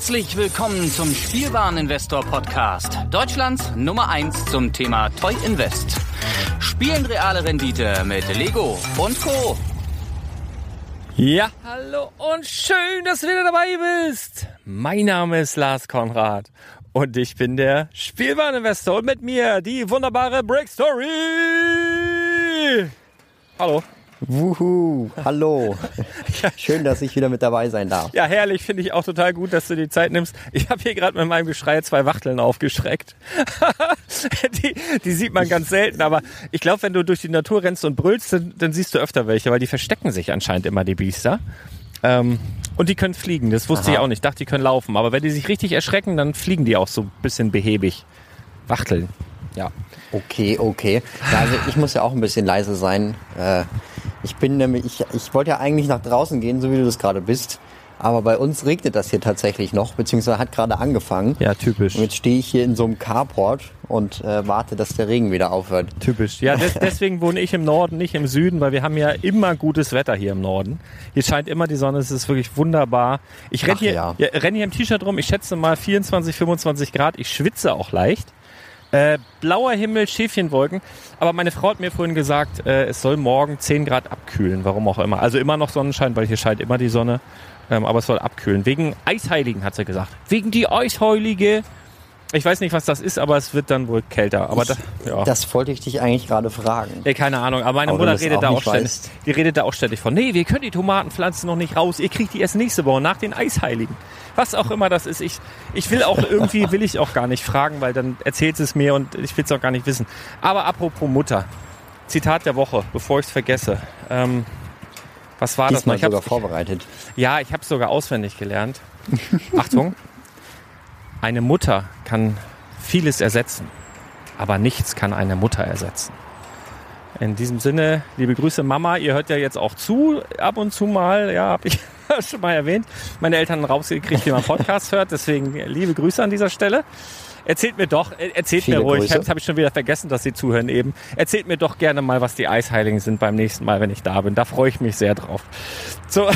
Herzlich willkommen zum Spielwareninvestor-Podcast. Deutschlands Nummer 1 zum Thema Toy Invest. Spielen reale Rendite mit Lego und Co. Ja, hallo und schön, dass du wieder dabei bist. Mein Name ist Lars Konrad und ich bin der Spielwareninvestor und mit mir die wunderbare Brickstory. Hallo. Wuhu, hallo. Schön, dass ich wieder mit dabei sein darf. Ja, herrlich, finde ich auch total gut, dass du die Zeit nimmst. Ich habe hier gerade mit meinem Geschrei 2 Wachteln aufgeschreckt. die sieht man ganz selten, aber ich glaube, wenn du durch die Natur rennst und brüllst, dann siehst du öfter welche, weil die verstecken sich anscheinend immer, die Biester. Und die können fliegen, das wusste ich auch nicht. Ich dachte, die können laufen, aber wenn die sich richtig erschrecken, dann fliegen die auch so ein bisschen behäbig. Wachteln, ja. Okay. Ja, also ich muss ja auch ein bisschen leise sein. Ich wollte ja eigentlich nach draußen gehen, so wie du das gerade bist. Aber bei uns regnet das hier tatsächlich noch, beziehungsweise hat gerade angefangen. Ja, typisch. Und jetzt stehe ich hier in so einem Carport und warte, dass der Regen wieder aufhört. Typisch. Ja, deswegen wohne ich im Norden, nicht im Süden, weil wir haben ja immer gutes Wetter hier im Norden. Hier scheint immer die Sonne, es ist wirklich wunderbar. Ich renne hier im T-Shirt rum, ich schätze mal 24, 25 Grad. Ich schwitze auch leicht. Blauer Himmel, Schäfchenwolken. Aber meine Frau hat mir vorhin gesagt, es soll morgen 10 Grad abkühlen, warum auch immer. Also immer noch Sonnenschein, weil hier scheint immer die Sonne. Aber es soll abkühlen. Wegen Eisheiligen, hat sie gesagt. Wegen die Eisheilige. Ich weiß nicht, was das ist, aber es wird dann wohl kälter. Aber das wollte ich dich eigentlich gerade fragen. Ja, keine Ahnung, aber meine Mutter redet da auch ständig. Die redet da auch ständig von, nee, wir können die Tomatenpflanzen noch nicht raus. Ihr kriegt die erst nächste Woche nach den Eisheiligen. Was auch immer das ist. Ich will auch gar nicht fragen, weil dann erzählt sie es mir und ich will es auch gar nicht wissen. Aber apropos Mutter. Zitat der Woche, bevor ich es vergesse. Was war das noch? Ich habe sogar vorbereitet. Ja, ich habe es sogar auswendig gelernt. Achtung. Eine Mutter kann vieles ersetzen, aber nichts kann eine Mutter ersetzen. In diesem Sinne, liebe Grüße Mama, ihr hört ja jetzt auch zu, ab und zu mal, ja, habe ich schon mal erwähnt, meine Eltern rausgekriegt, wie man Podcast hört, deswegen liebe Grüße an dieser Stelle. Erzählt mir ruhig, jetzt habe ich schon wieder vergessen, dass Sie zuhören eben. Erzählt mir doch gerne mal, was die Eisheiligen sind beim nächsten Mal, wenn ich da bin. Da freue ich mich sehr drauf. So.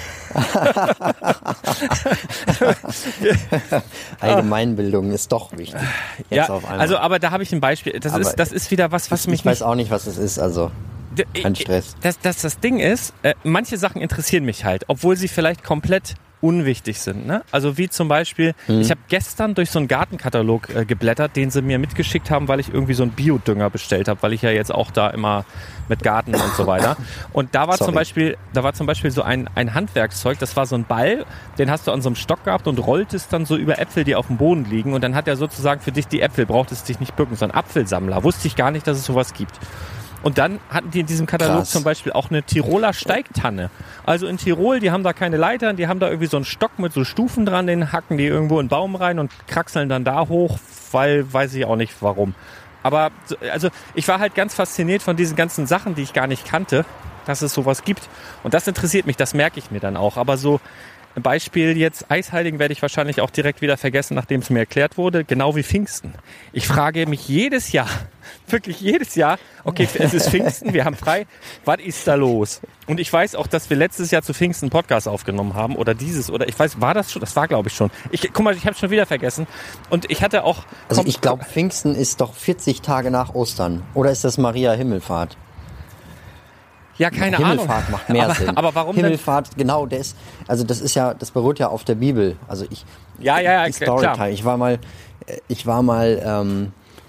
Allgemeinbildung ist doch wichtig. Ja, also aber da habe ich ein Beispiel. Das ist wieder was mich. Ich weiß auch nicht, was es ist. Also kein Stress. Das Ding ist, manche Sachen interessieren mich halt, obwohl sie vielleicht komplett unwichtig sind. Ne? Also wie zum Beispiel, ich habe gestern durch so einen Gartenkatalog geblättert, den sie mir mitgeschickt haben, weil ich irgendwie so einen Biodünger bestellt habe, weil ich ja jetzt auch da immer mit Garten und so weiter. Und da war zum Beispiel so ein Handwerkszeug, das war so ein Ball, den hast du an so einem Stock gehabt und rolltest dann so über Äpfel, die auf dem Boden liegen und dann hat er sozusagen für dich die Äpfel, brauchtest dich nicht bücken, so ein Apfelsammler. Wusste ich gar nicht, dass es sowas gibt. Und dann hatten die in diesem Katalog zum Beispiel auch eine Tiroler Steigtanne. Also in Tirol, die haben da keine Leitern, die haben da irgendwie so einen Stock mit so Stufen dran, den hacken die irgendwo in den Baum rein und kraxeln dann da hoch, weil weiß ich auch nicht warum. Aber also ich war halt ganz fasziniert von diesen ganzen Sachen, die ich gar nicht kannte, dass es sowas gibt. Und das interessiert mich, das merke ich mir dann auch. Aber so ein Beispiel jetzt, Eisheiligen werde ich wahrscheinlich auch direkt wieder vergessen, nachdem es mir erklärt wurde, genau wie Pfingsten. Ich frage mich jedes Jahr, wirklich jedes Jahr, okay, es ist Pfingsten, wir haben frei, was ist da los? Und ich weiß auch, dass wir letztes Jahr zu Pfingsten einen Podcast aufgenommen haben oder ich weiß, war das schon? Das war, glaube ich, schon. Guck mal, ich habe es schon wieder vergessen. Und ich hatte auch... Also ich glaube, Pfingsten ist doch 40 Tage nach Ostern. Oder ist das Maria Himmelfahrt? Ja, keine Ahnung. Himmelfahrt macht mehr Sinn. Aber warum Himmelfahrt, denn? Genau, das beruht ja auf der Bibel. Also klar. Ich war mal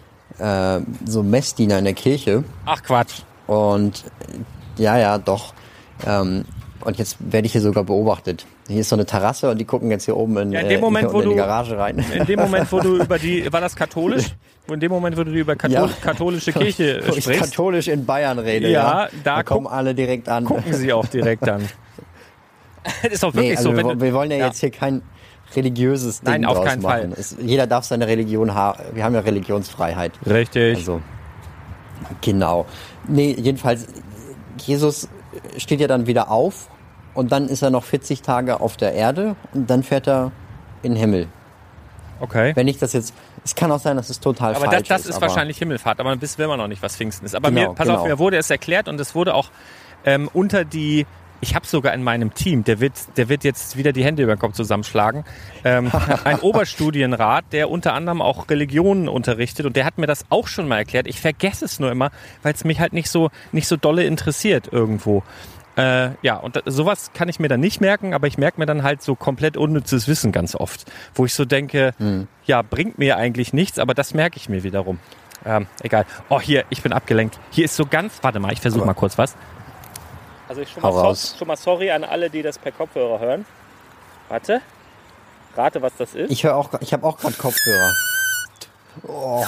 so Messdiener in der Kirche. Ach Quatsch. Und doch. Und jetzt werde ich hier sogar beobachtet. Hier ist so eine Terrasse und die gucken jetzt hier oben in die Garage rein. In dem Moment, wo du war das katholisch? In dem Moment, wo du über katholische Kirche sprichst. Wo ich katholisch in Bayern rede, da kommen alle direkt an. Gucken sie auch direkt an. Das ist auch wirklich so. Wir wollen ja jetzt hier kein religiöses Ding draus machen. Nein, auf keinen Fall. Jeder darf seine Religion haben. Wir haben ja Religionsfreiheit. Richtig. Also, genau. Nee, jedenfalls, Jesus steht ja dann wieder auf und dann ist er noch 40 Tage auf der Erde und dann fährt er in den Himmel. Okay. Wenn ich das jetzt... Es kann auch sein, dass es total falsch ist. Aber das ist wahrscheinlich Himmelfahrt, aber bis will man noch nicht, was Pfingsten ist. Aber mir wurde es erklärt und es wurde auch unter die ich habe sogar in meinem Team, der wird jetzt wieder die Hände über den Kopf zusammenschlagen, ein Oberstudienrat, der unter anderem auch Religionen unterrichtet und der hat mir das auch schon mal erklärt. Ich vergesse es nur immer, weil es mich halt nicht so dolle interessiert irgendwo. Und sowas kann ich mir dann nicht merken, aber ich merke mir dann halt so komplett unnützes Wissen ganz oft, wo ich so denke, ja, bringt mir eigentlich nichts, aber das merke ich mir wiederum. Egal. Oh, hier, ich bin abgelenkt. Hier ist so ganz, warte mal, ich versuche mal kurz was. Also ich schon mal sorry an alle, die das per Kopfhörer hören. Warte. Rate, was das ist. Ich habe auch gerade Kopfhörer. Oh.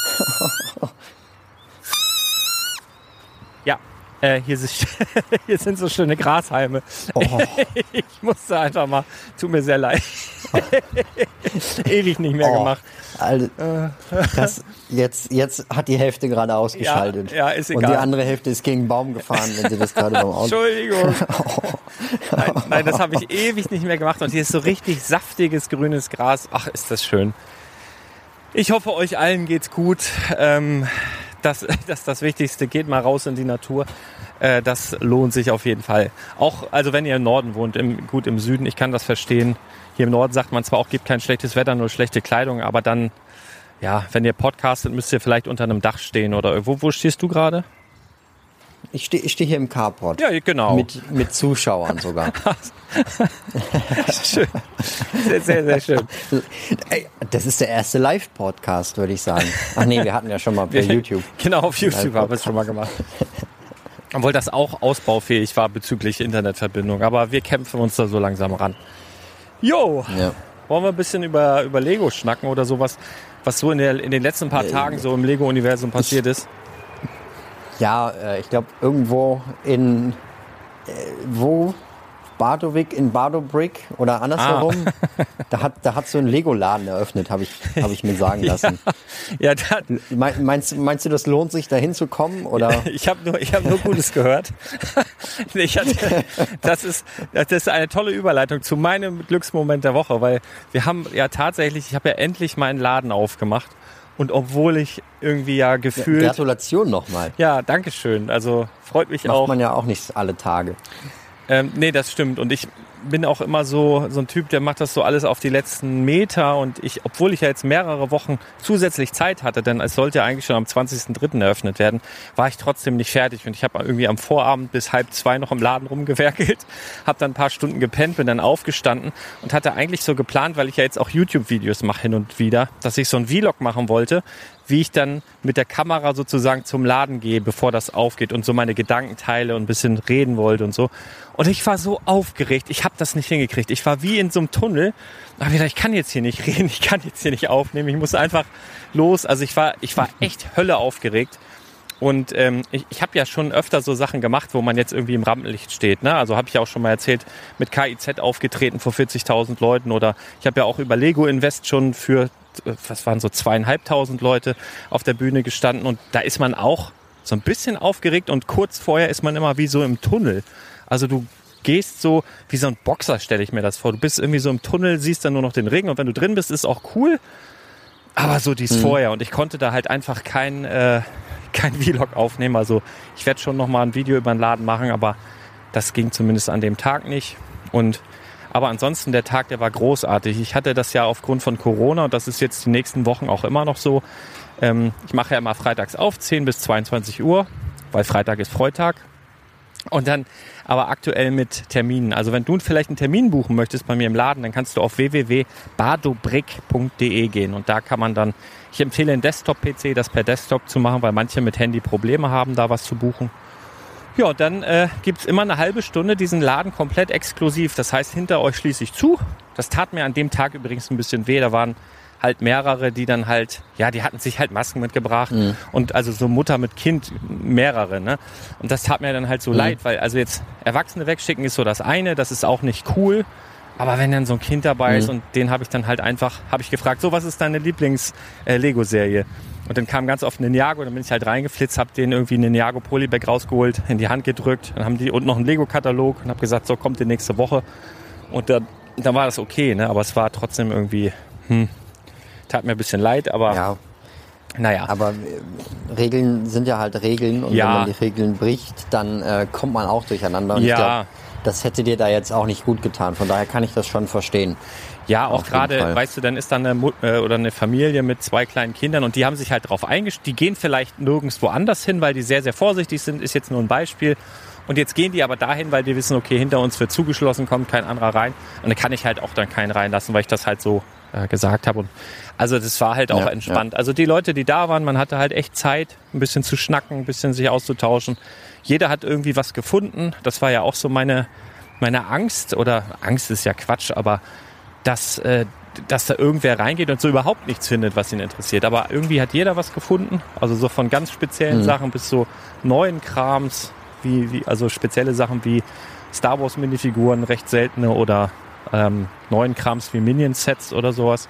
Ja, hier sind so schöne Grashalme. Oh. Ich musste einfach mal, tut mir sehr leid. Ewig nicht mehr gemacht. Also, jetzt hat die Hälfte gerade ausgeschaltet. Ja, ist egal. Und die andere Hälfte ist gegen einen Baum gefahren, wenn sie das gerade beim Auto... Entschuldigung. Nein, das habe ich ewig nicht mehr gemacht. Und hier ist so richtig saftiges, grünes Gras. Ach, ist das schön. Ich hoffe, euch allen geht's gut. Das ist das Wichtigste. Geht mal raus in die Natur. Das lohnt sich auf jeden Fall. Auch, also wenn ihr im Norden wohnt, gut im Süden, ich kann das verstehen. Hier im Norden sagt man zwar auch, gibt kein schlechtes Wetter, nur schlechte Kleidung, aber dann, ja, wenn ihr podcastet, müsst ihr vielleicht unter einem Dach stehen oder irgendwo. Wo stehst du gerade? Ich steh hier im Carport. Ja, genau. Mit Zuschauern sogar. Schön. Sehr, sehr, sehr schön. Ey, das ist der erste Live-Podcast, würde ich sagen. Ach nee, wir hatten ja schon mal bei YouTube. Genau, auf YouTube haben wir es schon mal gemacht. Obwohl das auch ausbaufähig war bezüglich Internetverbindung. Aber wir kämpfen uns da so langsam ran. Jo, ja. Wollen wir ein bisschen über Lego schnacken oder sowas, was so in den letzten paar Tagen so im Lego-Universum passiert ist? Ja, ich glaube irgendwo in Bardovik in Bardobrick oder andersherum, da hat so ein Lego-Laden eröffnet, habe ich mir sagen lassen. Ja, meinst du, das lohnt sich, da hinzukommen? Oder? Ich habe nur Gutes gehört. Das ist eine tolle Überleitung zu meinem Glücksmoment der Woche, weil wir haben ja tatsächlich, ich habe ja endlich meinen Laden aufgemacht. Und obwohl ich irgendwie ja gefühlt... Ja, Gratulation nochmal. Ja, danke schön. Also freut mich auch. Macht man ja auch nicht alle Tage. Nee, das stimmt. Und ich bin auch immer so ein Typ, der macht das so alles auf die letzten Meter. Und obwohl ich ja jetzt mehrere Wochen zusätzlich Zeit hatte, denn es sollte ja eigentlich schon am 20.03. eröffnet werden, war ich trotzdem nicht fertig. Und ich habe irgendwie am Vorabend bis 1:30 noch im Laden rumgewerkelt, habe dann ein paar Stunden gepennt, bin dann aufgestanden und hatte eigentlich so geplant, weil ich ja jetzt auch YouTube-Videos mache hin und wieder, dass ich so ein Vlog machen wollte, wie ich dann mit der Kamera sozusagen zum Laden gehe, bevor das aufgeht und so meine Gedanken teile und ein bisschen reden wollte und so. Und ich war so aufgeregt, ich habe das nicht hingekriegt. Ich war wie in so einem Tunnel. Aber ich kann jetzt hier nicht reden, ich kann jetzt hier nicht aufnehmen, ich muss einfach los. Also ich war echt Hölle aufgeregt. Und ich habe ja schon öfter so Sachen gemacht, wo man jetzt irgendwie im Rampenlicht steht. Ne? Also habe ich ja auch schon mal erzählt, mit KIZ aufgetreten vor 40.000 Leuten. Oder ich habe ja auch über Lego Invest schon für, was waren so 2.500 Leute auf der Bühne gestanden. Und da ist man auch so ein bisschen aufgeregt. Und kurz vorher ist man immer wie so im Tunnel. Also du gehst so wie so ein Boxer, stelle ich mir das vor. Du bist irgendwie so im Tunnel, siehst dann nur noch den Ring. Und wenn du drin bist, ist auch cool. Aber so dies vorher. Und ich konnte da halt einfach kein Vlog aufnehmen. Also ich werde schon noch mal ein Video über den Laden machen, aber das ging zumindest an dem Tag nicht. Aber ansonsten, der Tag, der war großartig. Ich hatte das ja aufgrund von Corona und das ist jetzt die nächsten Wochen auch immer noch so. Ich mache ja immer freitags auf, 10 bis 22 Uhr, weil Freitag ist Freitag. Und dann aber aktuell mit Terminen. Also wenn du vielleicht einen Termin buchen möchtest bei mir im Laden, dann kannst du auf www.bardobrick.de gehen. Und da kann man dann, ich empfehle einen Desktop-PC, das per Desktop zu machen, weil manche mit Handy Probleme haben, da was zu buchen. Ja, und dann gibt's immer eine halbe Stunde diesen Laden komplett exklusiv. Das heißt, hinter euch schließe ich zu. Das tat mir an dem Tag übrigens ein bisschen weh. Da waren halt mehrere, die dann halt, ja, die hatten sich halt Masken mitgebracht und also so Mutter mit Kind, mehrere, ne? Und das tat mir dann halt so leid, weil also jetzt Erwachsene wegschicken ist so das eine, das ist auch nicht cool, aber wenn dann so ein Kind dabei ist und den habe ich dann halt einfach, habe ich gefragt, so, was ist deine Lieblings-Lego-Serie? Und dann kam ganz oft Ninjago, dann bin ich halt reingeflitzt, habe denen irgendwie einen Ninjago Polybag rausgeholt, in die Hand gedrückt, dann haben die und noch einen Lego-Katalog und habe gesagt, so, kommt die nächste Woche. Und dann war das okay, ne? Aber es war trotzdem irgendwie, tat mir ein bisschen leid, aber ja. Naja. Aber Regeln sind ja halt Regeln und wenn man die Regeln bricht, dann kommt man auch durcheinander. Und ich glaube, das hätte dir da jetzt auch nicht gut getan. Von daher kann ich das schon verstehen. Ja, auch gerade, weißt du, dann ist da eine Familie mit 2 kleinen Kindern und die haben sich halt drauf eingestellt. Die gehen vielleicht nirgendwo anders hin, weil die sehr, sehr vorsichtig sind, ist jetzt nur ein Beispiel. Und jetzt gehen die aber dahin, weil die wissen, okay, hinter uns wird zugeschlossen, kommt kein anderer rein. Und dann kann ich halt auch dann keinen reinlassen, weil ich das halt so gesagt habe. Und also das war halt auch entspannt. Ja. Also die Leute, die da waren, man hatte halt echt Zeit, ein bisschen zu schnacken, ein bisschen sich auszutauschen. Jeder hat irgendwie was gefunden. Das war ja auch so meine Angst. Oder Angst ist ja Quatsch, aber dass da irgendwer reingeht und so überhaupt nichts findet, was ihn interessiert. Aber irgendwie hat jeder was gefunden. Also so von ganz speziellen Sachen bis so neuen Krams, also spezielle Sachen wie Star Wars Minifiguren, recht seltene, oder neuen Krams wie Minion-Sets oder sowas.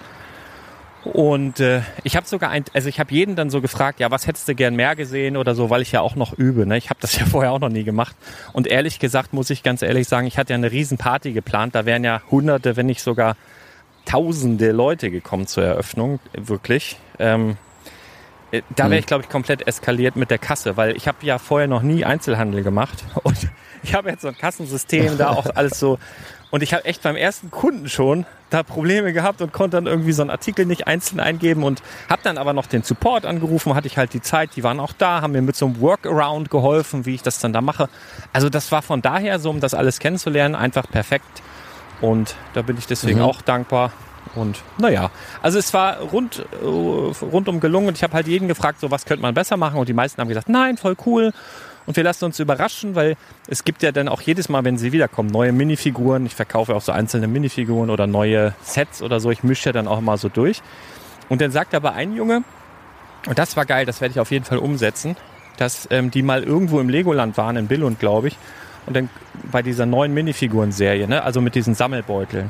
Und ich habe sogar ich habe jeden dann so gefragt, ja, was hättest du gern mehr gesehen oder so, weil ich ja auch noch übe. Ne? Ich habe das ja vorher auch noch nie gemacht. Und ehrlich gesagt, muss ich ganz ehrlich sagen, ich hatte ja eine riesen Party geplant. Da wären ja Hunderte, wenn nicht sogar Tausende Leute gekommen zur Eröffnung, wirklich. Da wäre ich, glaube ich, komplett eskaliert mit der Kasse, weil ich habe ja vorher noch nie Einzelhandel gemacht. Und ich habe jetzt so ein Kassensystem, da auch alles so. Und ich habe echt beim ersten Kunden schon da Probleme gehabt und konnte dann irgendwie so einen Artikel nicht einzeln eingeben und habe dann aber noch den Support angerufen, hatte ich halt die Zeit, die waren auch da, haben mir mit so einem Workaround geholfen, wie ich das dann da mache. Also das war von daher so, um das alles kennenzulernen, einfach perfekt. Und da bin ich deswegen auch dankbar. Und naja, also es war rundum gelungen und ich habe halt jeden gefragt, so was könnte man besser machen, und die meisten haben gesagt, nein, voll cool. Und wir lassen uns überraschen, weil es gibt ja dann auch jedes Mal, wenn sie wiederkommen, neue Minifiguren. Ich verkaufe auch so einzelne Minifiguren oder neue Sets oder so. Ich mische ja dann auch mal so durch. Und dann sagt aber ein Junge, und das war geil, das werde ich auf jeden Fall umsetzen, dass die mal irgendwo im Legoland waren, in Billund, glaube ich. Und dann bei dieser neuen Minifiguren-Serie, ne, also mit diesen Sammelbeuteln.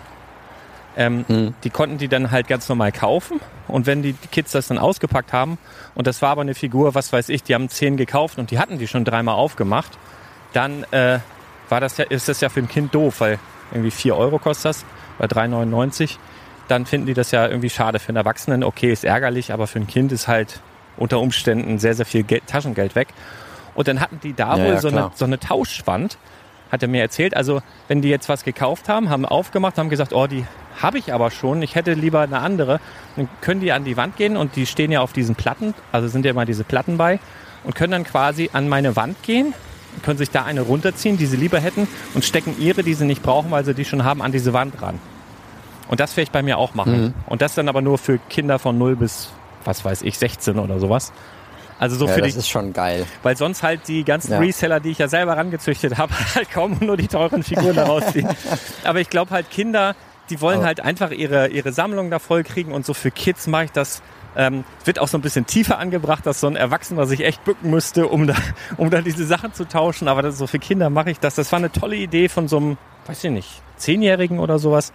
Die konnten die dann halt ganz normal kaufen, und wenn die Kids das dann ausgepackt haben, und das war aber eine Figur, was weiß ich, die haben 10 gekauft und die hatten die schon 3-mal aufgemacht, dann ist das ja für ein Kind doof, weil irgendwie 4 Euro kostet das, bei 3,99. Dann finden die das ja irgendwie schade. Für einen Erwachsenen, okay, ist ärgerlich, aber für ein Kind ist halt unter Umständen sehr, sehr viel Taschengeld weg. Und dann hatten die da wohl so eine Tauschwand, hat er mir erzählt. Also wenn die jetzt was gekauft haben aufgemacht, haben gesagt, oh, die habe ich aber schon, ich hätte lieber eine andere. Dann können die an die Wand gehen, und die stehen ja auf diesen Platten, also sind ja immer diese Platten bei, und können dann quasi an meine Wand gehen, können sich da eine runterziehen, die sie lieber hätten, und stecken ihre, die sie nicht brauchen, weil sie die schon haben, an diese Wand ran. Und das werde ich bei mir auch machen. Und das dann aber nur für Kinder von 0 bis, was weiß ich, 16 oder sowas. Also so für das ist schon geil. Weil sonst halt die ganzen Reseller, die ich ja selber rangezüchtet habe, halt kaum nur die teuren Figuren da rausziehen. Aber ich glaube halt, Kinder, die wollen halt einfach ihre Sammlung da voll kriegen, und so für Kids mache ich das. Wird auch so ein bisschen tiefer angebracht, dass so ein Erwachsener sich echt bücken müsste, um da diese Sachen zu tauschen. Aber das, so für Kinder mache ich das. Das war eine tolle Idee von so einem, weiß ich nicht, 10-Jährigen oder sowas.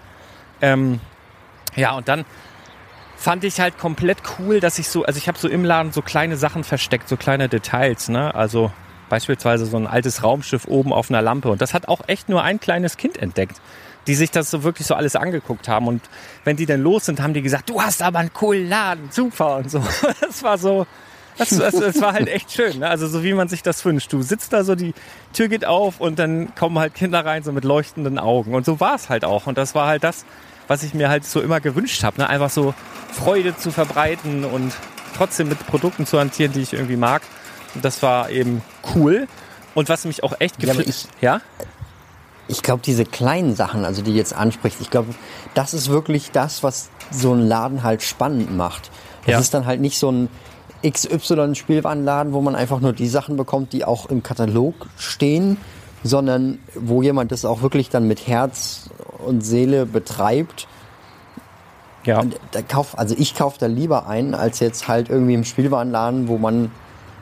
Ja, und dann fand ich halt komplett cool, dass ich habe so im Laden so kleine Sachen versteckt, so kleine Details, ne? Also beispielsweise so ein altes Raumschiff oben auf einer Lampe. Und das hat auch echt nur ein kleines Kind entdeckt, die sich das so wirklich so alles angeguckt haben. Und wenn die dann los sind, haben die gesagt, du hast aber einen coolen Laden, super und so. Das war so, das war halt echt schön, ne? Also so wie man sich das wünscht. Du sitzt da so, die Tür geht auf und dann kommen halt Kinder rein, so mit leuchtenden Augen. Und so war es halt auch. Und das war halt das, was ich mir halt so immer gewünscht habe, ne? Einfach so Freude zu verbreiten und trotzdem mit Produkten zu hantieren, die ich irgendwie mag. Und das war eben cool. Und was mich auch echt gefällt. Ja? Ich glaube, diese kleinen Sachen, also die jetzt anspricht, ich glaube, das ist wirklich das, was so einen Laden halt spannend macht. Das ist dann halt nicht so ein XY-Spielwarenladen, wo man einfach nur die Sachen bekommt, die auch im Katalog stehen, sondern wo jemand das auch wirklich dann mit Herz und Seele betreibt. Ja. Und ich kaufe da lieber ein, als jetzt halt irgendwie im Spielwarenladen, wo man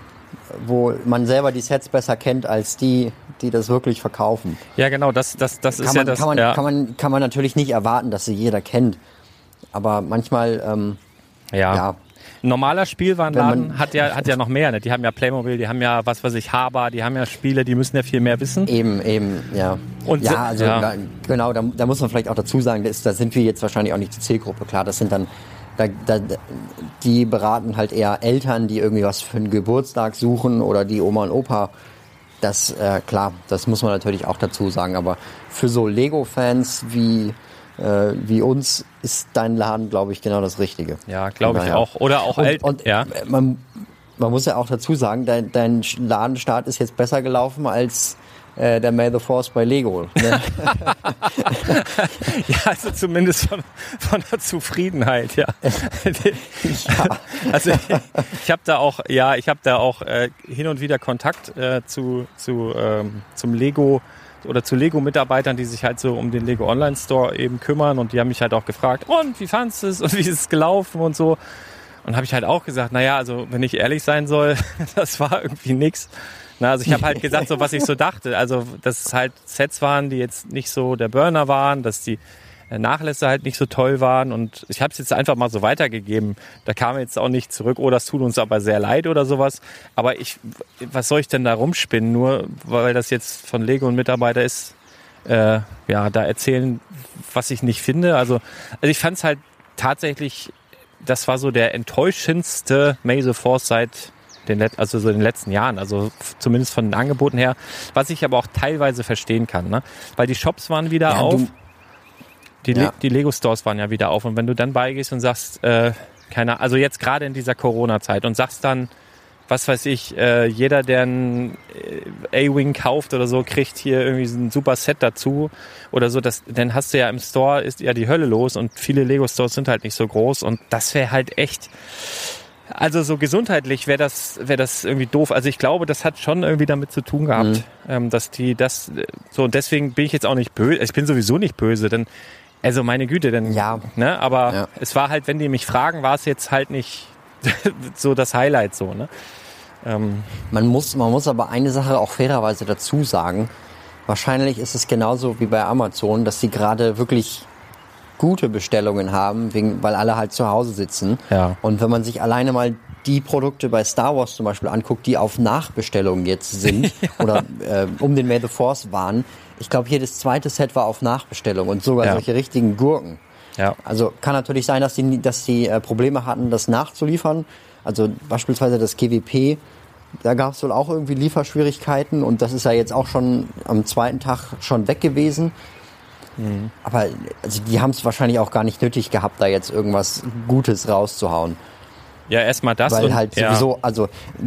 selber die Sets besser kennt als die das wirklich verkaufen. Ja, genau, das ist ja das. Kann man natürlich nicht erwarten, dass sie jeder kennt. Aber manchmal, Ein normaler Spielwarenladen hat ja noch mehr, ne? Die haben ja Playmobil, die haben ja, was weiß ich, Haber, die haben ja Spiele, die müssen ja viel mehr wissen. Eben, ja. Und genau, da muss man vielleicht auch dazu sagen, da sind wir jetzt wahrscheinlich auch nicht die Zielgruppe. Klar, das sind dann, die beraten halt eher Eltern, die irgendwie was für einen Geburtstag suchen, oder die Oma und Opa Das, klar, das muss man natürlich auch dazu sagen, aber für so Lego-Fans wie uns ist dein Laden, glaube ich, genau das Richtige. Ja, glaube ich auch. Oder auch ja. Man muss ja auch dazu sagen, dein Ladenstart ist jetzt besser gelaufen als der May the Force bei Lego. Ne? Ja, also zumindest von der Zufriedenheit, ja. Also ich habe da auch hin und wieder Kontakt zum Lego oder zu Lego-Mitarbeitern, die sich halt so um den Lego Online Store eben kümmern, und die haben mich halt auch gefragt, und wie fandest du es und wie ist es gelaufen und so. Und habe ich halt auch gesagt, naja, also wenn ich ehrlich sein soll, das war irgendwie nix. Na, also ich habe halt gesagt, so was ich so dachte. Also dass es halt Sets waren, die jetzt nicht so der Burner waren, dass die Nachlässe halt nicht so toll waren, und ich habe es jetzt einfach mal so weitergegeben. Da kam jetzt auch nicht zurück, oh, das tut uns aber sehr leid oder sowas. Aber was soll ich denn da rumspinnen? Nur weil das jetzt von Lego ein Mitarbeiter ist, da erzählen, was ich nicht finde. Also ich fand es halt tatsächlich, das war so der enttäuschendste May the Force seit den letzten Jahren, also zumindest von den Angeboten her, was ich aber auch teilweise verstehen kann, ne? Weil die Shops waren wieder auf, die Lego-Stores waren ja wieder auf, und wenn du dann beigehst und sagst, also jetzt gerade in dieser Corona-Zeit, und sagst dann, was weiß ich, jeder, der ein A-Wing kauft oder so, kriegt hier irgendwie ein super Set dazu oder so, dann hast du ja im Store, ist ja die Hölle los, und viele Lego-Stores sind halt nicht so groß, und das wäre halt echt... Also so gesundheitlich wäre das irgendwie doof. Also ich glaube, das hat schon irgendwie damit zu tun gehabt, dass die das so, und deswegen bin ich jetzt auch nicht böse. Ich bin sowieso nicht böse, denn also meine Güte, denn ne, aber es war halt, wenn die mich fragen, war es jetzt halt nicht so das Highlight so, ne? Man muss aber eine Sache auch fairerweise dazu sagen. Wahrscheinlich ist es genauso wie bei Amazon, dass sie gerade wirklich gute Bestellungen haben, weil alle halt zu Hause sitzen. Ja. Und wenn man sich alleine mal die Produkte bei Star Wars zum Beispiel anguckt, die auf Nachbestellung jetzt sind oder um den May the Force waren, ich glaube, jedes zweite Set war auf Nachbestellung, und sogar solche richtigen Gurken. Ja. Also kann natürlich sein, dass die Probleme hatten, das nachzuliefern. Also beispielsweise das GWP, da gab es wohl auch irgendwie Lieferschwierigkeiten, und das ist ja jetzt auch schon am zweiten Tag schon weg gewesen. Aber also die haben es wahrscheinlich auch gar nicht nötig gehabt, da jetzt irgendwas Gutes rauszuhauen. Ja, erstmal das. Weil halt sowieso, also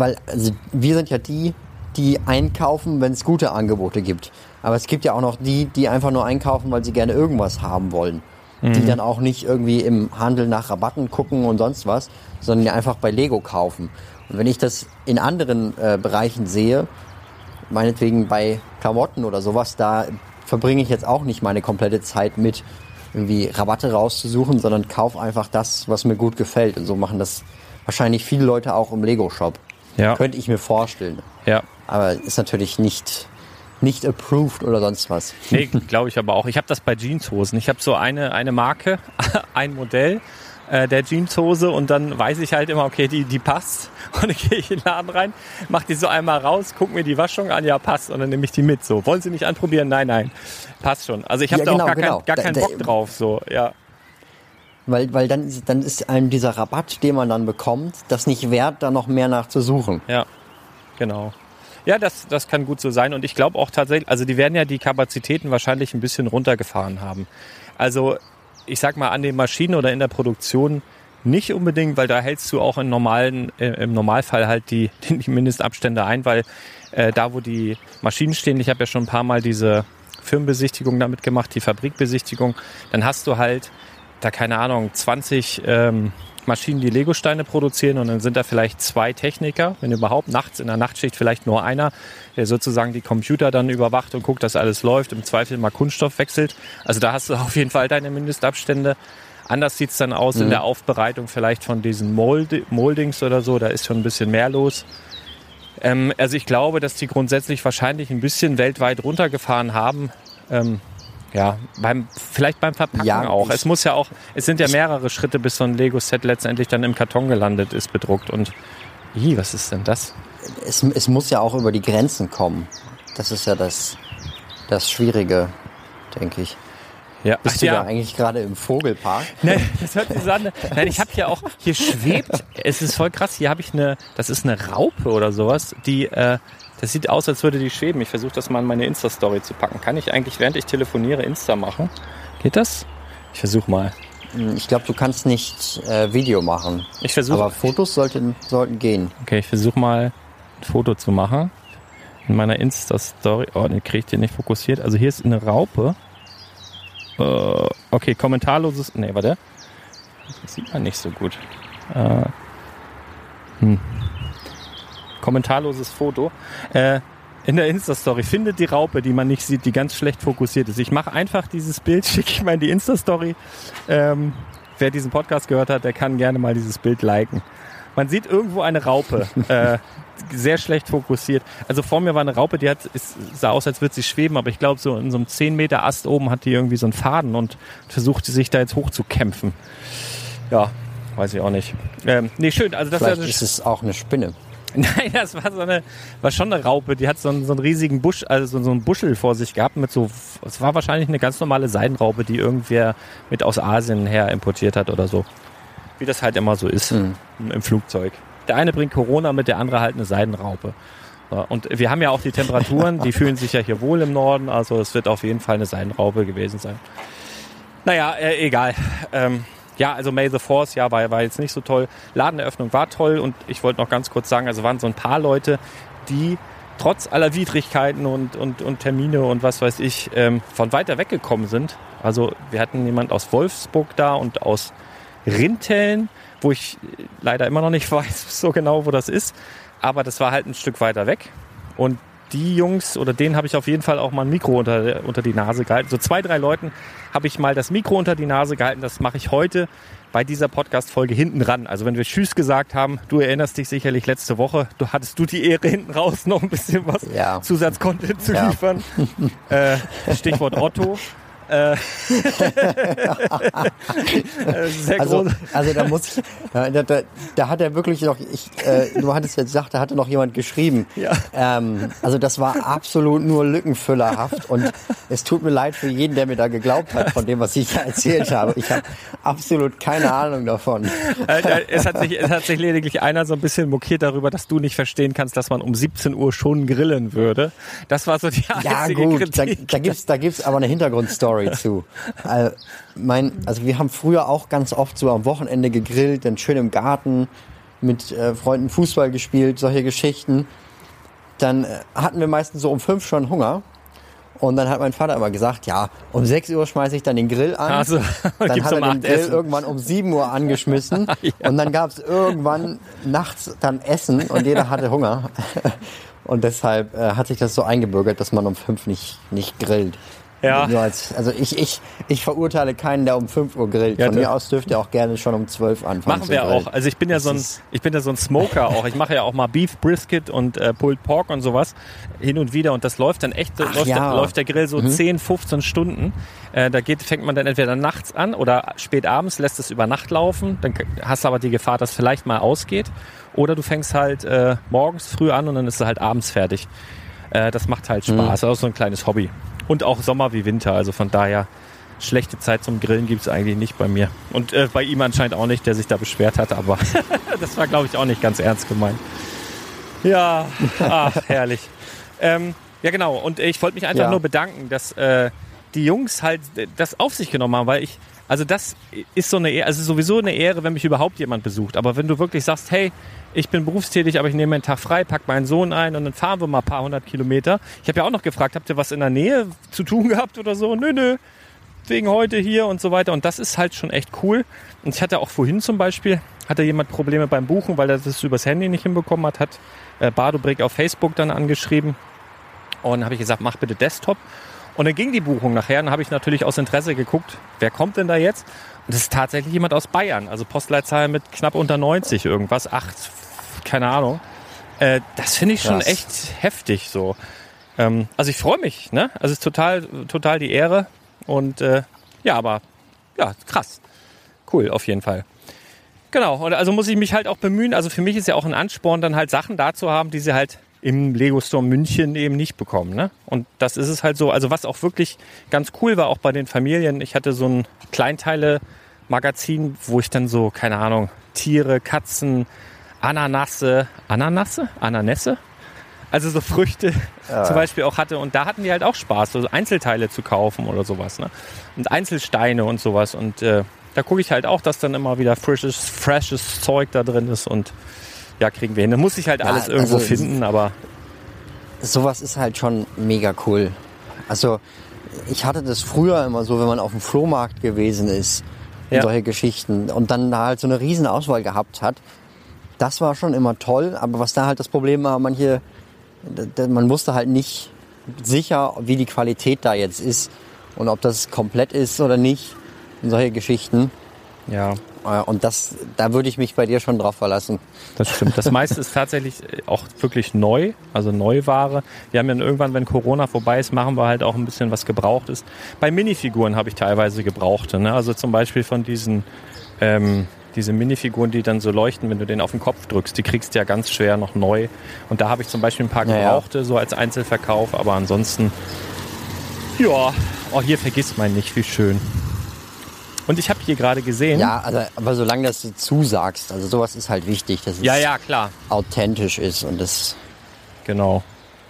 wir sind ja die einkaufen, wenn es gute Angebote gibt. Aber es gibt ja auch noch die einfach nur einkaufen, weil sie gerne irgendwas haben wollen. Die dann auch nicht irgendwie im Handel nach Rabatten gucken und sonst was, sondern die einfach bei Lego kaufen. Und wenn ich das in anderen Bereichen sehe, meinetwegen bei Klamotten oder sowas, da verbringe ich jetzt auch nicht meine komplette Zeit mit irgendwie Rabatte rauszusuchen, sondern kaufe einfach das, was mir gut gefällt. Und so machen das wahrscheinlich viele Leute auch im Lego-Shop. Ja. Könnte ich mir vorstellen. Ja. Aber ist natürlich nicht approved oder sonst was. Nee, glaube ich aber auch. Ich habe das bei Jeanshosen. Ich habe so eine Marke, ein Modell der Jeanshose, und dann weiß ich halt immer, okay, die passt. Und dann gehe ich in den Laden rein, mache die so einmal raus, gucke mir die Waschung an, ja, passt, und dann nehme ich die mit. So, wollen Sie nicht anprobieren? Nein, passt schon. Also ich habe auch gar keinen Bock drauf, so, ja. Weil dann ist einem dieser Rabatt, den man dann bekommt, das nicht wert, da noch mehr nachzusuchen. Ja, genau. Ja, das kann gut so sein, und ich glaube auch tatsächlich, also die werden ja die Kapazitäten wahrscheinlich ein bisschen runtergefahren haben. Also ich sag mal, an den Maschinen oder in der Produktion nicht unbedingt, weil da hältst du auch im Normalfall halt die Mindestabstände ein, weil da, wo die Maschinen stehen, ich habe ja schon ein paar Mal diese Firmenbesichtigung damit gemacht, die Fabrikbesichtigung, dann hast du halt da, keine Ahnung, 20 Maschinen, die Legosteine produzieren, und dann sind da vielleicht 2 Techniker, wenn überhaupt, nachts in der Nachtschicht vielleicht nur einer, der sozusagen die Computer dann überwacht und guckt, dass alles läuft, im Zweifel mal Kunststoff wechselt. Also da hast du auf jeden Fall deine Mindestabstände. Anders sieht's dann aus in der Aufbereitung vielleicht von diesen Moldings oder so, da ist schon ein bisschen mehr los. Also ich glaube, dass die grundsätzlich wahrscheinlich ein bisschen weltweit runtergefahren haben. Vielleicht beim Verpacken auch. Es sind ja mehrere Schritte, bis so ein Lego-Set letztendlich dann im Karton gelandet ist, bedruckt. Und was ist denn das? Es muss ja auch über die Grenzen kommen. Das ist ja das Schwierige, denke ich. Ja. Bist du da eigentlich gerade im Vogelpark? Nein, das hört sich so an. Nein, ich habe hier schwebt, es ist voll krass, hier habe ich das ist eine Raupe oder sowas, die Das sieht aus, als würde die schweben. Ich versuche das mal in meine Insta-Story zu packen. Kann ich eigentlich, während ich telefoniere, Insta machen? Geht das? Ich versuche mal. Ich glaube, du kannst nicht Video machen. Ich versuche. Aber Fotos sollten gehen. Okay, ich versuche mal ein Foto zu machen. In meiner Insta-Story. Oh, den kriege ich hier nicht fokussiert. Also hier ist eine Raupe. Okay, kommentarloses. Nee, warte. Das sieht man nicht so gut. Kommentarloses Foto. In der Insta-Story findet die Raupe, die man nicht sieht, die ganz schlecht fokussiert ist. Ich mache einfach dieses Bild, schicke ich mal in die Insta-Story. Wer diesen Podcast gehört hat, der kann gerne mal dieses Bild liken. Man sieht irgendwo eine Raupe, sehr schlecht fokussiert. Also vor mir war eine Raupe, sah aus, als würde sie schweben, aber ich glaube, so in so einem 10 Meter Ast oben hat die irgendwie so einen Faden und versucht sich da jetzt hochzukämpfen. Ja, weiß ich auch nicht. Nee, schön. Also das Vielleicht ist es auch eine Spinne. Nein, das war schon eine Raupe. Die hat so einen riesigen Busch, also so einen Buschel vor sich gehabt es war wahrscheinlich eine ganz normale Seidenraupe, die irgendwer mit aus Asien her importiert hat oder so. Wie das halt immer so ist im Flugzeug. Der eine bringt Corona mit, der andere halt eine Seidenraupe. So, und wir haben ja auch die Temperaturen, die fühlen sich ja hier wohl im Norden, also es wird auf jeden Fall eine Seidenraupe gewesen sein. Naja, egal. Ja, also May the Force, ja, war jetzt nicht so toll. Ladeneröffnung war toll und ich wollte noch ganz kurz sagen, also waren so ein paar Leute, die trotz aller Widrigkeiten und Termine und was weiß ich, von weiter weggekommen sind. Also wir hatten jemand aus Wolfsburg da und aus Rinteln, wo ich leider immer noch nicht weiß so genau, wo das ist. Aber das war halt ein Stück weiter weg. Und die Jungs, oder denen habe ich auf jeden Fall auch mal ein Mikro unter die Nase gehalten. So 2, 3 Leuten habe ich mal das Mikro unter die Nase gehalten. Das mache ich heute bei dieser Podcast-Folge hinten ran. Also wenn wir Tschüss gesagt haben, du erinnerst dich sicherlich letzte Woche, hattest du die Ehre hinten raus noch ein bisschen was Zusatzcontent zu liefern. Stichwort Otto. Sehr also da muss ich, da hat er wirklich noch, du hattest jetzt gesagt, da hatte noch jemand geschrieben. Ja. Also das war absolut nur lückenfüllerhaft und es tut mir leid für jeden, der mir da geglaubt hat von dem, was ich da erzählt habe. Ich habe absolut keine Ahnung davon. Es hat sich lediglich einer so ein bisschen mokiert darüber, dass du nicht verstehen kannst, dass man um 17 Uhr schon grillen würde. Das war so die einzige Kritik. Da gibt's aber eine Hintergrundstory zu. Also wir haben früher auch ganz oft so am Wochenende gegrillt, dann schön im Garten mit Freunden Fußball gespielt, solche Geschichten. Dann hatten wir meistens so um 5 schon Hunger. Und dann hat mein Vater immer gesagt, ja, um 6 Uhr schmeiße ich dann den Grill an. Also, dann hat er den Grill irgendwann um 7 Uhr angeschmissen. Ja. Und dann gab es irgendwann nachts dann Essen und jeder hatte Hunger. Und deshalb hat sich das so eingebürgert, dass man um 5 nicht grillt. Ja. Also ich verurteile keinen, der um 5 Uhr grillt. Von mir aus dürft ihr auch gerne schon um 12 anfangen. Machen wir auch. Also ich bin ja so ein Smoker auch. Ich mache ja auch mal Beef Brisket und Pulled Pork und sowas hin und wieder. Und das läuft dann echt, läuft der Grill so 10, 15 Stunden. Fängt man dann entweder nachts an oder spät abends, lässt es über Nacht laufen. Dann hast du aber die Gefahr, dass vielleicht mal ausgeht. Oder du fängst halt morgens früh an und dann ist es halt abends fertig. Das macht halt Spaß. Das ist auch so ein kleines Hobby. Und auch Sommer wie Winter, also von daher schlechte Zeit zum Grillen gibt es eigentlich nicht bei mir. Und bei ihm anscheinend auch nicht, der sich da beschwert hatte, aber das war, glaube ich, auch nicht ganz ernst gemeint. Ja, herrlich. Ja, genau, und ich wollte mich einfach nur bedanken, dass die Jungs halt das auf sich genommen haben, weil das ist so eine Ehre, also sowieso eine Ehre, wenn mich überhaupt jemand besucht. Aber wenn du wirklich sagst, hey, ich bin berufstätig, aber ich nehme einen Tag frei, pack meinen Sohn ein und dann fahren wir mal ein paar 100 Kilometer. Ich habe ja auch noch gefragt, habt ihr was in der Nähe zu tun gehabt oder so? Nö, wegen heute hier und so weiter. Und das ist halt schon echt cool. Und ich hatte auch vorhin zum Beispiel, hatte jemand Probleme beim Buchen, weil er das übers Handy nicht hinbekommen hat Bardobrick auf Facebook dann angeschrieben. Und dann habe ich gesagt, mach bitte Desktop. Und dann ging die Buchung nachher. Dann habe ich natürlich aus Interesse geguckt, wer kommt denn da jetzt? Und das ist tatsächlich jemand aus Bayern. Also Postleitzahl mit knapp unter 90 irgendwas. 8, keine Ahnung. Das finde ich schon echt heftig so. Also ich freue mich, ne? Also es ist total die Ehre. Und aber krass. Cool, auf jeden Fall. Genau, und also muss ich mich halt auch bemühen. Also für mich ist ja auch ein Ansporn, dann halt Sachen da zu haben, die sie halt im Lego Store München eben nicht bekommen. Ne? Und das ist es halt so. Also was auch wirklich ganz cool war, auch bei den Familien. Ich hatte so ein Kleinteile-Magazin, wo ich dann so, keine Ahnung, Tiere, Katzen, Ananässe, Also so Früchte zum Beispiel auch hatte. Und da hatten die halt auch Spaß, so Einzelteile zu kaufen oder sowas. Ne? Und Einzelsteine und sowas. Und da gucke ich halt auch, dass dann immer wieder freshes Zeug da drin ist. Und ja, kriegen wir hin. Da muss ich halt alles irgendwo finden, aber... Sowas ist halt schon mega cool. Also ich hatte das früher immer so, wenn man auf dem Flohmarkt gewesen ist, solche Geschichten. Und dann da halt so eine riesen Auswahl gehabt hat. Das war schon immer toll. Aber was da halt das Problem war, man wusste halt nicht sicher, wie die Qualität da jetzt ist und ob das komplett ist oder nicht in solche Geschichten. Ja. Und da würde ich mich bei dir schon drauf verlassen. Das stimmt. Das meiste ist tatsächlich auch wirklich neu, also Neuware. Wir haben ja irgendwann, wenn Corona vorbei ist, machen wir halt auch ein bisschen was Gebrauchtes. Bei Minifiguren habe ich teilweise Gebrauchte. Ne? Also zum Beispiel von diesen diese Minifiguren, die dann so leuchten, wenn du den auf den Kopf drückst, die kriegst du ja ganz schwer noch neu. Und da habe ich zum Beispiel ein paar Gebrauchte, so als Einzelverkauf. Aber ansonsten, ja, hier vergisst man nicht, wie schön. Und ich habe hier gerade gesehen... Ja, aber solange das du zusagst, also sowas ist halt wichtig, dass es klar. authentisch ist und das... Genau.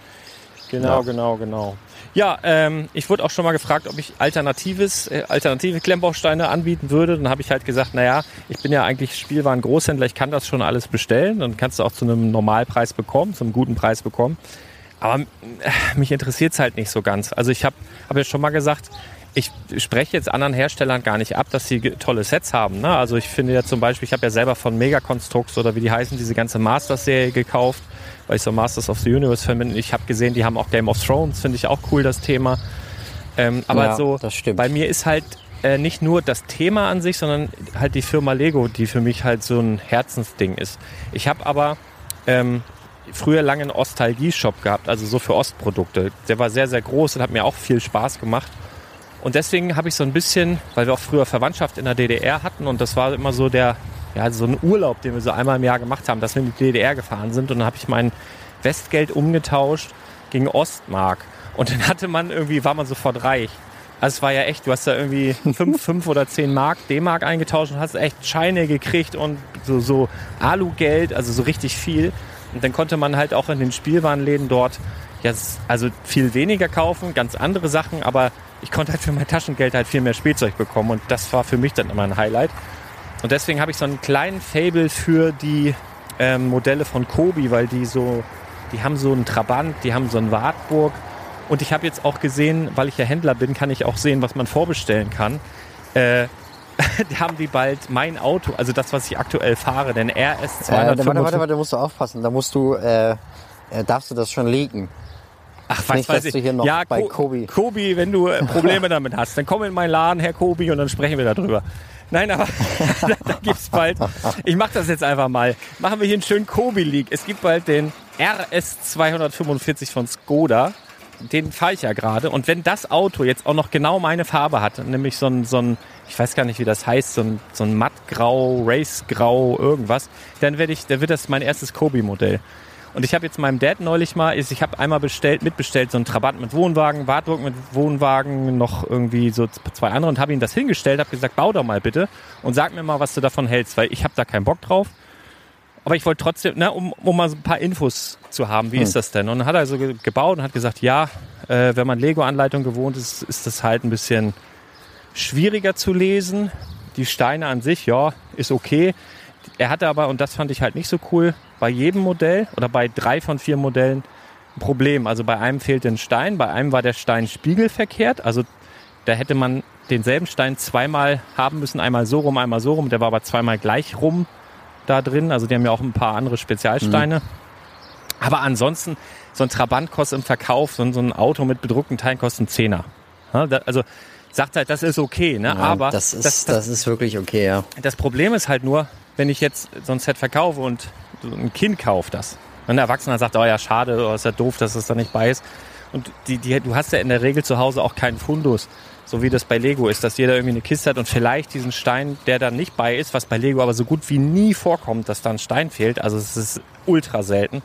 Ja, ich wurde auch schon mal gefragt, ob ich alternative Klemmbausteine anbieten würde. Dann habe ich halt gesagt, naja, ich bin ja eigentlich Spielwaren-Großhändler, ich kann das schon alles bestellen. Dann kannst du auch zu einem Normalpreis bekommen, zu einem guten Preis bekommen. Aber mich interessiert es halt nicht so ganz. Also ich hab ja schon mal gesagt, ich spreche jetzt anderen Herstellern gar nicht ab, dass sie tolle Sets haben. Ne? Also ich finde ja zum Beispiel, ich habe ja selber von Mega Constructs oder wie die heißen, diese ganze Masters-Serie gekauft, weil ich so Masters of the Universe-Fan bin. Ich habe gesehen, die haben auch Game of Thrones, finde ich auch cool, das Thema. Aber so, bei mir ist halt nicht nur das Thema an sich, sondern halt die Firma Lego, die für mich halt so ein Herzensding ist. Ich habe aber früher lange einen Ostalgie-Shop gehabt, also so für Ostprodukte. Der war sehr, sehr groß und hat mir auch viel Spaß gemacht. Und deswegen habe ich so ein bisschen, weil wir auch früher Verwandtschaft in der DDR hatten und das war immer so so ein Urlaub, den wir so einmal im Jahr gemacht haben, dass wir in die DDR gefahren sind und dann habe ich mein Westgeld umgetauscht gegen Ostmark und dann war man sofort reich. Also es war ja echt, du hast da irgendwie 5 oder 10 Mark, D-Mark eingetauscht und hast echt Scheine gekriegt und so Alugeld, also so richtig viel. Und dann konnte man halt auch in den Spielwarenläden dort also viel weniger kaufen, ganz andere Sachen, aber ich konnte halt für mein Taschengeld halt viel mehr Spielzeug bekommen und das war für mich dann immer ein Highlight. Und deswegen habe ich so einen kleinen Faible für die Modelle von Kobi, weil die haben so einen Trabant, die haben so einen Wartburg und ich habe jetzt auch gesehen, weil ich ja Händler bin, kann ich auch sehen, was man vorbestellen kann. Haben die bald mein Auto, also das, was ich aktuell fahre, den RS 255. Warte, musst du aufpassen, da darfst du das schon leaken. Ach, weiß ich. Du hier noch bei Kobi. Kobi, wenn du Probleme damit hast, dann komm in meinen Laden, Herr Kobi, und dann sprechen wir darüber. Nein, aber da gibt's bald, ich mache das jetzt einfach mal, machen wir hier einen schönen Kobi-Leak. Es gibt bald den RS 245 von Skoda, den fahre ich ja gerade. Und wenn das Auto jetzt auch noch genau meine Farbe hat, nämlich so ein ich weiß gar nicht, wie das heißt, so ein Mattgrau, Racegrau, irgendwas, wird das mein erstes Kobi-Modell. Und ich habe jetzt meinem Dad neulich mal, ich habe einmal mitbestellt, so einen Trabant mit Wohnwagen, Wartburg mit Wohnwagen, noch irgendwie so 2 andere und habe ihm das hingestellt, habe gesagt, bau doch mal bitte und sag mir mal, was du davon hältst, weil ich habe da keinen Bock drauf. Aber ich wollte trotzdem, um mal so ein paar Infos zu haben, wie ist das denn? Und dann hat er so gebaut und hat gesagt, ja, wenn man Lego-Anleitung gewohnt ist, ist das halt ein bisschen schwieriger zu lesen. Die Steine an sich, ja, ist okay. Er hatte aber, und das fand ich halt nicht so cool, bei jedem Modell oder bei 3 von 4 Modellen ein Problem. Also bei einem fehlte ein Stein, bei einem war der Stein spiegelverkehrt. Also da hätte man denselben Stein zweimal haben müssen, einmal so rum. Der war aber zweimal gleich rum da drin. Also die haben ja auch ein paar andere Spezialsteine. Aber ansonsten, so ein Trabant kostet im Verkauf, so ein Auto mit bedruckten Teilen kostet einen 10er. Also sagt halt, das ist okay. Ne? Ja, aber das ist wirklich okay, ja. Das Problem ist halt nur, wenn ich jetzt so ein Set verkaufe und ein Kind kauft das. Und ein Erwachsener sagt, oh ja, schade, ist ja doof, dass es da nicht bei ist. Und du hast ja in der Regel zu Hause auch keinen Fundus, so wie das bei Lego ist, dass jeder irgendwie eine Kiste hat und vielleicht diesen Stein, der dann nicht bei ist, was bei Lego aber so gut wie nie vorkommt, dass da ein Stein fehlt. Also es ist ultra selten.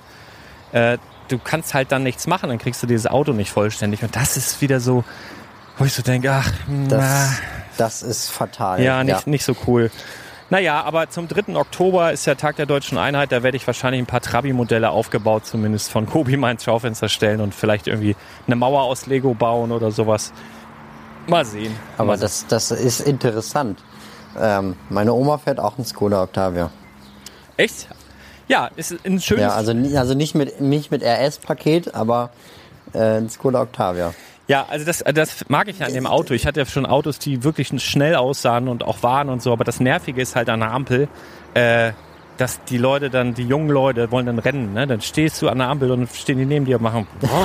Du kannst halt dann nichts machen, dann kriegst du dieses Auto nicht vollständig. Und das ist wieder so, wo ich so denke, das ist fatal. Ja, nicht so cool. Naja, aber zum 3. Oktober ist der Tag der Deutschen Einheit. Da werde ich wahrscheinlich ein paar Trabi-Modelle aufgebaut, zumindest von Kobi mal ins Schaufenster stellen und vielleicht irgendwie eine Mauer aus Lego bauen oder sowas. Mal sehen. Aber das ist interessant. Meine Oma fährt auch einen Skoda Octavia. Echt? Ja, ist ein schönes... Ja, also nicht mit RS-Paket, aber ein Skoda Octavia. Ja, also das mag ich an dem Auto. Ich hatte ja schon Autos, die wirklich schnell aussahen und auch waren und so. Aber das Nervige ist halt an der Ampel, dass die Leute dann, die jungen Leute wollen dann rennen. Ne? Dann stehst du an der Ampel und stehen die neben dir und machen...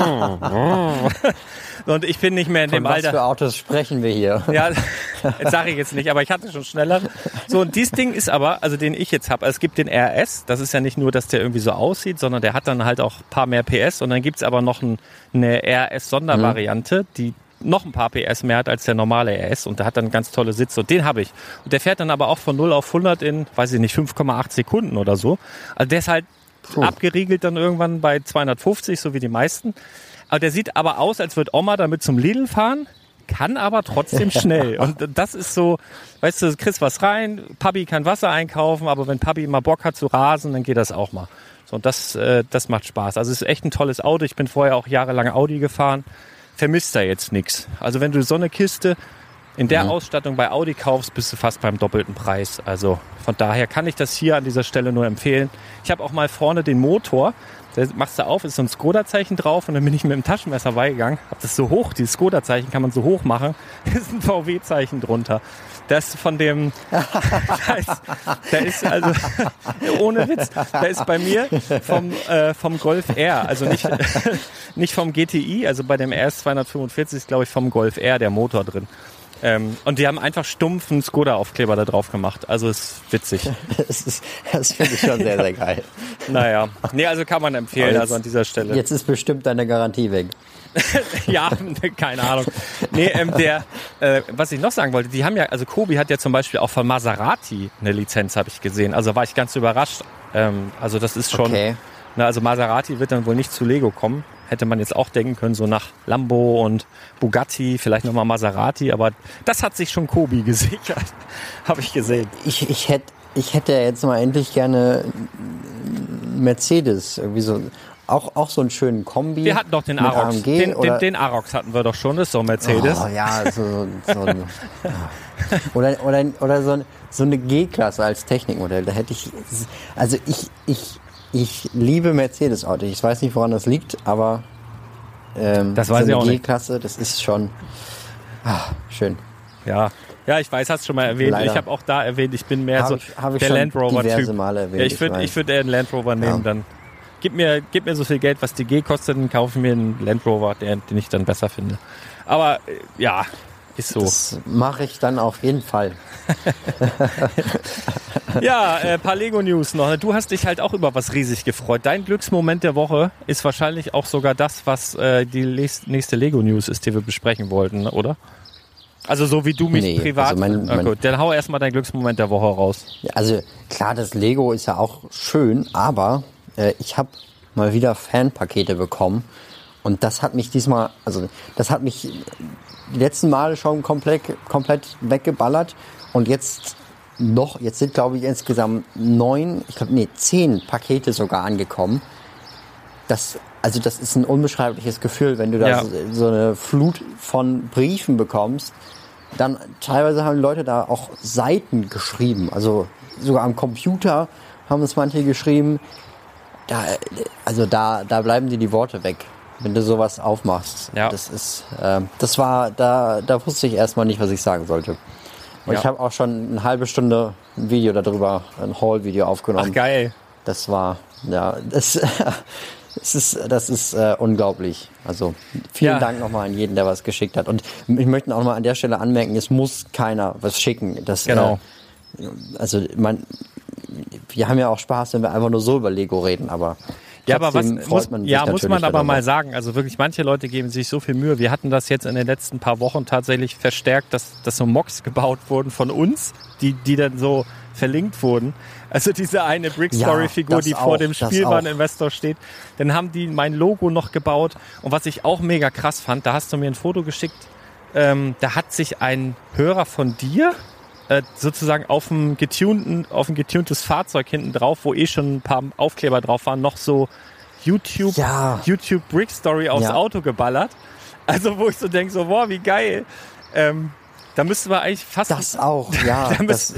Und ich bin nicht mehr in dem Alter. Was für Autos sprechen wir hier? Ja, das sage ich jetzt nicht, aber ich hatte schon schneller. So, und dieses Ding ist aber, also den ich jetzt habe, es gibt den RS, das ist ja nicht nur, dass der irgendwie so aussieht, sondern der hat dann halt auch ein paar mehr PS und dann gibt's aber noch eine RS-Sondervariante, die noch ein paar PS mehr hat als der normale RS und der hat dann ganz tolle Sitze und den habe ich. Und der fährt dann aber auch von 0 auf 100 in, weiß ich nicht, 5,8 Sekunden oder so. Also der ist halt abgeriegelt dann irgendwann bei 250, so wie die meisten. Aber der sieht aber aus, als würde Oma damit zum Lidl fahren, kann aber trotzdem schnell. Und das ist so, weißt du, du kriegst was rein, Papi kann Wasser einkaufen, aber wenn Papi mal Bock hat zu rasen, dann geht das auch mal. So, und das macht Spaß. Also es ist echt ein tolles Auto. Ich bin vorher auch jahrelang Audi gefahren. Vermisst da jetzt nichts. Also wenn du so eine Kiste in der Ausstattung bei Audi kaufst, bist du fast beim doppelten Preis. Also von daher kann ich das hier an dieser Stelle nur empfehlen. Ich habe auch mal vorne den Motor. Da machst du auf, ist so ein Skoda-Zeichen drauf und dann bin ich mit dem Taschenmesser beigegangen. Hab das so hoch, dieses Skoda-Zeichen kann man so hoch machen. Da ist ein VW-Zeichen drunter. Das von dem, da ist also, ohne Witz, da ist bei mir vom Golf R, also nicht vom GTI, also bei dem RS 245 ist glaube ich vom Golf R der Motor drin. Und die haben einfach stumpfen Skoda-Aufkleber da drauf gemacht. Also ist witzig. Das finde ich schon sehr, sehr geil. Naja, nee, also kann man empfehlen, jetzt, also an dieser Stelle. Jetzt ist bestimmt deine Garantie weg. Ja, keine Ahnung. Nee, was ich noch sagen wollte, die haben ja, also Kobi hat ja zum Beispiel auch von Maserati eine Lizenz, habe ich gesehen. Also war ich ganz überrascht. Also das ist schon, okay. Also Maserati wird dann wohl nicht zu Lego kommen. Hätte man jetzt auch denken können, so nach Lambo und Bugatti, vielleicht nochmal Maserati, aber das hat sich schon Kobi gesichert, habe ich gesehen. Ich hätte jetzt mal endlich gerne Mercedes, irgendwie so, auch so einen schönen Kombi. Wir hatten doch den Arox, den Arox hatten wir doch schon, das ist so ein Mercedes. Oh ja, so ein, oder so eine G-Klasse als Technikmodell, da hätte ich, also ich liebe Mercedes-Autos. Ich weiß nicht, woran das liegt, aber das weiß ich auch nicht. G-Klasse, das ist schon schön. Ja, ich weiß, hast du schon mal erwähnt. Leider. Ich habe auch da erwähnt, ich bin mehr hab ich der Land Rover-Typ. diverse Male erwähnt. Ja, ich würde eher einen Land Rover nehmen. Dann gib mir so viel Geld, was die G kostet, dann kaufe ich mir einen Land Rover, den ich dann besser finde. Aber ja, ist so. Das mache ich dann auf jeden Fall. Ja, paar Lego-News noch. Du hast dich halt auch über was riesig gefreut. Dein Glücksmoment der Woche ist wahrscheinlich auch sogar das, was die nächste Lego-News ist, die wir besprechen wollten, oder? Also so wie du mich privat... Also gut, dann hau erstmal deinen Glücksmoment der Woche raus. Ja, also klar, das Lego ist ja auch schön, aber ich habe mal wieder Fanpakete bekommen und das hat mich diesmal... Also das hat mich die letzten Male schon komplett weggeballert und jetzt sind, glaube ich, insgesamt 10 Pakete sogar angekommen. Das ist ein unbeschreibliches Gefühl, wenn du da so eine Flut von Briefen bekommst. Dann teilweise haben die Leute da auch Seiten geschrieben. Also sogar am Computer haben es manche geschrieben. Da bleiben dir die Worte weg, wenn du sowas aufmachst. Ja. Da wusste ich erstmal nicht, was ich sagen sollte. Und ich habe auch schon eine halbe Stunde ein Video darüber, ein Haul-Video aufgenommen. Ach, geil. Das war, das ist unglaublich. Also vielen Dank nochmal an jeden, der was geschickt hat. Und ich möchte auch mal an der Stelle anmerken, es muss keiner was schicken. Genau. Wir haben ja auch Spaß, wenn wir einfach nur so über Lego reden, aber... Ja, aber muss man aber mal sagen, also wirklich manche Leute geben sich so viel Mühe. Wir hatten das jetzt in den letzten paar Wochen tatsächlich verstärkt, dass so Mocks gebaut wurden von uns, die dann so verlinkt wurden. Also diese eine Brickstory-Figur, die vor dem Spielwareninvestor steht. Dann haben die mein Logo noch gebaut. Und was ich auch mega krass fand, da hast du mir ein Foto geschickt, da hat sich ein Hörer von dir sozusagen auf ein getuntes Fahrzeug hinten drauf, wo schon ein paar Aufkleber drauf waren, noch so YouTube Brick Story aufs Auto geballert. Also wo ich so denke, so, boah, wie geil. Da müsste man eigentlich fast... Das auch, ja.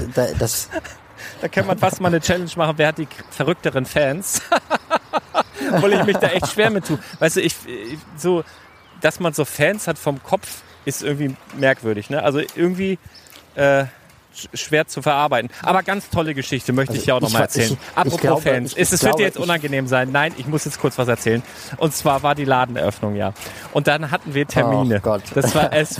Da kann man fast mal eine Challenge machen, wer hat die verrückteren Fans. Obwohl ich mich da echt schwer mit tue. Weißt du, so, dass man so Fans hat vom Kopf, ist irgendwie merkwürdig. Ne? Also irgendwie schwer zu verarbeiten. Aber ganz tolle Geschichte, möchte ich ja auch nochmal erzählen. Apropos Fans. Es wird dir jetzt unangenehm sein. Nein, ich muss jetzt kurz was erzählen. Und zwar war die Ladeneröffnung, ja. Und dann hatten wir Termine. Oh Gott. Es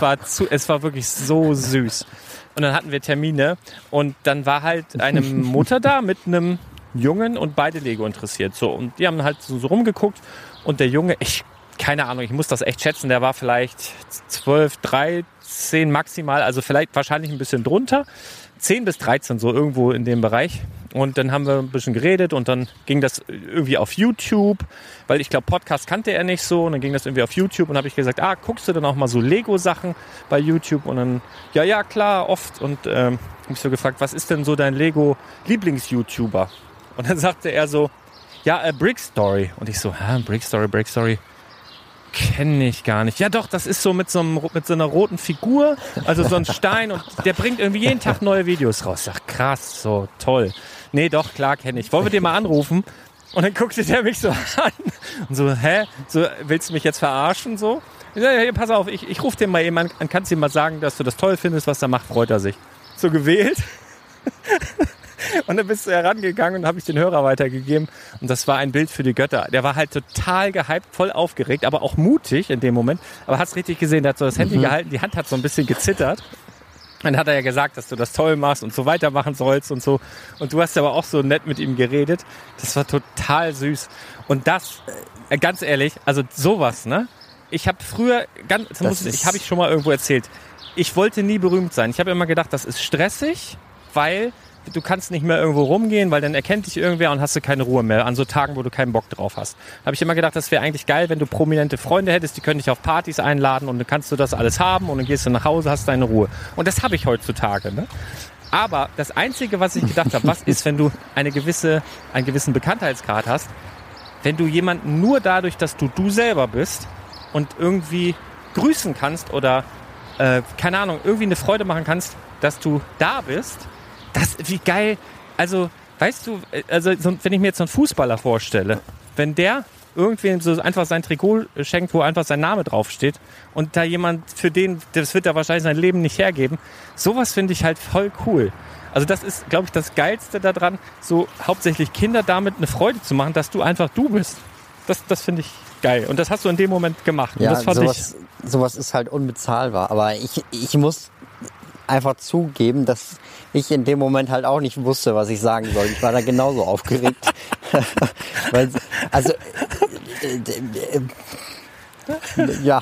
war wirklich so süß. Und dann hatten wir Termine und dann war halt eine Mutter da mit einem Jungen und beide Lego interessiert. So, und die haben halt so rumgeguckt und der Junge, keine Ahnung, ich muss das echt schätzen, der war vielleicht 12, 13 maximal, also wahrscheinlich ein bisschen drunter. 10 bis 13, so irgendwo in dem Bereich. Und dann haben wir ein bisschen geredet und dann ging das irgendwie auf YouTube, weil ich glaube, Podcast kannte er nicht so. Und dann ging das irgendwie auf YouTube und habe ich gesagt, guckst du dann auch mal so Lego-Sachen bei YouTube? Und dann, ja, klar, oft. Und habe mich so gefragt, was ist denn so dein Lego-Lieblings-YouTuber? Und dann sagte er so, Brick Story. Und ich so, Brick Story. Kenne ich gar nicht. Ja doch, das ist so mit so einer roten Figur, also so ein Stein und der bringt irgendwie jeden Tag neue Videos raus. Ich sag, krass, so toll. Nee, doch, klar kenne ich. Wollen wir den mal anrufen? Und dann guckte der mich so an und so, so, willst du mich jetzt verarschen? So? Ja, pass auf, ich rufe den mal eben an, kannst ihm mal sagen, dass du das toll findest, was er macht, freut er sich. So gewählt. Und dann bist du herangegangen und habe ich den Hörer weitergegeben. Und das war ein Bild für die Götter. Der war halt total gehypt, voll aufgeregt, aber auch mutig in dem Moment. Aber hast richtig gesehen, der hat so das Handy gehalten, die Hand hat so ein bisschen gezittert. Dann hat er ja gesagt, dass du das toll machst und so weitermachen sollst und so. Und du hast aber auch so nett mit ihm geredet. Das war total süß. Und das, ganz ehrlich, also sowas, ne? Ich habe früher, habe ich schon mal irgendwo erzählt, ich wollte nie berühmt sein. Ich habe immer gedacht, das ist stressig, weil du kannst nicht mehr irgendwo rumgehen, weil dann erkennt dich irgendwer und hast du keine Ruhe mehr an so Tagen, wo du keinen Bock drauf hast. Habe ich immer gedacht, das wäre eigentlich geil, wenn du prominente Freunde hättest, die können dich auf Partys einladen und dann kannst du das alles haben und dann gehst du nach Hause, hast deine Ruhe. Und das habe ich heutzutage. Ne? Aber das Einzige, was ich gedacht habe, was ist, wenn du einen gewissen Bekanntheitsgrad hast, wenn du jemanden nur dadurch, dass du selber bist und irgendwie grüßen kannst oder, keine Ahnung, irgendwie eine Freude machen kannst, dass du da bist. Wie geil, also, weißt du, wenn ich mir jetzt so einen Fußballer vorstelle, wenn der irgendwem so einfach sein Trikot schenkt, wo einfach sein Name draufsteht und da jemand für den, das wird er wahrscheinlich sein Leben nicht hergeben, sowas finde ich halt voll cool. Also das ist, glaube ich, das Geilste daran, so hauptsächlich Kinder damit eine Freude zu machen, dass du einfach du bist. Das finde ich geil und das hast du in dem Moment gemacht. Und ja, das fand sowas ist halt unbezahlbar, aber ich muss einfach zugeben, dass ich in dem Moment halt auch nicht wusste, was ich sagen soll. Ich war da genauso aufgeregt. Weil, also, ja.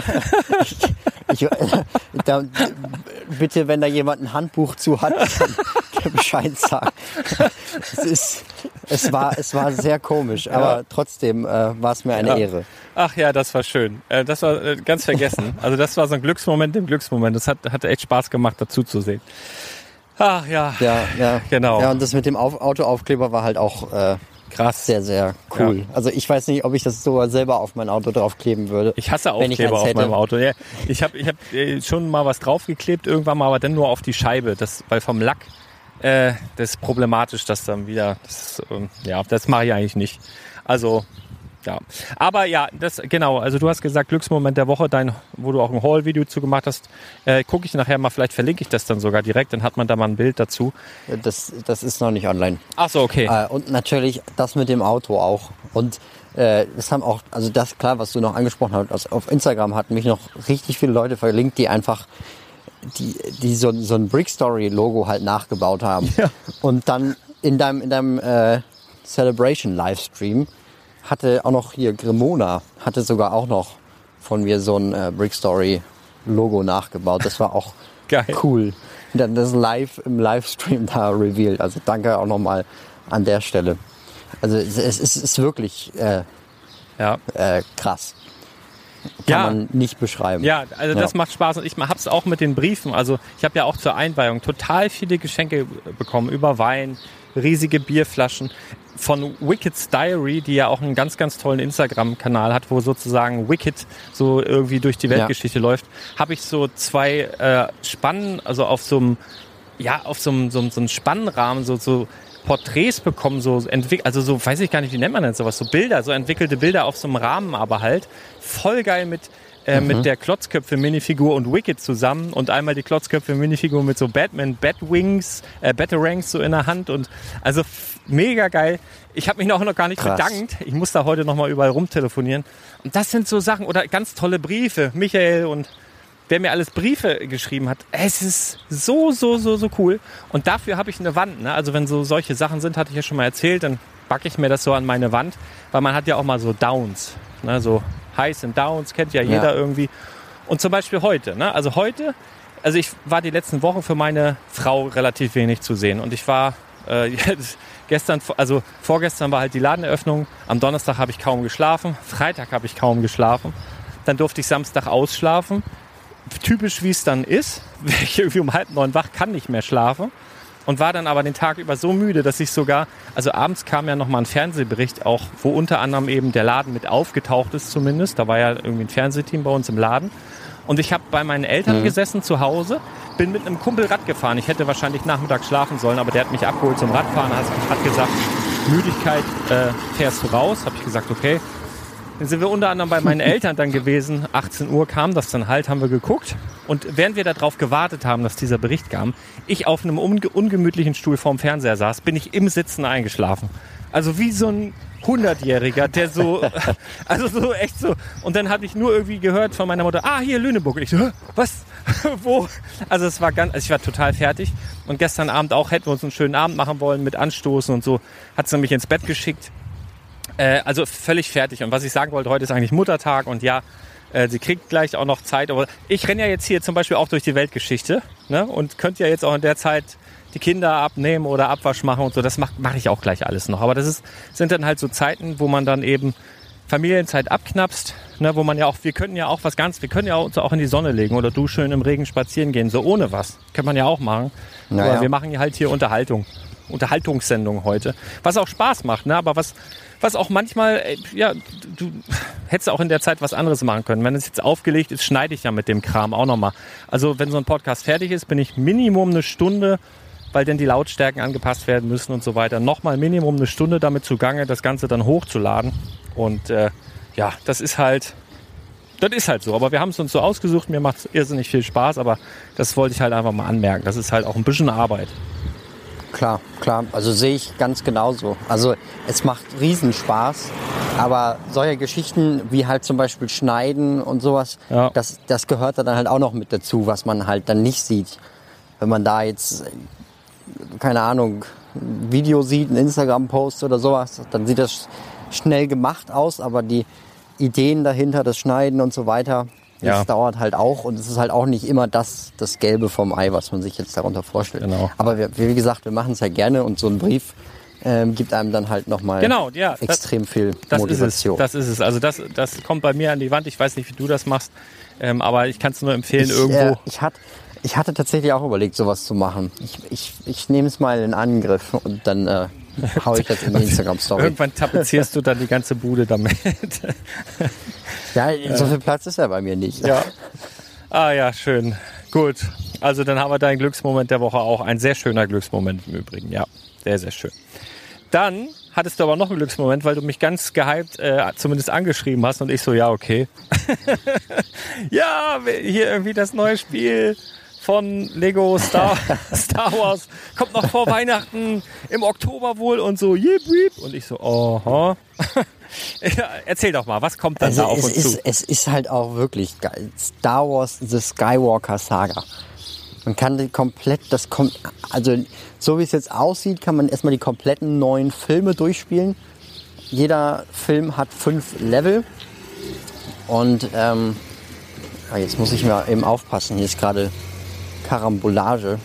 Bitte, wenn da jemand ein Handbuch zu hat, dann Bescheid sagen. Es war sehr komisch, aber trotzdem war es mir eine Ehre. Ach ja, das war schön. Das war ganz vergessen. Also das war so ein Glücksmoment im Glücksmoment. Das hat echt Spaß gemacht, dazu zu sehen. Ach ja, genau. Ja, und das mit dem Autoaufkleber war halt auch krass, sehr, sehr cool. Ja. Also ich weiß nicht, ob ich das sogar selber auf mein Auto draufkleben würde. Ich hasse Aufkleber auf meinem Auto. Ja, ich hab schon mal was draufgeklebt irgendwann mal, aber dann nur auf die Scheibe. Weil vom Lack, das ist problematisch, dass dann wieder, das mache ich eigentlich nicht. Also, ja. Aber ja, genau, also du hast gesagt, Glücksmoment der Woche, wo du auch ein Haul-Video zu gemacht hast, gucke ich nachher mal, vielleicht verlinke ich das dann sogar direkt, dann hat man da mal ein Bild dazu. Das ist noch nicht online. Ach so, okay. Und natürlich das mit dem Auto auch. Und das haben auch, also das klar, was du noch angesprochen hast, also auf Instagram hatten mich noch richtig viele Leute verlinkt, die einfach die so ein Brick Story Logo halt nachgebaut haben. Ja. Und dann in deinem Celebration Livestream hatte auch noch hier Grimona, hatte sogar auch noch von mir so ein Brick Story Logo nachgebaut. Das war auch geil. Cool. Und dann das live im Livestream da revealed. Also danke auch nochmal an der Stelle. Also es ist wirklich krass. kann man nicht beschreiben. Ja, also das macht Spaß und ich habe es auch mit den Briefen. Also ich habe ja auch zur Einweihung total viele Geschenke bekommen über Wein, riesige Bierflaschen. Von Wicked's Diary, die ja auch einen ganz, ganz tollen Instagram-Kanal hat, wo sozusagen Wicked so irgendwie durch die Weltgeschichte läuft, habe ich so 2 Spannen, also auf so einem Spannenrahmen so Porträts bekommen, also so, weiß ich gar nicht, wie nennt man das sowas, so Bilder, so entwickelte Bilder auf so einem Rahmen, aber halt voll geil mit der Klotzköpfe-Minifigur und Wicked zusammen und einmal die Klotzköpfe-Minifigur mit so Batarangs so in der Hand und also mega geil. Ich habe mich noch gar nicht bedankt. Ich muss da heute noch mal überall rumtelefonieren. Und das sind so Sachen oder ganz tolle Briefe. Michael und wer mir alles Briefe geschrieben hat. Es ist so cool. Und dafür habe ich eine Wand. Ne? Also wenn so solche Sachen sind, hatte ich ja schon mal erzählt, dann backe ich mir das so an meine Wand, weil man hat ja auch mal so Downs, ne? So Highs und Downs, kennt ja jeder irgendwie. Und zum Beispiel heute, ne? Also ich war die letzten Wochen für meine Frau relativ wenig zu sehen. Und ich war vorgestern war halt die Ladeneröffnung. Am Donnerstag habe ich kaum geschlafen. Freitag habe ich kaum geschlafen. Dann durfte ich Samstag ausschlafen. Typisch wie es dann ist, wäre ich irgendwie um 8:30 wach, kann nicht mehr schlafen. Und war dann aber den Tag über so müde, dass ich also abends kam ja nochmal ein Fernsehbericht auch, wo unter anderem eben der Laden mit aufgetaucht ist zumindest. Da war ja irgendwie ein Fernsehteam bei uns im Laden. Und ich habe bei meinen Eltern gesessen zu Hause, bin mit einem Kumpel Rad gefahren. Ich hätte wahrscheinlich nachmittags schlafen sollen, aber der hat mich abgeholt zum Radfahren, hat gesagt, Müdigkeit, fährst du raus? Habe ich gesagt, okay. Dann sind wir unter anderem bei meinen Eltern dann gewesen. 18 Uhr kam das dann halt, haben wir geguckt. Und während wir darauf gewartet haben, dass dieser Bericht kam, ich auf einem ungemütlichen Stuhl vorm Fernseher saß, bin ich im Sitzen eingeschlafen. Also wie so ein 100-Jähriger, der so, also so echt so. Und dann hatte ich nur irgendwie gehört von meiner Mutter, hier Lüneburg. Und ich so, was? Wo? Also ich war total fertig. Und gestern Abend auch, hätten wir uns einen schönen Abend machen wollen mit Anstoßen und so, hat sie mich ins Bett geschickt. Also völlig fertig. Und was ich sagen wollte, heute ist eigentlich Muttertag und sie kriegt gleich auch noch Zeit. Aber ich renne ja jetzt hier zum Beispiel auch durch die Weltgeschichte, ne? Und könnte ja jetzt auch in der Zeit die Kinder abnehmen oder Abwasch machen und so. Das mache ich auch gleich alles noch. Aber sind dann halt so Zeiten, wo man dann eben Familienzeit abknapst, ne? Wo man wir können ja uns auch in die Sonne legen oder du schön im Regen spazieren gehen, so ohne was. Kann man ja auch machen. Naja. Aber wir machen ja halt hier Unterhaltungssendung heute. Was auch Spaß macht, ne? Aber was auch manchmal, du hättest auch in der Zeit was anderes machen können. Wenn es jetzt aufgelegt ist, schneide ich ja mit dem Kram auch nochmal. Also wenn so ein Podcast fertig ist, bin ich Minimum eine Stunde, weil dann die Lautstärken angepasst werden müssen und so weiter, nochmal Minimum eine Stunde damit zugange, das Ganze dann hochzuladen. Und das ist halt so. Aber wir haben es uns so ausgesucht, mir macht es irrsinnig viel Spaß, aber das wollte ich halt einfach mal anmerken. Das ist halt auch ein bisschen Arbeit. Klar. Also sehe ich ganz genauso. Also es macht Riesenspaß, aber solche Geschichten wie halt zum Beispiel Schneiden und sowas, das gehört dann halt auch noch mit dazu, was man halt dann nicht sieht. Wenn man da jetzt, keine Ahnung, ein Video sieht, einen Instagram-Post oder sowas, dann sieht das schnell gemacht aus, aber die Ideen dahinter, das Schneiden und so weiter, das dauert halt auch und es ist halt auch nicht immer das Gelbe vom Ei, was man sich jetzt darunter vorstellt. Genau. Aber wie gesagt, wir machen es ja gerne und so ein Brief gibt einem dann halt nochmal extrem viel Motivation. Das ist es. Also das kommt bei mir an die Wand. Ich weiß nicht, wie du das machst, aber ich kann es nur empfehlen irgendwo. Ich hatte tatsächlich auch überlegt, sowas zu machen. Ich nehme es mal in Angriff und dann hau ich das in die Instagram-Story. Irgendwann tapezierst du dann die ganze Bude damit. Ja, so viel Platz ist ja bei mir nicht. Ja. Ja, schön. Gut. Also dann haben wir deinen Glücksmoment der Woche auch. Ein sehr schöner Glücksmoment im Übrigen. Ja, sehr, sehr schön. Dann hattest du aber noch einen Glücksmoment, weil du mich ganz gehypt zumindest angeschrieben hast und ich so, ja, okay. Ja, hier irgendwie das neue Spiel von Lego Star Wars kommt noch vor Weihnachten im Oktober wohl und so, jip, jip. Und ich so, aha. Ja, erzähl doch mal, was kommt dann da auf uns zu? Es ist halt auch wirklich geil. Star Wars The Skywalker Saga. Man kann also so wie es jetzt aussieht, kann man erstmal die kompletten neuen Filme durchspielen. Jeder Film hat 5 Level. Und jetzt muss ich mal eben aufpassen, hier ist gerade Karambolage.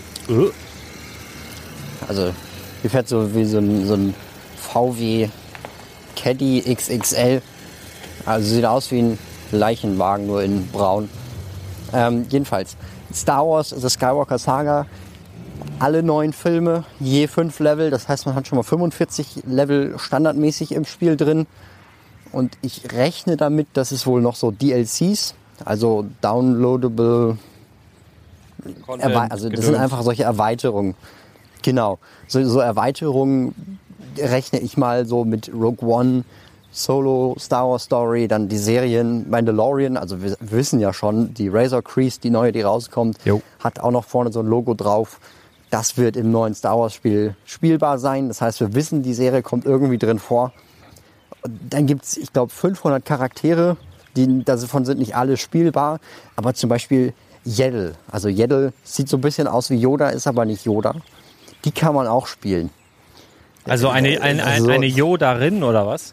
Also hier fährt so wie so ein VW Caddy XXL. Also sieht aus wie ein Leichenwagen, nur in braun. Jedenfalls, Star Wars, The Skywalker Saga, alle 9 Filme, je 5 Level. Das heißt, man hat schon mal 45 Level standardmäßig im Spiel drin. Und ich rechne damit, dass es wohl noch so DLCs, also downloadable, also das sind einfach solche Erweiterungen. Genau, so Erweiterungen rechne ich mal so mit Rogue One, Solo, Star Wars Story, dann die Serien Mandalorian, also wir wissen ja schon, die Razor Crest, die neue, die rauskommt, hat auch noch vorne so ein Logo drauf. Das wird im neuen Star Wars Spiel spielbar sein. Das heißt, wir wissen, die Serie kommt irgendwie drin vor. Und dann gibt's, ich glaube, 500 Charaktere, davon sind nicht alle spielbar, aber zum Beispiel Yaddle. Also Yaddle sieht so ein bisschen aus wie Yoda, ist aber nicht Yoda. Die kann man auch spielen. Also eine Yodarin oder was?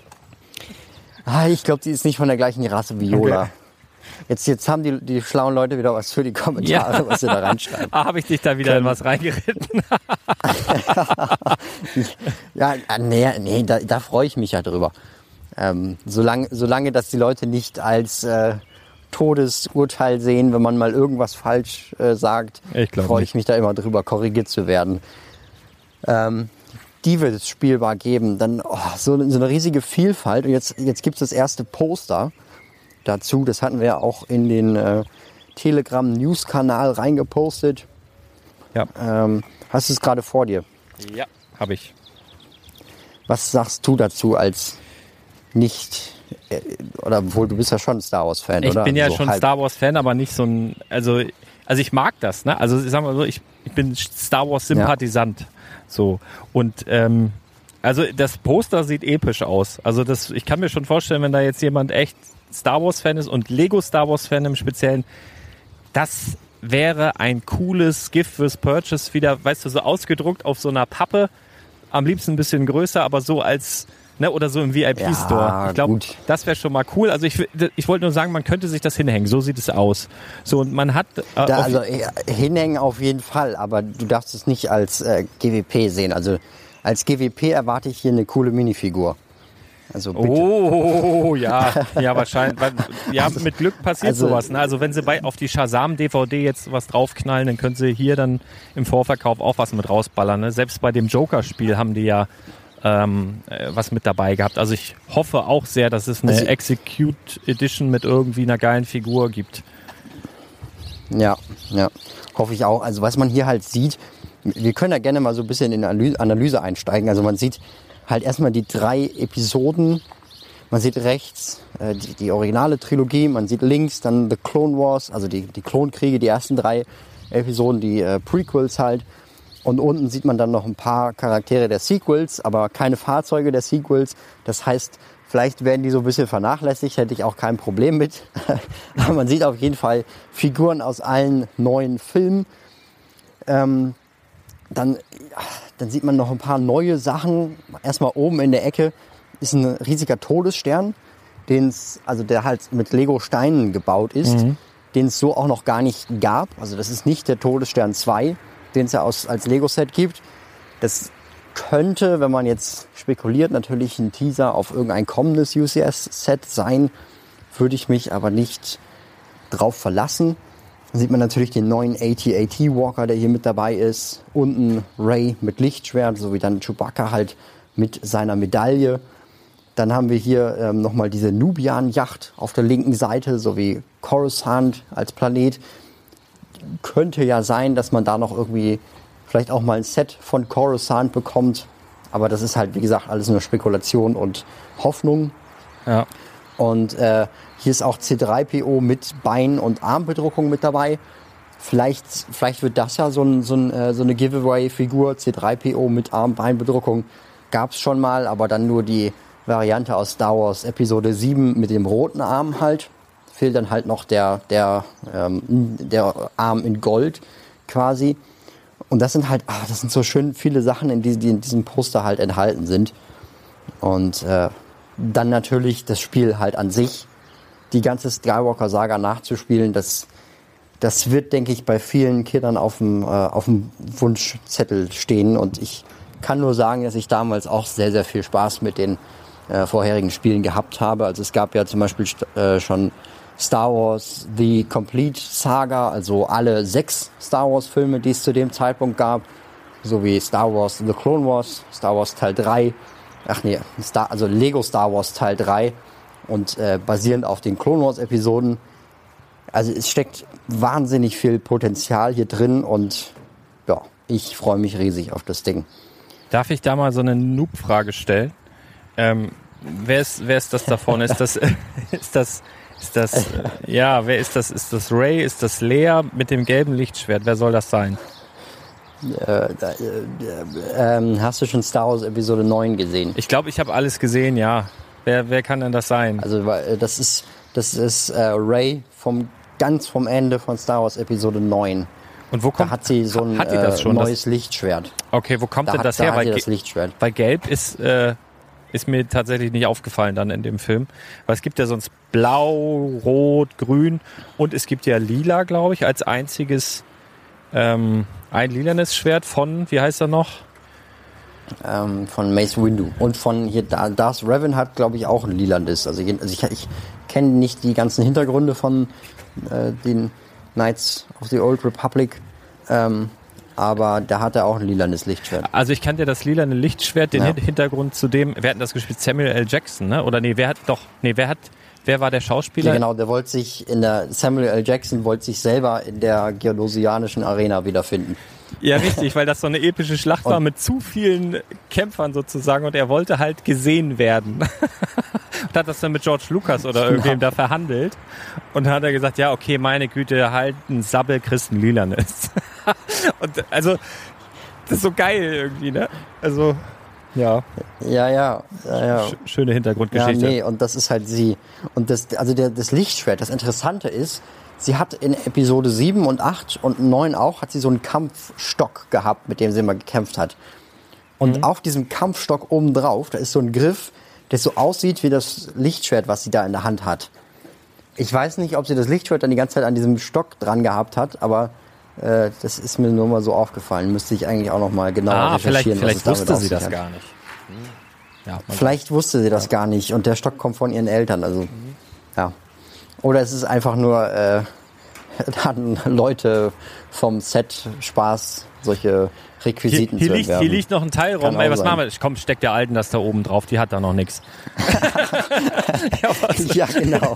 Ich glaube, die ist nicht von der gleichen Rasse wie Yoda. Okay. Jetzt haben die schlauen Leute wieder was für die Kommentare, was sie da reinschreiben. Habe ich dich da wieder in was reingeritten? Da freue ich mich ja drüber. Solange das die Leute nicht als Todesurteil sehen, wenn man mal irgendwas falsch sagt, freue ich mich da immer drüber, korrigiert zu werden. Die wird es spielbar geben. Dann so eine riesige Vielfalt. Und jetzt gibt es das erste Poster dazu. Das hatten wir ja auch in den Telegram-News-Kanal reingepostet. Ja. Hast du es gerade vor dir? Ja, habe ich. Was sagst du dazu als nicht... oder obwohl, du bist ja schon Star Wars-Fan, oder? Ich bin ja so schon halb. Star Wars-Fan, aber nicht so ein... Also ich mag das, ne? Also sagen wir mal so, ich bin Star Wars-Sympathisant. Ja. So. Und also das Poster sieht episch aus. Also ich kann mir schon vorstellen, wenn da jetzt jemand echt Star Wars-Fan ist und Lego Star Wars-Fan im Speziellen, das wäre ein cooles Gift fürs Purchase, wieder, weißt du, so ausgedruckt auf so einer Pappe, am liebsten ein bisschen größer, aber so als, ne, oder so im VIP-Store. Ja, ich glaube, das wäre schon mal cool. Also ich wollte nur sagen, man könnte sich das hinhängen, so sieht es aus. So, und man hat... hinhängen auf jeden Fall, aber du darfst es nicht als GWP sehen. Also als GWP erwarte ich hier eine coole Minifigur. Also bitte. Oh, ja, wahrscheinlich. Ja, mit Glück passiert sowas. Ne? Also wenn sie auf die Shazam-DVD jetzt was draufknallen, dann können sie hier dann im Vorverkauf auch was mit rausballern. Ne? Selbst bei dem Joker-Spiel haben die ja was mit dabei gehabt. Also ich hoffe auch sehr, dass es eine Execute Edition mit irgendwie einer geilen Figur gibt. Ja, hoffe ich auch. Also was man hier halt sieht, wir können da gerne mal so ein bisschen in Analyse einsteigen. Also man sieht halt erstmal die 3 Episoden. Man sieht rechts die originale Trilogie, man sieht links dann The Clone Wars, also die Klonkriege, die ersten 3 Episoden, die Prequels halt. Und unten sieht man dann noch ein paar Charaktere der Sequels, aber keine Fahrzeuge der Sequels. Das heißt, vielleicht werden die so ein bisschen vernachlässigt, hätte ich auch kein Problem mit. Aber man sieht auf jeden Fall Figuren aus allen 9 Filmen. Dann sieht man noch ein paar neue Sachen. Erstmal oben in der Ecke ist ein riesiger Todesstern, der halt mit Lego-Steinen gebaut ist, den es so auch noch gar nicht gab. Also das ist nicht der Todesstern 2, den es ja als Lego-Set gibt. Das könnte, wenn man jetzt spekuliert, natürlich ein Teaser auf irgendein kommendes UCS-Set sein. Würde ich mich aber nicht drauf verlassen. Dann sieht man natürlich den neuen AT-AT Walker, der hier mit dabei ist. Unten Rey mit Lichtschwert, sowie dann Chewbacca halt mit seiner Medaille. Dann haben wir hier nochmal diese Nubian-Yacht auf der linken Seite, sowie Coruscant als Planet. Könnte ja sein, dass man da noch irgendwie vielleicht auch mal ein Set von Coruscant bekommt. Aber das ist halt, wie gesagt, alles nur Spekulation und Hoffnung. Ja. Und hier ist auch C3PO mit Bein- und Armbedruckung mit dabei. Vielleicht wird das ja so eine Giveaway-Figur. C3PO mit Arm-Beinbedruckung gab es schon mal, aber dann nur die Variante aus Star Wars Episode 7 mit dem roten Arm halt. Fehlt dann halt noch der Arm in Gold quasi. Und das sind halt, das sind so schön viele Sachen, die in diesem Poster halt enthalten sind. Und dann natürlich das Spiel halt an sich, die ganze Skywalker-Saga nachzuspielen, das wird, denke ich, bei vielen Kindern auf dem Wunschzettel stehen. Und ich kann nur sagen, dass ich damals auch sehr, sehr viel Spaß mit den vorherigen Spielen gehabt habe. Also es gab ja zum Beispiel schon Star Wars The Complete Saga, also alle 6 Star Wars Filme, die es zu dem Zeitpunkt gab, sowie Star Wars The Clone Wars, Star Wars Teil 3, also Lego Star Wars Teil 3 und basierend auf den Clone Wars Episoden. Also es steckt wahnsinnig viel Potenzial hier drin und ja, ich freue mich riesig auf das Ding. Darf ich da mal so eine Noob-Frage stellen? Wer ist das da vorne? Ist das wer ist das? Ist das Rey? Ist das Leia mit dem gelben Lichtschwert? Wer soll das sein? Hast du schon Star Wars Episode 9 gesehen? Ich glaube, ich habe alles gesehen, ja. Wer kann denn das sein? Also das ist Rey ganz vom Ende von Star Wars Episode 9. Und wo kommt, da hat sie so ein neues Lichtschwert. Okay, wo kommt denn das her? Weil das Lichtschwert. Weil gelb ist mir tatsächlich nicht aufgefallen dann in dem Film. Weil es gibt ja sonst blau, rot, grün und es gibt ja lila, glaube ich, als einziges ein lilanes Schwert von, wie heißt er noch? Von Mace Windu. Und von hier Darth Revan hat, glaube ich, auch ein lilanes. Also ich kenne nicht die ganzen Hintergründe von den Knights of the Old Republic, aber da hat er auch ein lilanes Lichtschwert. Also ich kannte das lilane Lichtschwert, den Hintergrund zu dem, wer hat das gespielt? Samuel L. Jackson, ne? Oder wer war der Schauspieler? Ja, genau, Samuel L. Jackson wollte sich selber in der geodosianischen Arena wiederfinden. Ja, richtig, weil das so eine epische Schlacht war mit zu vielen Kämpfern sozusagen und er wollte halt gesehen werden. Und hat das dann mit George Lucas oder irgendwem da verhandelt. Und dann hat er gesagt, ja, okay, meine Güte, halt ein Sabbel, kriegst ein lilanes. Und also, das ist so geil irgendwie, ne? Also, ja. Ja. Schöne Hintergrundgeschichte. Ja, nee, und das ist halt sie. Und das Lichtschwert, das Interessante ist, sie hat in Episode 7 und 8 und 9 auch, hat sie so einen Kampfstock gehabt, mit dem sie immer gekämpft hat. Und auf diesem Kampfstock oben drauf, da ist so ein Griff, der so aussieht wie das Lichtschwert, was sie da in der Hand hat. Ich weiß nicht, ob sie das Lichtschwert dann die ganze Zeit an diesem Stock dran gehabt hat, aber das ist mir nur mal so aufgefallen. Müsste ich eigentlich auch noch mal genauer recherchieren. Vielleicht wusste sie das gar nicht. Ja, vielleicht wusste sie das gar nicht und der Stock kommt von ihren Eltern. Also, ja. Oder es ist einfach nur, hatten Leute vom Set Spaß, solche Requisiten zu erwerben. Hier liegt noch ein Teil rum. Ey, was machen wir? Komm, steck der Alten das da oben drauf. Die hat da noch nichts. Ja, genau.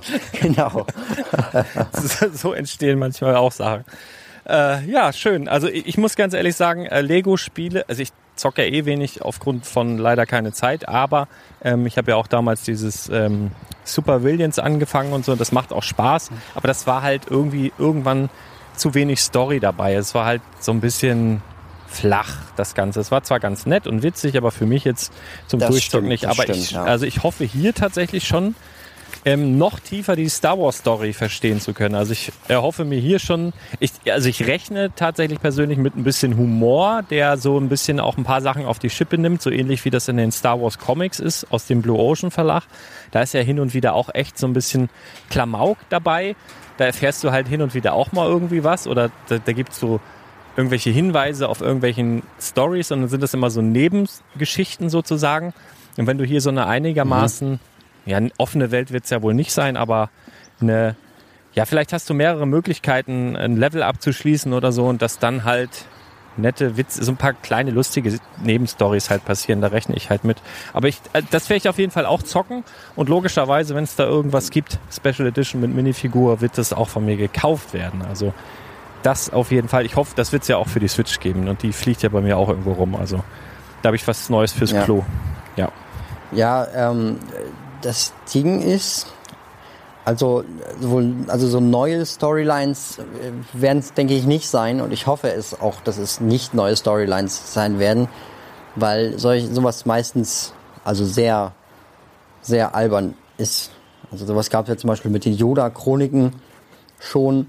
So entstehen manchmal auch Sachen. Ja, schön. Also ich muss ganz ehrlich sagen, Lego-Spiele, also ich zocke ja eh wenig aufgrund von leider keine Zeit, aber ich habe ja auch damals dieses Super Villains angefangen und so, das macht auch Spaß, aber das war halt irgendwann zu wenig Story dabei. Es war halt so ein bisschen flach, das Ganze. Es war zwar ganz nett und witzig, aber für mich jetzt zum Durchzocken nicht. Aber ich hoffe hier tatsächlich schon noch tiefer die Star Wars Story verstehen zu können. Also ich erhoffe mir hier schon, ich rechne tatsächlich persönlich mit ein bisschen Humor, der so ein bisschen auch ein paar Sachen auf die Schippe nimmt, so ähnlich wie das in den Star Wars Comics ist, aus dem Blue Ocean Verlag. Da ist ja hin und wieder auch echt so ein bisschen Klamauk dabei. Da erfährst du halt hin und wieder auch mal irgendwie was oder da gibt's so irgendwelche Hinweise auf irgendwelchen Stories und dann sind das immer so Nebengeschichten sozusagen. Und wenn du hier so eine einigermaßen eine offene Welt wird es ja wohl nicht sein, aber vielleicht hast du mehrere Möglichkeiten, ein Level abzuschließen oder so und dass dann halt nette Witze, so ein paar kleine lustige Nebenstories halt passieren, da rechne ich halt mit. Aber das werde ich auf jeden Fall auch zocken und logischerweise, wenn es da irgendwas gibt, Special Edition mit Minifigur, wird das auch von mir gekauft werden. Also das auf jeden Fall. Ich hoffe, das wird es ja auch für die Switch geben und die fliegt ja bei mir auch irgendwo rum. Also da habe ich was Neues fürs Klo. Ja. Ja, das Ding ist, also so neue Storylines werden es, denke ich, nicht sein und ich hoffe es auch, dass es nicht neue Storylines sein werden, weil sowas meistens also sehr, sehr albern ist. Also sowas gab es ja zum Beispiel mit den Yoda-Chroniken schon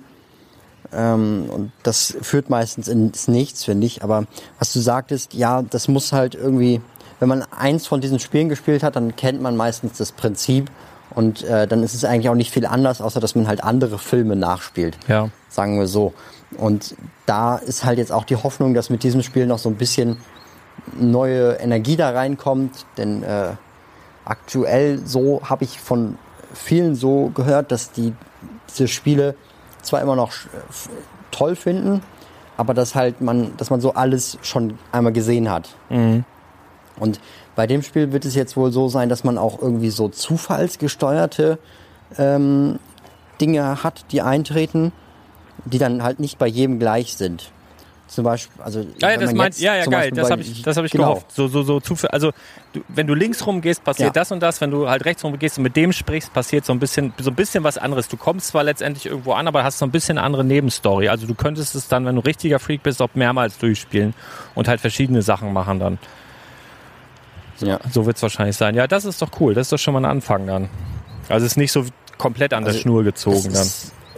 und das führt meistens ins Nichts, finde ich. Aber was du sagtest, ja, das muss halt irgendwie, wenn man eins von diesen Spielen gespielt hat, dann kennt man meistens das Prinzip und dann ist es eigentlich auch nicht viel anders, außer dass man halt andere Filme nachspielt, sagen wir so. Und da ist halt jetzt auch die Hoffnung, dass mit diesem Spiel noch so ein bisschen neue Energie da reinkommt, denn aktuell so habe ich von vielen so gehört, dass diese Spiele zwar immer noch toll finden, aber dass man so alles schon einmal gesehen hat. Mhm. Und bei dem Spiel wird es jetzt wohl so sein, dass man auch irgendwie so zufallsgesteuerte Dinge hat, die eintreten, die dann halt nicht bei jedem gleich sind. Zum Beispiel, also geil, das meint, geil, das habe ich genau. gehofft. So Zufall, also wenn du links rum gehst, passiert das und das, wenn du halt rechts rum gehst und mit dem sprichst, passiert so ein bisschen was anderes. Du kommst zwar letztendlich irgendwo an, aber hast so ein bisschen eine andere Nebenstory. Also du könntest es dann, wenn du richtiger Freak bist, auch mehrmals durchspielen und halt verschiedene Sachen machen dann. So wird es wahrscheinlich sein. Ja, das ist doch cool, das ist doch schon mal ein Anfang dann. Also es ist nicht so komplett an der Schnur gezogen dann.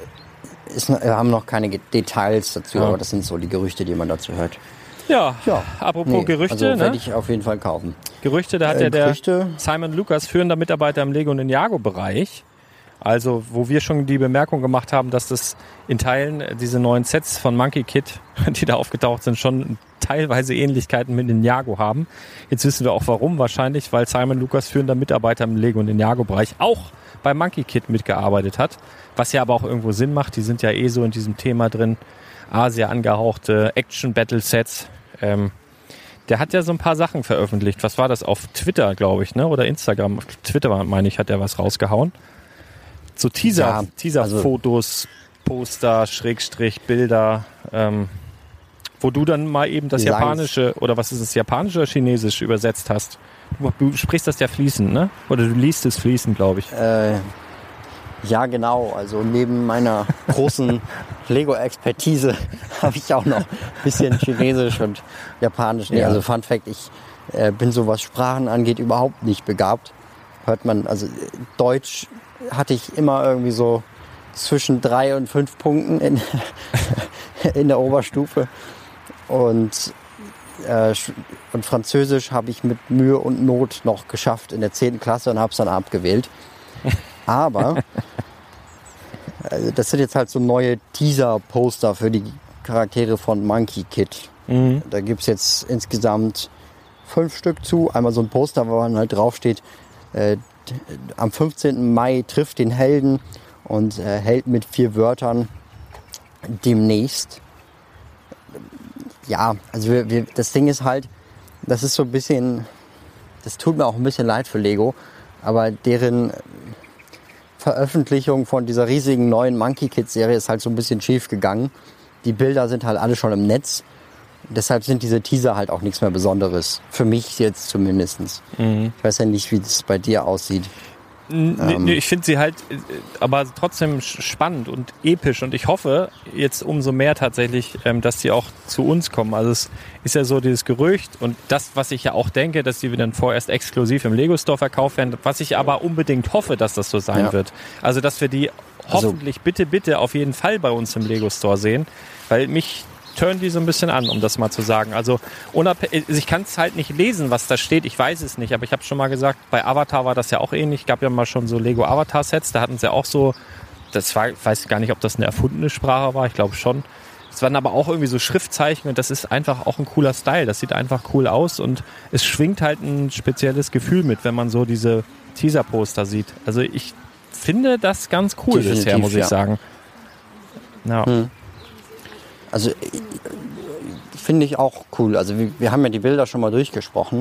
Wir haben noch keine Details dazu, aber das sind so die Gerüchte, die man dazu hört. Ja, apropos Gerüchte. Also werde ich auf jeden Fall kaufen. Gerüchte, da hat der Simon Lucas, führender Mitarbeiter im Lego- und Ninjago-Bereich, also wo wir schon die Bemerkung gemacht haben, dass das in Teilen diese neuen Sets von Monkey Kid, die da aufgetaucht sind, schon teilweise Ähnlichkeiten mit Ninjago haben. Jetzt wissen wir auch warum, wahrscheinlich, weil Simon Lucas, führender Mitarbeiter im Lego- und Ninjago-Bereich, auch bei Monkey Kid mitgearbeitet hat, was ja aber auch irgendwo Sinn macht. Die sind ja so in diesem Thema drin, Asia angehauchte Action-Battle-Sets. Der hat ja so ein paar Sachen veröffentlicht. Was war das? Auf Twitter, glaube ich, ne? Oder Instagram. Auf Twitter, meine ich, hat er was rausgehauen. So Teaser-Fotos, Poster, Schrägstrich, Bilder, wo du dann mal eben das Japanische, oder was ist es, Japanisch oder Chinesisch übersetzt hast. Du sprichst das ja fließend, ne? Oder du liest es fließend, glaube ich. Ja, genau. Also neben meiner großen Lego-Expertise habe ich auch noch ein bisschen Chinesisch und Japanisch. Nee, also Fun Fact, ich bin, so was Sprachen angeht, überhaupt nicht begabt. Hört man, also Deutsch hatte ich immer irgendwie so zwischen 3 und 5 Punkten in der Oberstufe. Und Französisch habe ich mit Mühe und Not noch geschafft in der 10. Klasse und habe es dann abgewählt. Aber das sind jetzt halt so neue Teaser-Poster für die Charaktere von Monkey Kid. Mhm. Da gibt es jetzt insgesamt 5 Stück zu. Einmal so ein Poster, wo man halt draufsteht, am 15. Mai trifft den Helden und Held mit 4 Wörtern demnächst. Ja, also das Ding ist halt, das ist so ein bisschen, das tut mir auch ein bisschen leid für Lego, aber deren Veröffentlichung von dieser riesigen neuen Monkey Kid Serie ist halt so ein bisschen schief gegangen. Die Bilder sind halt alle schon im Netz. Deshalb sind diese Teaser halt auch nichts mehr Besonderes. Für mich jetzt zumindest. Mhm. Ich weiß ja nicht, wie das bei dir aussieht. Nee, ich finde sie halt aber trotzdem spannend und episch und ich hoffe jetzt umso mehr tatsächlich, dass die auch zu uns kommen. Also es ist ja so dieses Gerücht und das, was ich ja auch denke, dass die dann vorerst exklusiv im Lego Store verkauft werden, was ich aber unbedingt hoffe, dass das so sein wird. Also dass wir die hoffentlich bitte auf jeden Fall bei uns im Lego Store sehen, weil mich turn die so ein bisschen an, um das mal zu sagen. Also ich kann es halt nicht lesen, was da steht. Ich weiß es nicht, aber ich habe schon mal gesagt, bei Avatar war das ja auch ähnlich. Es gab ja mal schon so Lego Avatar Sets, da hatten sie ja auch so, ich weiß gar nicht, ob das eine erfundene Sprache war, ich glaube schon. Es waren aber auch irgendwie so Schriftzeichen und das ist einfach auch ein cooler Style. Das sieht einfach cool aus und es schwingt halt ein spezielles Gefühl mit, wenn man so diese Teaser-Poster sieht. Also ich finde das ganz cool bisher, muss ich sagen. Ja. Also finde ich auch cool. Also wir haben ja die Bilder schon mal durchgesprochen.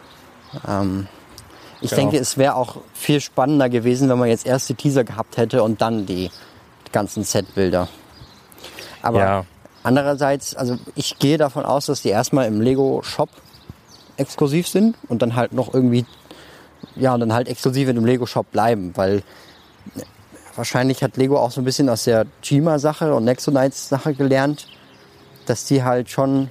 Ich denke, es wäre auch viel spannender gewesen, wenn man jetzt erst die Teaser gehabt hätte und dann die ganzen Set-Bilder. Aber andererseits, also ich gehe davon aus, dass die erstmal im Lego-Shop exklusiv sind und dann halt noch irgendwie, dann halt exklusiv in dem Lego-Shop bleiben, weil wahrscheinlich hat Lego auch so ein bisschen aus der Jima-Sache und Nexo-Knights-Sache gelernt, dass die halt schon,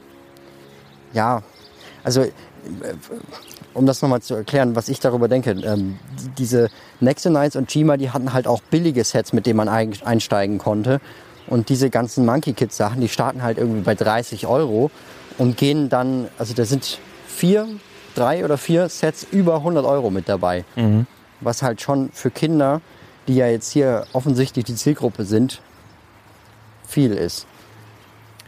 also um das nochmal zu erklären, was ich darüber denke, diese Nexo-Knights und Jima, die hatten halt auch billige Sets, mit denen man einsteigen konnte. Und diese ganzen Monkey Kid Sachen, die starten halt irgendwie bei 30 € und gehen dann, also da sind 3 oder 4 Sets über 100 € mit dabei. Mhm. Was halt schon für Kinder, die ja jetzt hier offensichtlich die Zielgruppe sind, viel ist.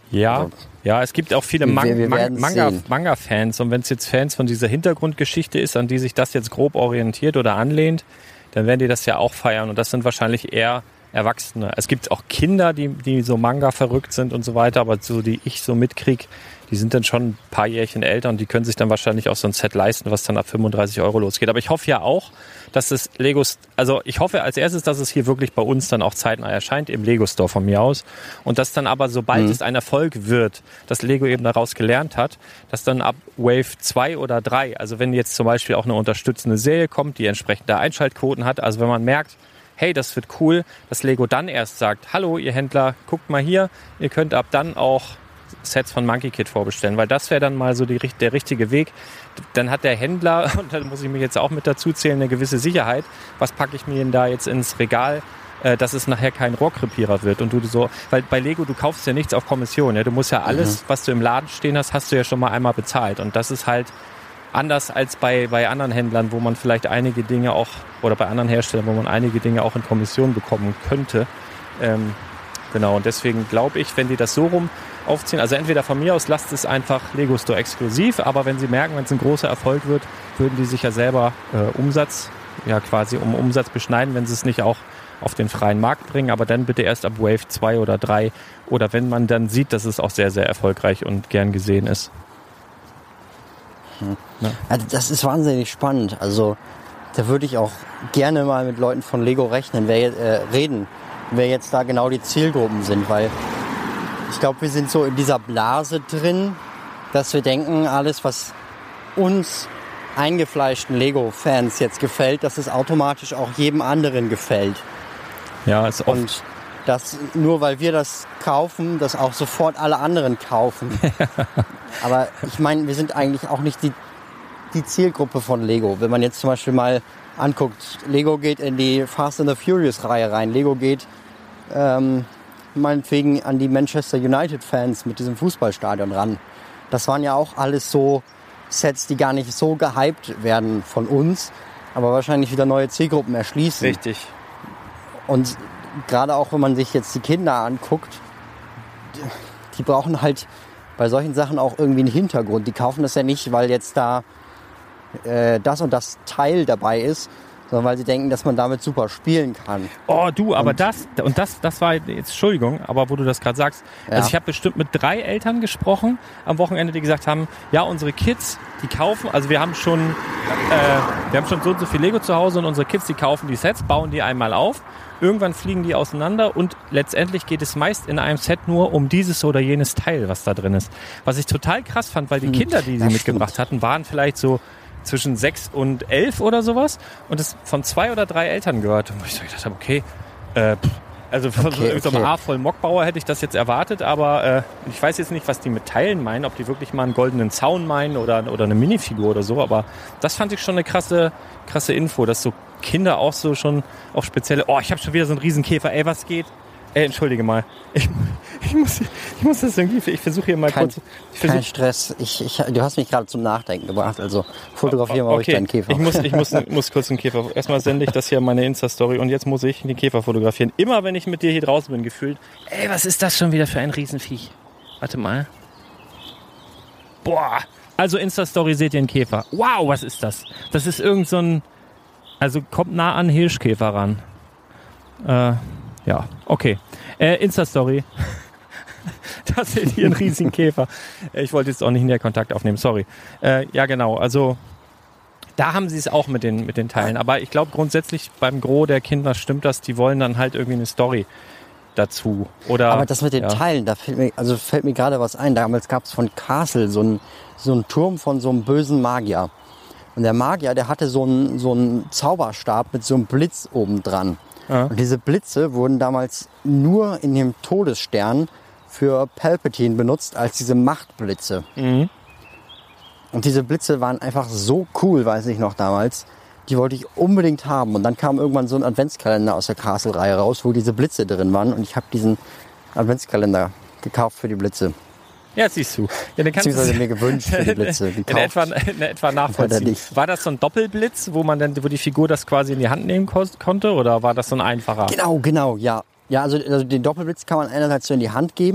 Ja, es gibt auch viele wir werden's sehen. Manga-Fans. Und wenn es jetzt Fans von dieser Hintergrundgeschichte ist, an die sich das jetzt grob orientiert oder anlehnt, dann werden die das ja auch feiern. Und das sind wahrscheinlich eher Erwachsene. Es gibt auch Kinder, die so Manga verrückt sind und so weiter, aber so die ich so mitkriege, die sind dann schon ein paar Jährchen älter und die können sich dann wahrscheinlich auch so ein Set leisten, was dann ab 35 € losgeht. Aber ich hoffe ja auch, dass es ich hoffe als erstes, dass es hier wirklich bei uns dann auch zeitnah erscheint, im Lego Store von mir aus. Und dass dann aber, sobald es ein Erfolg wird, dass Lego eben daraus gelernt hat, dass dann ab Wave 2 oder 3, also wenn jetzt zum Beispiel auch eine unterstützende Serie kommt, die entsprechende Einschaltquoten hat, also wenn man merkt, hey, das wird cool, dass Lego dann erst sagt, hallo ihr Händler, guckt mal hier, ihr könnt ab dann auch Sets von Monkey Kid vorbestellen, weil das wäre dann mal so der richtige Weg. Dann hat der Händler, und da muss ich mich jetzt auch mit dazu zählen, eine gewisse Sicherheit. Was packe ich mir denn da jetzt ins Regal, dass es nachher kein Rohrkrepierer wird? Und du so, weil bei Lego, du kaufst ja nichts auf Kommission. Ja? Du musst ja alles, was du im Laden stehen hast du ja schon mal einmal bezahlt. Und das ist halt anders als bei anderen Händlern, wo man vielleicht einige Dinge auch, oder bei anderen Herstellern, wo man einige Dinge auch in Kommission bekommen könnte. Genau, und deswegen glaube ich, wenn die das so rum aufziehen, also entweder von mir aus lasst es einfach Lego Store exklusiv, aber wenn sie merken, wenn es ein großer Erfolg wird, würden die sich ja selber Umsatz beschneiden, wenn sie es nicht auch auf den freien Markt bringen, aber dann bitte erst ab Wave 2 oder 3 oder wenn man dann sieht, dass es auch sehr, sehr erfolgreich und gern gesehen ist. Ja. Also das ist wahnsinnig spannend, also da würde ich auch gerne mal mit Leuten von Lego reden, wer jetzt da genau die Zielgruppen sind, weil ich glaube, wir sind so in dieser Blase drin, dass wir denken, alles, was uns eingefleischten Lego-Fans jetzt gefällt, dass es automatisch auch jedem anderen gefällt. Ja, ist oft. Und dass nur weil wir das kaufen, dass auch sofort alle anderen kaufen. Aber ich meine, wir sind eigentlich auch nicht die Zielgruppe von Lego. Wenn man jetzt zum Beispiel mal anguckt, Lego geht in die Fast and the Furious Reihe rein. Lego geht meinetwegen an die Manchester United Fans mit diesem Fußballstadion ran. Das waren ja auch alles so Sets, die gar nicht so gehypt werden von uns, aber wahrscheinlich wieder neue Zielgruppen erschließen. Richtig. Und gerade auch, wenn man sich jetzt die Kinder anguckt, die brauchen halt bei solchen Sachen auch irgendwie einen Hintergrund. Die kaufen das ja nicht, weil jetzt da das und das Teil dabei ist, sondern weil sie denken, dass man damit super spielen kann. Oh du, aber das war jetzt, Entschuldigung, aber wo du das gerade sagst, also ich habe bestimmt mit 3 Eltern gesprochen am Wochenende, die gesagt haben, ja, unsere Kids, die kaufen, also wir haben schon so und so viel Lego zu Hause und unsere Kids, die kaufen die Sets, bauen die einmal auf, irgendwann fliegen die auseinander und letztendlich geht es meist in einem Set nur um dieses oder jenes Teil, was da drin ist. Was ich total krass fand, weil die Kinder, die sie mitgebracht hatten, waren vielleicht so zwischen 6 und 11 oder sowas und das von 2 oder 3 Eltern gehört. Und ich so gedacht habe, okay, also von so einem A-voll Mockbauer hätte ich das jetzt erwartet, aber ich weiß jetzt nicht, was die mit Teilen meinen, ob die wirklich mal einen goldenen Zaun meinen oder eine Minifigur oder so, aber das fand ich schon eine krasse Info, dass so Kinder auch so schon auf spezielle, ich habe schon wieder so einen Riesenkäfer, ey, was geht? Entschuldige mal, ich muss das irgendwie, ich versuche hier mal kurz... Kein Stress, du hast mich gerade zum Nachdenken gebracht, also fotografiere mal ruhig deinen Käfer. Ich muss kurz den Käfer, erstmal sende ich das hier meine Insta-Story und jetzt muss ich den Käfer fotografieren. Immer wenn ich mit dir hier draußen bin, gefühlt, ey, was ist das schon wieder für ein Riesenviech? Warte mal. Boah, also Insta-Story seht ihr einen Käfer. Wow, was ist das? Das ist irgend so ein, also kommt nah an Hirschkäfer ran. Ja, okay. Insta-Story. Da seht ihr einen riesigen Käfer. Ich wollte jetzt auch nicht näher Kontakt aufnehmen, sorry. Ja, genau, also da haben sie es auch mit den Teilen. Aber ich glaube grundsätzlich beim Gros der Kinder stimmt das, die wollen dann halt irgendwie eine Story dazu. Aber das mit den Teilen, da fällt mir gerade was ein. Damals gab es von Castle so einen Turm von so einem bösen Magier. Und der Magier, der hatte so einen Zauberstab mit so einem Blitz oben dran. Ja. Und diese Blitze wurden damals nur in dem Todesstern für Palpatine benutzt als diese Machtblitze. Mhm. Und diese Blitze waren einfach so cool, weiß ich noch damals. Die wollte ich unbedingt haben. Und dann kam irgendwann so ein Adventskalender aus der Castle-Reihe raus, wo diese Blitze drin waren. Und ich habe diesen Adventskalender gekauft für die Blitze. Ja, siehst du. Ja, dann beziehungsweise mir gewünscht für die Blitze. In etwa nachvollziehen. War das so ein Doppelblitz, wo die Figur das quasi in die Hand nehmen konnte? Oder war das so ein einfacher? Genau, ja. Ja, also den Doppelblitz kann man einerseits so in die Hand geben,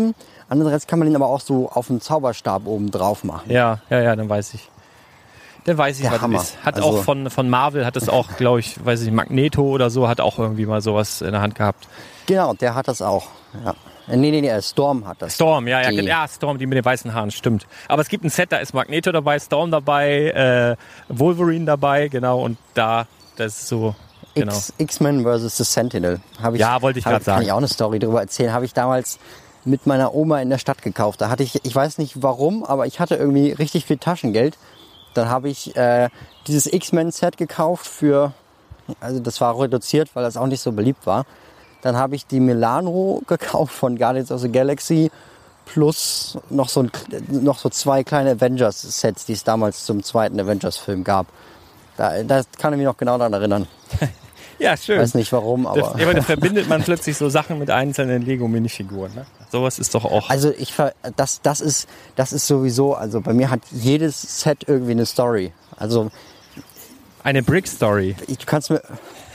Andererseits kann man den aber auch so auf einen Zauberstab oben drauf machen. Ja, dann weiß ich. Dann weiß ich, Der was Hammer. das ist. Hat Also- auch von Marvel, hat es auch, glaube ich, weiß ich, Magneto oder so, hat auch irgendwie mal sowas in der Hand gehabt. Genau, der hat das auch. Ja. Nee, Storm hat das. Storm, ja, Die- Storm, die mit den weißen Haaren, stimmt. Aber es gibt ein Set, da ist Magneto dabei, Storm dabei, Wolverine dabei, genau, und das ist so, genau. X-Men vs. The Sentinel. Ja, wollte ich gerade sagen. Kann ich auch eine Story darüber erzählen. Habe ich damals mit meiner Oma in der Stadt gekauft. Da hatte ich weiß nicht warum, aber ich hatte irgendwie richtig viel Taschengeld. Dann habe ich dieses X-Men-Set gekauft also das war reduziert, weil das auch nicht so beliebt war. Dann habe ich die Milano gekauft von Guardians of the Galaxy plus noch so 2 kleine Avengers-Sets, die es damals zum zweiten Avengers-Film gab. Da kann ich mich noch genau daran erinnern. Ja, schön. Weiß nicht warum, aber... Da verbindet man plötzlich so Sachen mit einzelnen Lego-Minifiguren, ne? Sowas ist doch auch... Also das ist sowieso, also bei mir hat jedes Set irgendwie eine Story. Also Eine Brick-Story. du kannst mir...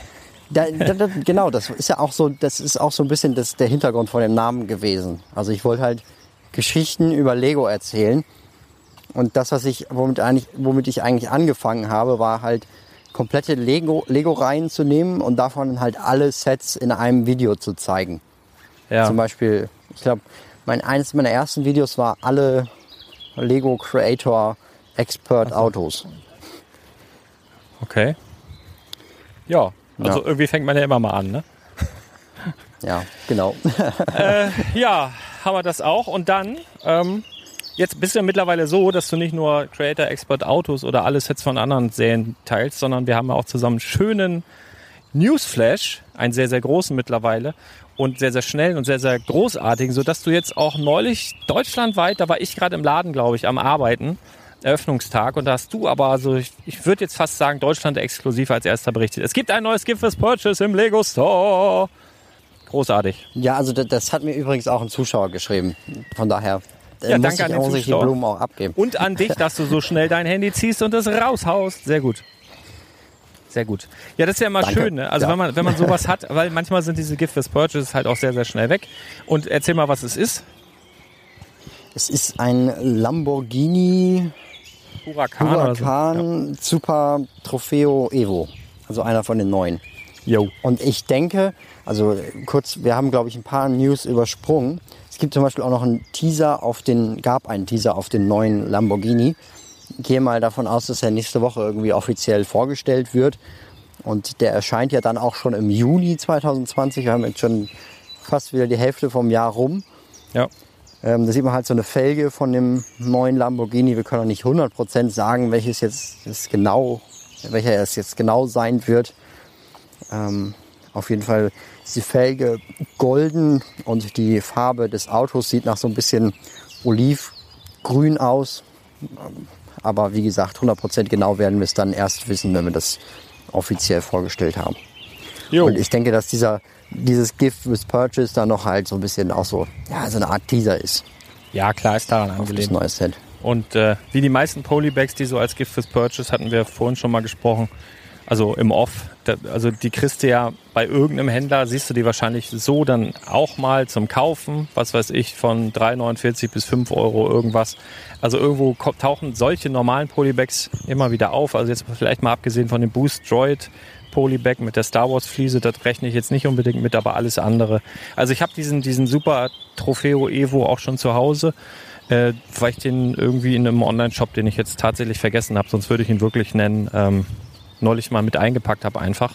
genau, das ist auch so ein bisschen der Hintergrund von dem Namen gewesen. Also ich wollte halt Geschichten über Lego erzählen. Und das, womit ich eigentlich angefangen habe, war halt komplette Lego-Reihen zu nehmen und davon halt alle Sets in einem Video zu zeigen. Ja. Zum Beispiel, ich glaube, eines meiner ersten Videos war alle Lego Creator Expert Autos. Okay. Ja, also Ja. irgendwie fängt man ja immer mal an, ne? Ja, genau. Ja, haben wir das auch. Und dann, jetzt bist du ja mittlerweile so, dass du nicht nur Creator Expert Autos oder alle Sets von anderen Serien teilst, sondern wir haben ja auch zusammen einen schönen Newsflash, einen sehr, sehr großen mittlerweile und sehr, sehr schnellen und sehr, sehr großartigen, sodass du jetzt auch neulich deutschlandweit, da war ich gerade im Laden, glaube ich, am Arbeiten, Eröffnungstag, und da hast du aber, also ich würde jetzt fast sagen, Deutschland exklusiv als erster berichtet. Es gibt ein neues Gift fürs Purchase im Lego Store. Großartig. Ja, also das hat mir übrigens auch ein Zuschauer geschrieben. Von daher Ja, muss danke an den ich die Zuschauer. Blumen auch abgeben. Und an dich, dass du so schnell dein Handy ziehst und es raushaust. Sehr gut. Sehr gut. Ja, das ist ja immer Danke. schön, ne? Also Ja. wenn man sowas hat, weil manchmal sind diese Gift fürs Purchase halt auch sehr, sehr schnell weg. Und erzähl mal, was es ist. Es ist ein Lamborghini Huracan Super Trofeo Evo. Also einer von den neuen. Jo. Und ich denke, also kurz, wir haben, glaube ich, ein paar News übersprungen. Es gibt zum Beispiel auch noch einen gab einen Teaser auf den neuen Lamborghini. Ich gehe mal davon aus, dass er nächste Woche irgendwie offiziell vorgestellt wird. Und der erscheint ja dann auch schon im Juni 2020. Wir haben jetzt schon fast wieder die Hälfte vom Jahr rum. Ja. Da sieht man halt so eine Felge von dem neuen Lamborghini. Wir können auch nicht 100% sagen, welcher es jetzt genau sein wird. Auf jeden Fall ist die Felge golden und die Farbe des Autos sieht nach so ein bisschen olivgrün aus. Aber wie gesagt, 100% genau werden wir es dann erst wissen, wenn wir das offiziell vorgestellt haben. Jo. Und ich denke, dass dieses Gift with Purchase dann noch halt so ein bisschen auch so eine Art Teaser ist Ja, klar, ist daran auf das angelehnt. neue Set. Und wie die meisten Polybags, die so als Gift fürs Purchase, hatten wir vorhin schon mal gesprochen, also im Off, also die kriegst du ja bei irgendeinem Händler, siehst du die wahrscheinlich so dann auch mal zum Kaufen, was weiß ich, von 3,49 bis 5 Euro irgendwas. Also irgendwo tauchen solche normalen Polybags immer wieder auf. Also jetzt vielleicht mal abgesehen von dem Boost Droid Polybag mit der Star Wars Fliese, das rechne ich jetzt nicht unbedingt mit, aber alles andere. Also ich habe diesen super Trofeo Evo auch schon zu Hause. Weil ich den irgendwie in einem Online-Shop, den ich jetzt tatsächlich vergessen habe, sonst würde ich ihn wirklich nennen, neulich mal mit eingepackt habe einfach.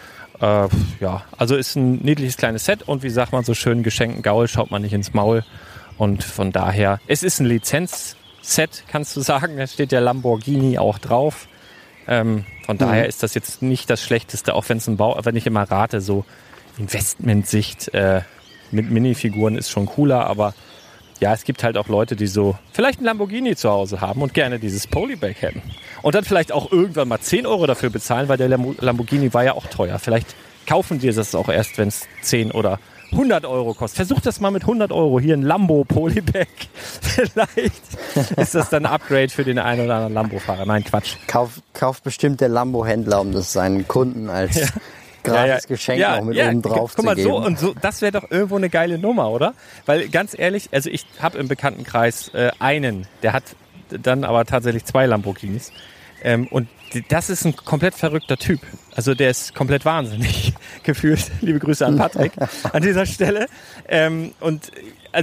Ja, also ist ein niedliches kleines Set und wie sagt man so schön, geschenkten Gaul schaut man nicht ins Maul. Und von daher, es ist ein Lizenzset, kannst du sagen. Da steht der Lamborghini auch drauf. Von daher ist das jetzt nicht das Schlechteste, auch wenn es wenn ich immer rate, so Investmentsicht mit Minifiguren ist schon cooler, aber ja, es gibt halt auch Leute, die so vielleicht einen Lamborghini zu Hause haben und gerne dieses Polybag hätten. Und dann vielleicht auch irgendwann mal 10 Euro dafür bezahlen, weil der Lamborghini war ja auch teuer. Vielleicht kaufen die das auch erst, wenn es 10 oder 100 Euro kostet. Versuch das mal mit 100 Euro. Hier ein Lambo Polybag. Vielleicht ist das dann ein Upgrade für den einen oder anderen Lambo-Fahrer. Nein, Quatsch. Kauft bestimmt der Lambo-Händler, um das seinen Kunden als gratis Geschenk noch mit oben drauf guck mal, zu geben. so und so, das wäre doch irgendwo eine geile Nummer, oder? Weil ganz ehrlich, also ich habe im Bekanntenkreis einen, der hat dann aber tatsächlich 2 Lamborghinis. Und das ist ein komplett verrückter Typ. Also der ist komplett wahnsinnig gefühlt. Liebe Grüße an Patrick an dieser Stelle. Und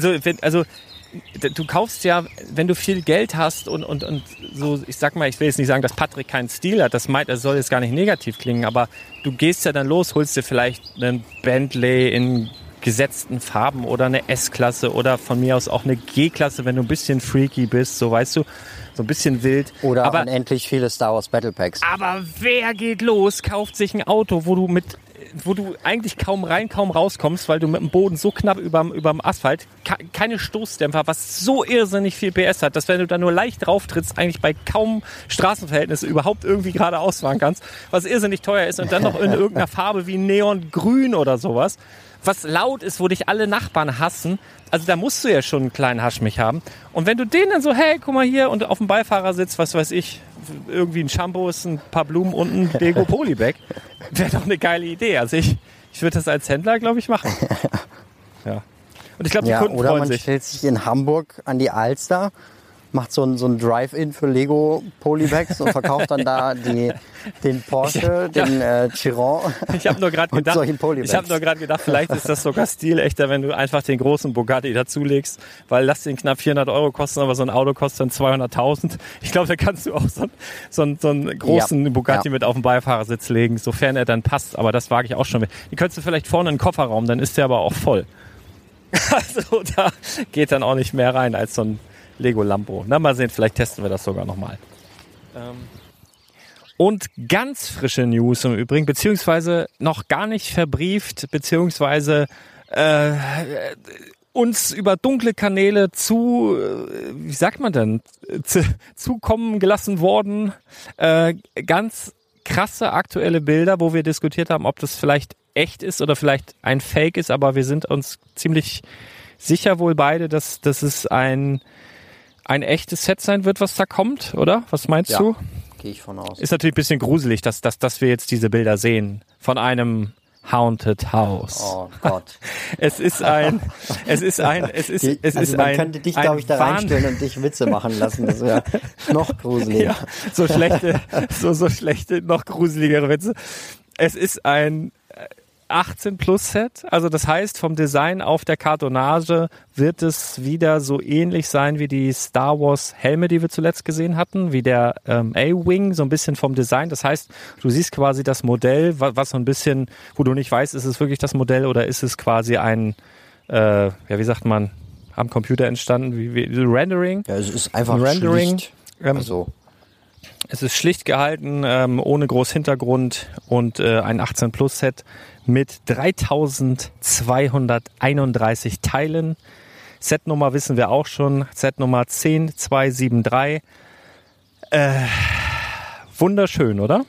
du kaufst ja, wenn du viel Geld hast und so, ich sag mal, ich will jetzt nicht sagen, dass Patrick keinen Stil hat, das soll jetzt gar nicht negativ klingen, aber du gehst ja dann los, holst dir vielleicht einen Bentley in gesetzten Farben oder eine S-Klasse oder von mir aus auch eine G-Klasse, wenn du ein bisschen freaky bist, so weißt du, so ein bisschen wild. Oder aber unendlich viele Star Wars Battle Packs. Aber wer geht los, kauft sich ein Auto, wo du eigentlich kaum rein, kaum rauskommst, weil du mit dem Boden so knapp überm Asphalt, keine Stoßdämpfer, was so irrsinnig viel PS hat, dass wenn du da nur leicht drauf trittst, eigentlich bei kaum Straßenverhältnissen überhaupt irgendwie geradeaus fahren kannst, was irrsinnig teuer ist und dann noch in irgendeiner Farbe wie Neongrün oder sowas, was laut ist, wo dich alle Nachbarn hassen. Also da musst du ja schon einen kleinen Haschmich haben. Und wenn du den dann so, hey, guck mal hier, und auf dem Beifahrersitz, was weiß ich, irgendwie ein Shampoo ist, ein paar Blumen und ein Dego Polybag, wäre doch eine geile Idee. Also ich würde das als Händler, glaube ich, machen. Ja. Und ich glaube, die Kunden oder freuen man sich. stellt sich in Hamburg an die Alster, macht so ein Drive-In für Lego Polybags und verkauft dann da den Porsche, den Chiron. Ich habe nur gerade gedacht, vielleicht ist das sogar stilechter, wenn du einfach den großen Bugatti dazulegst, weil lass den knapp 400 Euro kosten, aber so ein Auto kostet dann 200.000. Ich glaube, da kannst du auch so einen großen Bugatti mit auf den Beifahrersitz legen, sofern er dann passt. Aber das wage ich auch schon. Die könntest du vielleicht vorne in den Kofferraum, dann ist der aber auch voll. Also da geht dann auch nicht mehr rein als so ein Lego Lambo. Na, mal sehen, vielleicht testen wir das sogar nochmal. Und ganz frische News im Übrigen, beziehungsweise noch gar nicht verbrieft, beziehungsweise uns über dunkle Kanäle wie sagt man denn, zukommen gelassen worden. Ganz krasse aktuelle Bilder, wo wir diskutiert haben, ob das vielleicht echt ist oder vielleicht ein Fake ist, aber wir sind uns ziemlich sicher wohl beide, dass es ein echtes Set sein wird, was da kommt, oder? Was meinst du? Gehe ich von aus. Ist natürlich ein bisschen gruselig, dass wir jetzt diese Bilder sehen von einem Haunted House. Oh Gott. Man könnte dich, glaube ich, da reinstellen und dich Witze machen lassen. Das wäre noch gruseliger. Ja, so schlechte, noch gruseligere Witze. Es ist ein 18-Plus-Set, also das heißt, vom Design auf der Kartonage wird es wieder so ähnlich sein wie die Star Wars Helme, die wir zuletzt gesehen hatten, wie der A-Wing, so ein bisschen vom Design. Das heißt, du siehst quasi das Modell, was so ein bisschen, wo du nicht weißt, ist es wirklich das Modell oder ist es quasi ein, wie sagt man, am Computer entstanden, wie Rendering? Ja, es ist einfach ein Rendering. Schlicht. Also. Es ist schlicht gehalten, ohne groß Hintergrund und ein 18-Plus-Set mit 3231 Teilen. Setnummer wissen wir auch schon, Setnummer 10273. Wunderschön, oder?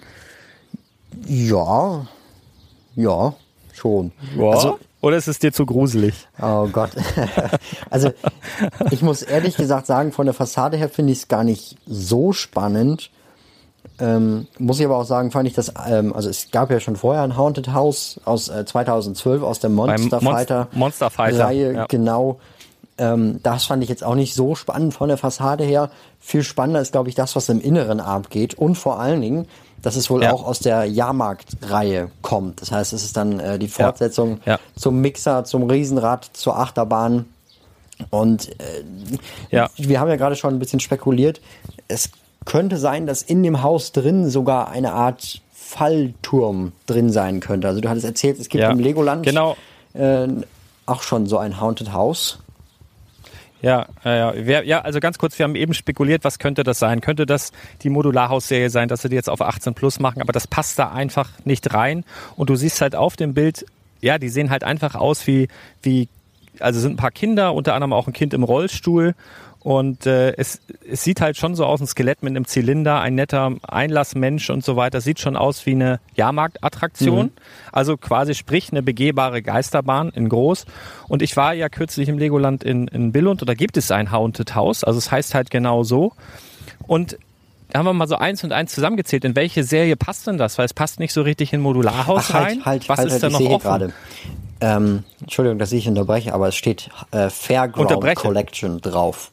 Ja, schon. Ja. Also, oder ist es dir zu gruselig? Oh Gott. Also ich muss ehrlich gesagt sagen, von der Fassade her finde ich es gar nicht so spannend. Muss ich aber auch sagen, fand ich das, also es gab ja schon vorher ein Haunted House aus 2012 aus der Monster Fighter Reihe, ja. Genau. Das fand ich jetzt auch nicht so spannend von der Fassade her. Viel spannender ist, glaube ich, das, was im Inneren abgeht und vor allen Dingen, dass es wohl auch aus der Jahrmarkt-Reihe kommt. Das heißt, es ist dann die Fortsetzung zum Mixer, zum Riesenrad, zur Achterbahn. Und wir haben ja gerade schon ein bisschen spekuliert. Es könnte sein, dass in dem Haus drin sogar eine Art Fallturm drin sein könnte. Also du hattest erzählt, es gibt im Legoland auch schon so ein Haunted House. Ja, also ganz kurz, wir haben eben spekuliert, was könnte das sein? Könnte das die Modularhausserie sein, dass sie die jetzt auf 18 Plus machen, aber das passt da einfach nicht rein. Und du siehst halt auf dem Bild, die sehen halt einfach aus wie also sind ein paar Kinder, unter anderem auch ein Kind im Rollstuhl. Und es sieht halt schon so aus, ein Skelett mit einem Zylinder, ein netter Einlassmensch und so weiter. Sieht schon aus wie eine Jahrmarktattraktion. Mhm. Also quasi sprich eine begehbare Geisterbahn in groß. Und ich war ja kürzlich im Legoland in Billund und da gibt es ein Haunted House. Also es heißt halt genau so. Und haben wir mal so 1 und 1 zusammengezählt. In welche Serie passt denn das? Weil es passt nicht so richtig in Modularhaus rein. Was ist da noch offen? Entschuldigung, dass ich unterbreche, aber es steht Fairground Collection drauf.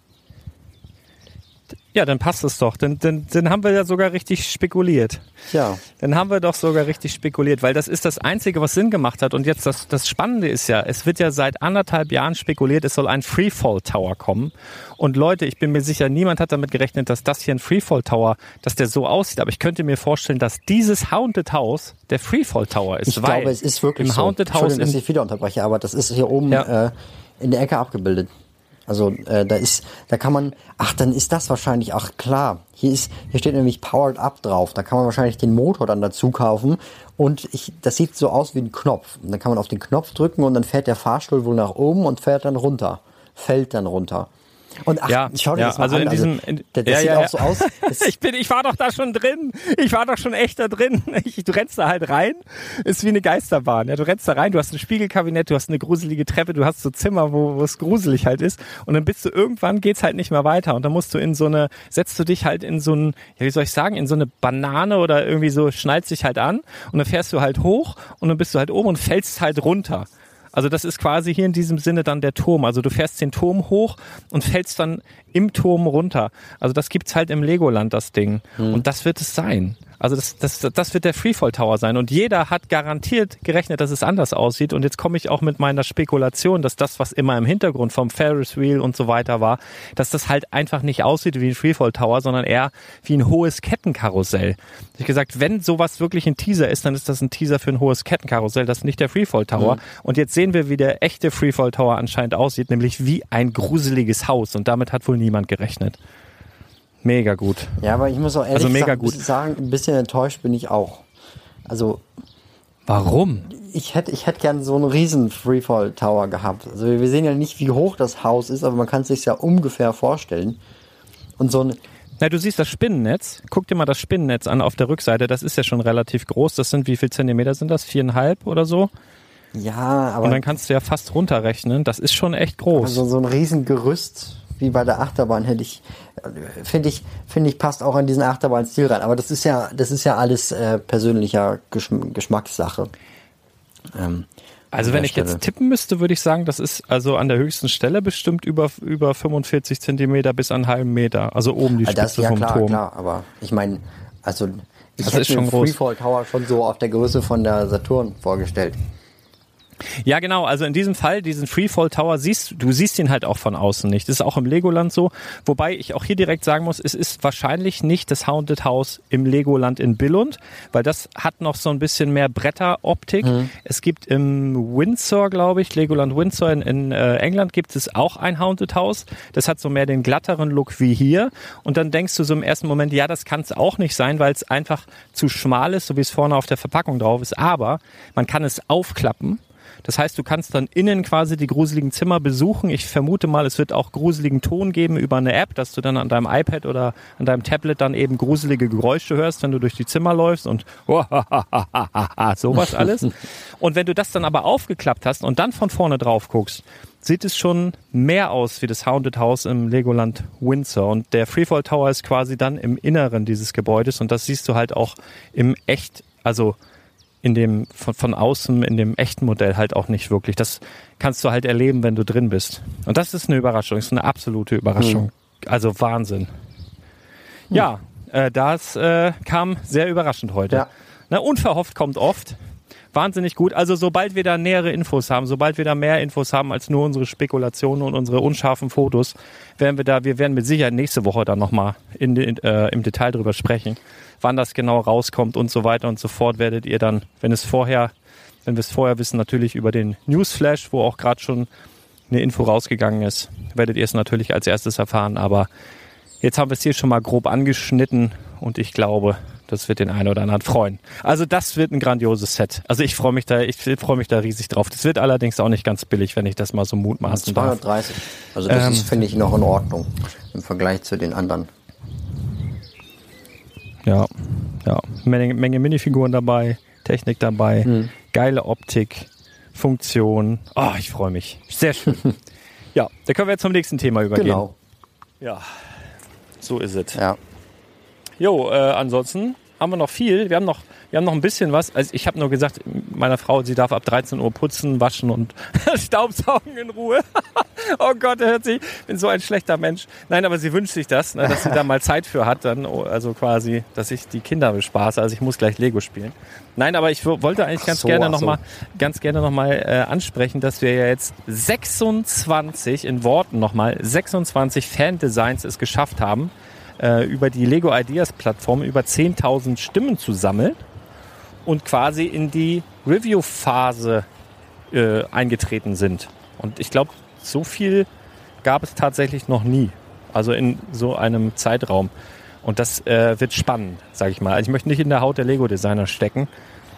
Ja, dann passt es doch. Dann haben wir ja sogar richtig spekuliert. Ja. Dann haben wir doch sogar richtig spekuliert, weil das ist das Einzige, was Sinn gemacht hat. Und jetzt das Spannende ist ja, es wird ja seit 1,5 Jahren spekuliert, es soll ein Freefall Tower kommen. Und Leute, ich bin mir sicher, niemand hat damit gerechnet, dass das hier ein Freefall Tower, dass der so aussieht. Aber ich könnte mir vorstellen, dass dieses Haunted House der Freefall Tower ist. Ich glaube, es ist wirklich im so. Haunted House Entschuldigung, dass ich wieder unterbreche, aber das ist hier oben in der Ecke abgebildet. Also da kann man, dann ist das wahrscheinlich, klar, hier steht nämlich Powered Up drauf, da kann man wahrscheinlich den Motor dann dazu kaufen und das sieht so aus wie ein Knopf. Und dann kann man auf den Knopf drücken und dann fährt der Fahrstuhl wohl nach oben und fällt dann runter. Und schau dir das mal an. Das sieht auch so aus. Ich war doch da schon drin. Ich war doch schon echt da drin. Du rennst da halt rein. Ist wie eine Geisterbahn. Ja, du rennst da rein, du hast ein Spiegelkabinett, du hast eine gruselige Treppe, du hast so Zimmer, wo es gruselig halt ist. Und dann irgendwann geht's halt nicht mehr weiter. Und dann musst du setzt du dich halt in so ein, in so eine Banane oder irgendwie so, schnallst dich halt an. Und dann fährst du halt hoch und dann bist du halt oben und fällst halt runter. Also das ist quasi hier in diesem Sinne dann der Turm. Also du fährst den Turm hoch und fällst dann im Turm runter. Also das gibt's halt im Legoland, das Ding. Und das wird es sein. Also das wird der Freefall Tower sein. Und jeder hat garantiert gerechnet, dass es anders aussieht. Und jetzt komme ich auch mit meiner Spekulation, dass das, was immer im Hintergrund vom Ferris Wheel und so weiter war, dass das halt einfach nicht aussieht wie ein Freefall Tower, sondern eher wie ein hohes Kettenkarussell. Ich habe gesagt, wenn sowas wirklich ein Teaser ist, dann ist das ein Teaser für ein hohes Kettenkarussell, das ist nicht der Freefall Tower. Und jetzt sehen wir, wie der echte Freefall Tower anscheinend aussieht, nämlich wie ein gruseliges Haus. Und damit hat wohl niemand gerechnet. Mega gut. Ja, aber ich muss auch ehrlich sagen, ein bisschen enttäuscht bin ich auch. Also warum? Ich hätte gern so einen riesen Freefall Tower gehabt. Also wir sehen ja nicht, wie hoch das Haus ist, aber man kann es sich ja ungefähr vorstellen. Und so ein du siehst das Spinnennetz. Guck dir mal das Spinnennetz an auf der Rückseite. Das ist ja schon relativ groß. Das sind, wie viel Zentimeter sind das? 4,5 oder so? Ja, aber... Und dann kannst du ja fast runterrechnen. Das ist schon echt groß. Also so ein riesen Gerüst wie bei der Achterbahn finde ich, passt auch in diesen Achterbahn-Stil rein. Aber das ist ja alles persönlicher Geschmackssache. Also wenn ich jetzt tippen müsste, würde ich sagen, das ist also an der höchsten Stelle bestimmt über 45 Zentimeter bis an einen halben Meter. Also oben die Spitze vom Turm. Ja, klar, aber ich meine, ich hätte mir den Freefall Tower schon so auf der Größe von der Saturn vorgestellt. Ja, genau. Also in diesem Fall, diesen Freefall Tower du siehst ihn halt auch von außen nicht. Das ist auch im Legoland so. Wobei ich auch hier direkt sagen muss, es ist wahrscheinlich nicht das Haunted House im Legoland in Billund, weil das hat noch so ein bisschen mehr Bretteroptik. Es gibt im Windsor, glaube ich, Legoland Windsor in England gibt es auch ein Haunted House. Das hat so mehr den glatteren Look wie hier. Und dann denkst du so im ersten Moment, ja, das kann es auch nicht sein, weil es einfach zu schmal ist, so wie es vorne auf der Verpackung drauf ist. Aber man kann es aufklappen. Das heißt, du kannst dann innen quasi die gruseligen Zimmer besuchen. Ich vermute mal, es wird auch gruseligen Ton geben über eine App, dass du dann an deinem iPad oder an deinem Tablet dann eben gruselige Geräusche hörst, wenn du durch die Zimmer läufst und sowas alles. Und wenn du das dann aber aufgeklappt hast und dann von vorne drauf guckst, sieht es schon mehr aus wie das Haunted House im Legoland Windsor. Und der Freefall Tower ist quasi dann im Inneren dieses Gebäudes und das siehst du halt auch im in dem von außen in dem echten Modell halt auch nicht wirklich. Das kannst du halt erleben, wenn du drin bist. Und das ist eine Überraschung, das ist eine absolute Überraschung. Also Wahnsinn. Ja, das kam sehr überraschend heute. Ja. Na, unverhofft kommt oft. Wahnsinnig gut. Also sobald wir da nähere Infos haben, sobald wir da mehr Infos haben als nur unsere Spekulationen und unsere unscharfen Fotos, wir werden mit Sicherheit nächste Woche dann nochmal im Detail drüber sprechen, wann das genau rauskommt und so weiter und so fort, werdet ihr dann, wenn wir es vorher wissen, natürlich über den Newsflash, wo auch gerade schon eine Info rausgegangen ist, werdet ihr es natürlich als erstes erfahren, aber jetzt haben wir es hier schon mal grob angeschnitten und ich glaube, das wird den einen oder anderen freuen. Also das wird ein grandioses Set. Also ich freue mich da riesig drauf. Das wird allerdings auch nicht ganz billig, wenn ich das mal so mutmaßen darf. 230. Also das ist, finde ich, noch in Ordnung im Vergleich zu den anderen. Ja. Menge Minifiguren dabei, Technik dabei, geile Optik, Funktion. Oh, ich freue mich. Sehr schön. Ja, da können wir jetzt zum nächsten Thema übergehen. Genau. Ja, so ist es. Ja. Ansonsten haben wir noch viel. Wir haben noch ein bisschen was. Also ich habe nur gesagt, meiner Frau, sie darf ab 13 Uhr putzen, waschen und Staubsaugen in Ruhe. Oh Gott, ich bin so ein schlechter Mensch. Nein, aber sie wünscht sich das, ne, dass sie da mal Zeit für hat, dann, also quasi, dass ich die Kinder bespaße. Also ich muss gleich Lego spielen. Nein, aber ich wollte eigentlich ganz gerne noch mal ansprechen, dass wir ja jetzt 26 Fan-Designs es geschafft haben, über die Lego Ideas Plattform über 10.000 Stimmen zu sammeln und quasi in die Review-Phase eingetreten sind. Und ich glaube, so viel gab es tatsächlich noch nie. Also in so einem Zeitraum. Und das wird spannend, sage ich mal. Also ich möchte nicht in der Haut der Lego-Designer stecken.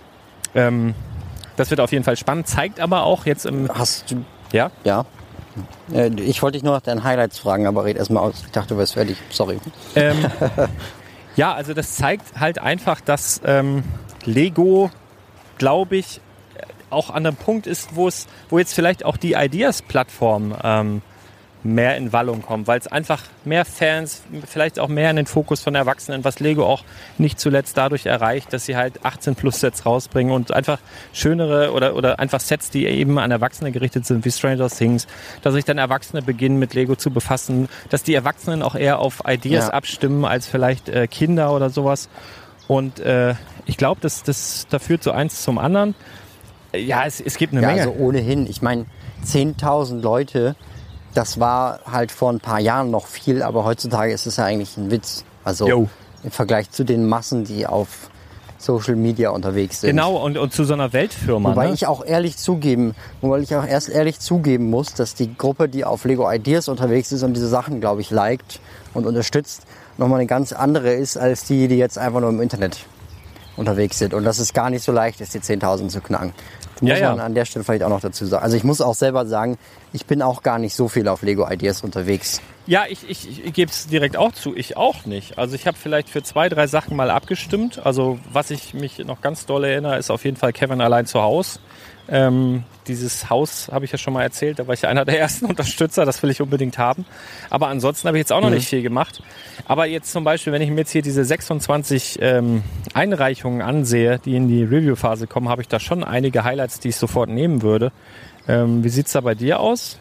Das wird auf jeden Fall spannend. Zeigt aber auch jetzt im... Hast du... Ja? Ja. Ich wollte dich nur nach deinen Highlights fragen, aber red erst mal aus. Ich dachte, du wärst fertig. Sorry. Ja, also das zeigt halt einfach, dass Lego, glaube ich, auch an einem Punkt ist, wo jetzt vielleicht auch die Ideas-Plattform mehr in Wallung kommt, weil es einfach mehr Fans, vielleicht auch mehr in den Fokus von Erwachsenen, was Lego auch nicht zuletzt dadurch erreicht, dass sie halt 18-Plus-Sets rausbringen und einfach schönere oder einfach Sets, die eben an Erwachsene gerichtet sind, wie Stranger Things, dass sich dann Erwachsene beginnen mit Lego zu befassen, dass die Erwachsenen auch eher auf Ideas abstimmen als vielleicht Kinder oder sowas. Und ich glaube, da führt so eins zum anderen. Ja, es gibt eine Menge. Also ohnehin, ich meine, 10.000 Leute, das war halt vor ein paar Jahren noch viel, aber heutzutage ist es ja eigentlich ein Witz. Also im Vergleich zu den Massen, die auf Social Media unterwegs sind. Genau, und zu so einer Weltfirma. Wobei ich auch ehrlich zugeben muss, dass die Gruppe, die auf Lego Ideas unterwegs ist und diese Sachen, glaube ich, liked und unterstützt, nochmal eine ganz andere ist, als die jetzt einfach nur im Internet unterwegs sind. Und dass es gar nicht so leicht ist, die 10.000 zu knacken. Muss man an der Stelle vielleicht auch noch dazu sagen. Also ich muss auch selber sagen, ich bin auch gar nicht so viel auf Lego Ideas unterwegs. Ja, ich gebe es direkt auch zu. Ich auch nicht. Also ich habe vielleicht für 2, 3 Sachen mal abgestimmt. Also was ich mich noch ganz doll erinnere, ist auf jeden Fall Kevin allein zu Hause. Dieses Haus habe ich ja schon mal erzählt, da war ich einer der ersten Unterstützer, das will ich unbedingt haben. Aber ansonsten habe ich jetzt auch noch nicht viel gemacht. Aber jetzt zum Beispiel, wenn ich mir jetzt hier diese 26 Einreichungen ansehe, die in die Review-Phase kommen, habe ich da schon einige Highlights, die ich sofort nehmen würde. Wie sieht's da bei dir aus?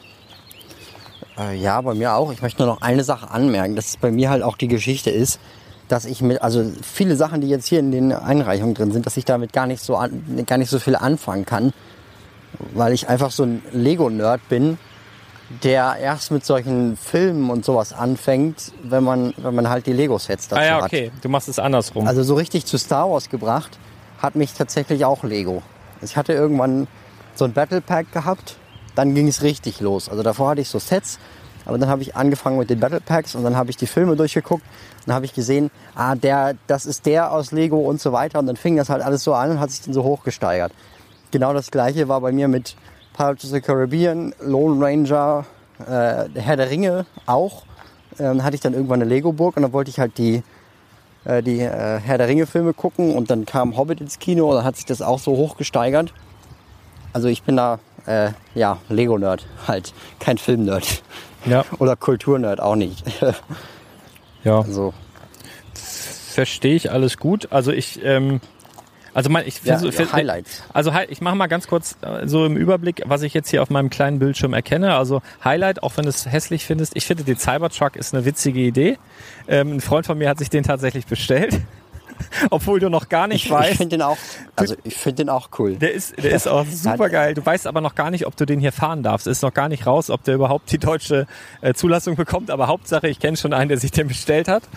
Ja, bei mir auch. Ich möchte nur noch eine Sache anmerken, dass es bei mir halt auch die Geschichte ist, dass ich also viele Sachen, die jetzt hier in den Einreichungen drin sind, dass ich damit gar nicht so viel anfangen kann, weil ich einfach so ein Lego-Nerd bin, der erst mit solchen Filmen und sowas anfängt, wenn man halt die Lego-Sets dazu hat. Okay, du machst es andersrum. Also so richtig zu Star Wars gebracht hat mich tatsächlich auch Lego. Ich hatte irgendwann so ein Battle Pack gehabt, dann ging es richtig los. Also davor hatte ich so Sets, aber dann habe ich angefangen mit den Battle Packs und dann habe ich die Filme durchgeguckt und dann habe ich gesehen, das ist der aus Lego und so weiter und dann fing das halt alles so an und hat sich dann so hochgesteigert. Genau das gleiche war bei mir mit Pirates of the Caribbean, Lone Ranger, Herr der Ringe auch. Dann hatte ich dann irgendwann eine Lego-Burg und dann wollte ich halt die Herr der Ringe-Filme gucken und dann kam Hobbit ins Kino und dann hat sich das auch so hochgesteigert. Also ich bin da, Lego-Nerd halt, kein Film-Nerd. Ja. Oder Kultur-Nerd auch nicht. Ja. Also. Verstehe ich alles gut. Also Highlights. Also ich mache mal ganz kurz so im Überblick, was ich jetzt hier auf meinem kleinen Bildschirm erkenne. Also Highlight, auch wenn du es hässlich findest, ich finde den Cybertruck ist eine witzige Idee. Ein Freund von mir hat sich den tatsächlich bestellt. Obwohl du noch gar nicht weißt. Ich finde den auch cool. Der ist auch super geil. Du weißt aber noch gar nicht, ob du den hier fahren darfst. Ist noch gar nicht raus, ob der überhaupt die deutsche Zulassung bekommt. Aber Hauptsache, ich kenne schon einen, der sich den bestellt hat.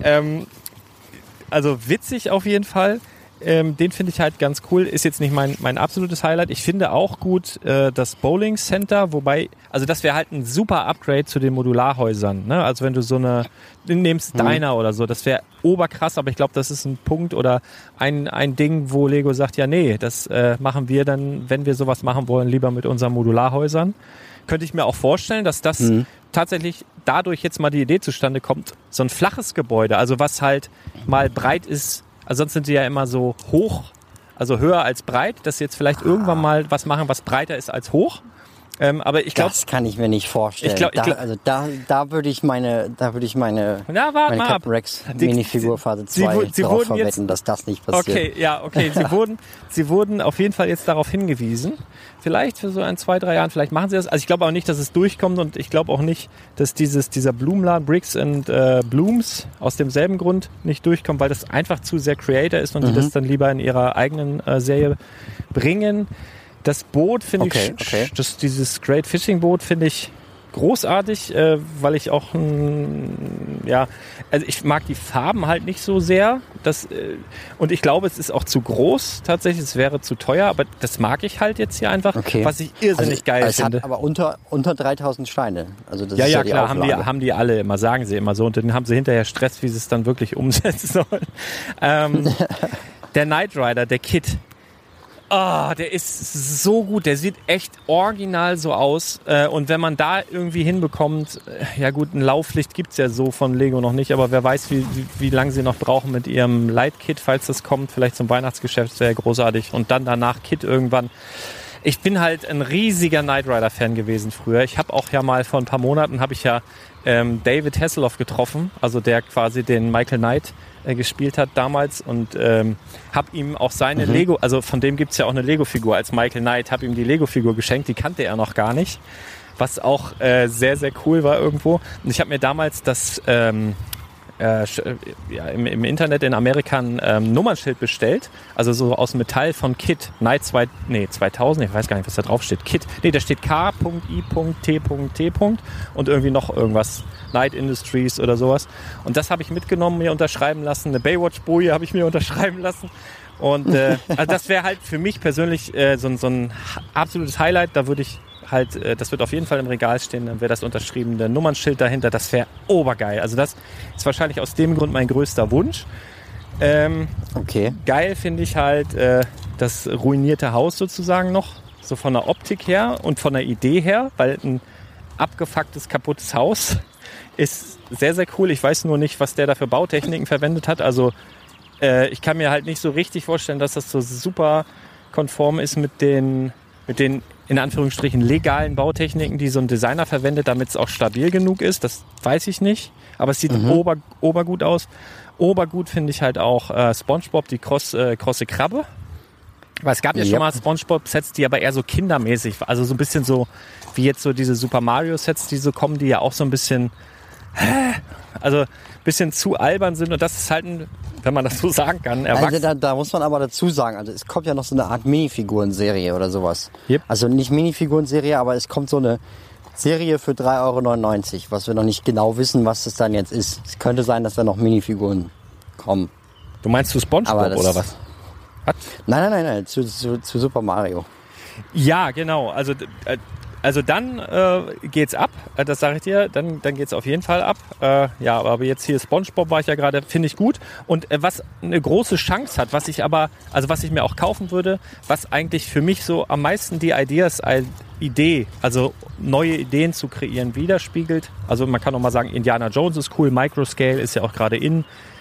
Also witzig auf jeden Fall. Den finde ich halt ganz cool. Ist jetzt nicht mein absolutes Highlight. Ich finde auch gut das Bowling Center, wobei, also das wäre halt ein super Upgrade zu den Modularhäusern. Ne? Also wenn du du nimmst Diner oder so, das wäre oberkrass, aber ich glaube, das ist ein Punkt oder ein Ding, wo Lego sagt, ja nee, das machen wir dann, wenn wir sowas machen wollen, lieber mit unseren Modularhäusern. Könnte ich mir auch vorstellen, dass das tatsächlich dadurch jetzt mal die Idee zustande kommt, so ein flaches Gebäude, also was halt mal breit ist. Also sonst sind sie ja immer so hoch, also höher als breit, dass sie jetzt vielleicht irgendwann mal was machen, was breiter ist als hoch. Aber ich glaube, das kann ich mir nicht vorstellen. Da würde ich meine Captain Rex Minifigur Phase 2 darauf verwetten, dass das nicht passiert. Okay. Sie wurden auf jeden Fall jetzt darauf hingewiesen. Vielleicht für so 2-3 Jahren, vielleicht machen sie das. Also ich glaube auch nicht, dass es durchkommt und ich glaube auch nicht, dass dieser Blumenladen Bricks and Blooms aus demselben Grund nicht durchkommt, weil das einfach zu sehr Creator ist und die das dann lieber in ihrer eigenen Serie bringen. Das Boot finde ich, dieses Great Fishing Boot finde ich großartig, weil ich auch, also ich mag die Farben halt nicht so sehr. Und ich glaube, es ist auch zu groß tatsächlich, es wäre zu teuer, aber das mag ich halt jetzt hier einfach, was ich irrsinnig geil finde. Hat aber unter 3000 Steine. Also das ist die klar, haben die alle immer, sagen sie immer so. Und dann haben sie hinterher Stress, wie sie es dann wirklich umsetzen sollen. Der Knight Rider, der Kit. Der ist so gut, der sieht echt original so aus. Und wenn man da irgendwie hinbekommt, ja gut, ein Lauflicht gibt's ja so von Lego noch nicht, aber wer weiß, wie lange sie noch brauchen mit ihrem Light-Kit, falls das kommt, vielleicht zum Weihnachtsgeschäft, das wäre großartig. Und dann danach Kit irgendwann. Ich bin halt ein riesiger Knight Rider-Fan gewesen früher. Ich habe auch ja mal vor ein paar Monaten David Hasselhoff getroffen, also der quasi den Michael Knight gespielt hat damals und habe ihm auch seine Lego, also von dem gibt's ja auch eine Lego-Figur als Michael Knight, habe ihm die Lego-Figur geschenkt, die kannte er noch gar nicht, was auch sehr, sehr cool war irgendwo. Und ich habe mir damals das im Internet in Amerika ein Nummernschild bestellt, also so aus Metall von Kit, Knight 2000, ich weiß gar nicht, was da drauf steht, Kit, da steht K.I.T.T. und irgendwie noch irgendwas, Knight Industries oder sowas. Und das habe ich mitgenommen, mir unterschreiben lassen, eine Baywatch-Boje habe ich mir unterschreiben lassen. Und also das wäre halt für mich persönlich so ein absolutes Highlight, da würde ich halt, das wird auf jeden Fall im Regal stehen, dann wäre das unterschriebene Nummernschild dahinter, das wäre obergeil. Also das ist wahrscheinlich aus dem Grund mein größter Wunsch. Geil finde ich halt das ruinierte Haus sozusagen noch, so von der Optik her und von der Idee her, weil ein abgefucktes, kaputtes Haus ist sehr, sehr cool. Ich weiß nur nicht, was der da für Bautechniken verwendet hat. Also ich kann mir halt nicht so richtig vorstellen, dass das so super konform ist mit den in Anführungsstrichen legalen Bautechniken, die so ein Designer verwendet, damit es auch stabil genug ist. Das weiß ich nicht. Aber es sieht obergut aus. Obergut finde ich halt auch SpongeBob, die krosse Krabbe. Weil es gab ja schon mal SpongeBob-Sets, die aber eher so kindermäßig, also so ein bisschen so wie jetzt so diese Super Mario-Sets, die so kommen, die ja auch so ein bisschen zu albern sind. Und das ist halt wenn man das so sagen kann, erwachsen. Also da muss man aber dazu sagen, also es kommt ja noch so eine Art Minifiguren-Serie oder sowas. Yep. Also nicht Minifiguren-Serie, aber es kommt so eine Serie für 3,99 €, was wir noch nicht genau wissen, was das dann jetzt ist. Es könnte sein, dass da noch Minifiguren kommen. Du meinst zu SpongeBob oder was? Nein, zu Super Mario. Ja, genau. Also dann geht's ab, das sage ich dir, dann geht's auf jeden Fall ab. Aber jetzt hier SpongeBob war ich ja gerade, finde ich gut. Und was eine große Chance hat, was ich mir auch kaufen würde, was eigentlich für mich so am meisten die Idee, also neue Ideen zu kreieren, widerspiegelt. Also man kann auch mal sagen, Indiana Jones ist cool, Microscale ist ja auch gerade in.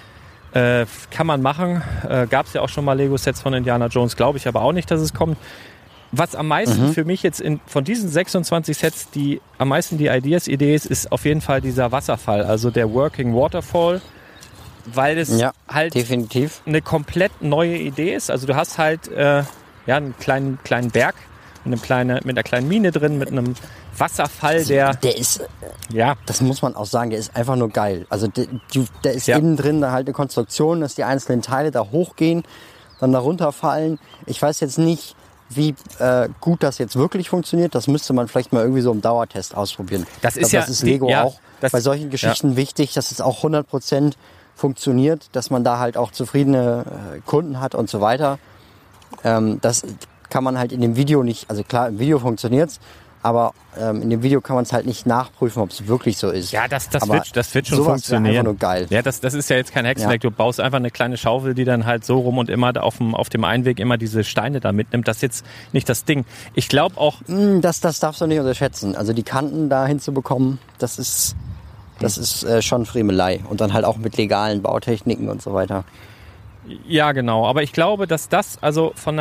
Kann man machen. Gab's ja auch schon mal Lego-Sets von Indiana Jones, glaube ich aber auch nicht, dass es kommt. Was am meisten für mich jetzt von diesen 26 Sets, die am meisten die Idee ist auf jeden Fall dieser Wasserfall, also der Working Waterfall, weil das halt definitiv eine komplett neue Idee ist. Also du hast halt einen kleinen Berg mit einer kleinen Mine drin, mit einem Wasserfall, der ist, das muss man auch sagen, der ist einfach nur geil. Also der ist innen drin halt eine Konstruktion, dass die einzelnen Teile da hochgehen, dann da runterfallen. Ich weiß jetzt nicht, wie gut das jetzt wirklich funktioniert, das müsste man vielleicht mal irgendwie so im Dauertest ausprobieren. Das ist Lego auch bei solchen Geschichten wichtig, dass es auch 100% funktioniert, dass man da halt auch zufriedene Kunden hat und so weiter. Das kann man halt in dem Video nicht, also klar, im Video funktioniert's, aber in dem Video kann man es halt nicht nachprüfen, ob es wirklich so ist. Ja, das wird schon funktionieren. Einfach nur geil. Ja, das ist ja jetzt kein Hexenwerk. Du baust einfach eine kleine Schaufel, die dann halt so rum und immer auf dem Einweg immer diese Steine da mitnimmt. Das ist jetzt nicht das Ding. Ich glaube auch... Das darfst du nicht unterschätzen. Also die Kanten da hinzubekommen, das ist schon Friemelei. Und dann halt auch mit legalen Bautechniken und so weiter. Ja, genau. Aber ich glaube, dass das also von der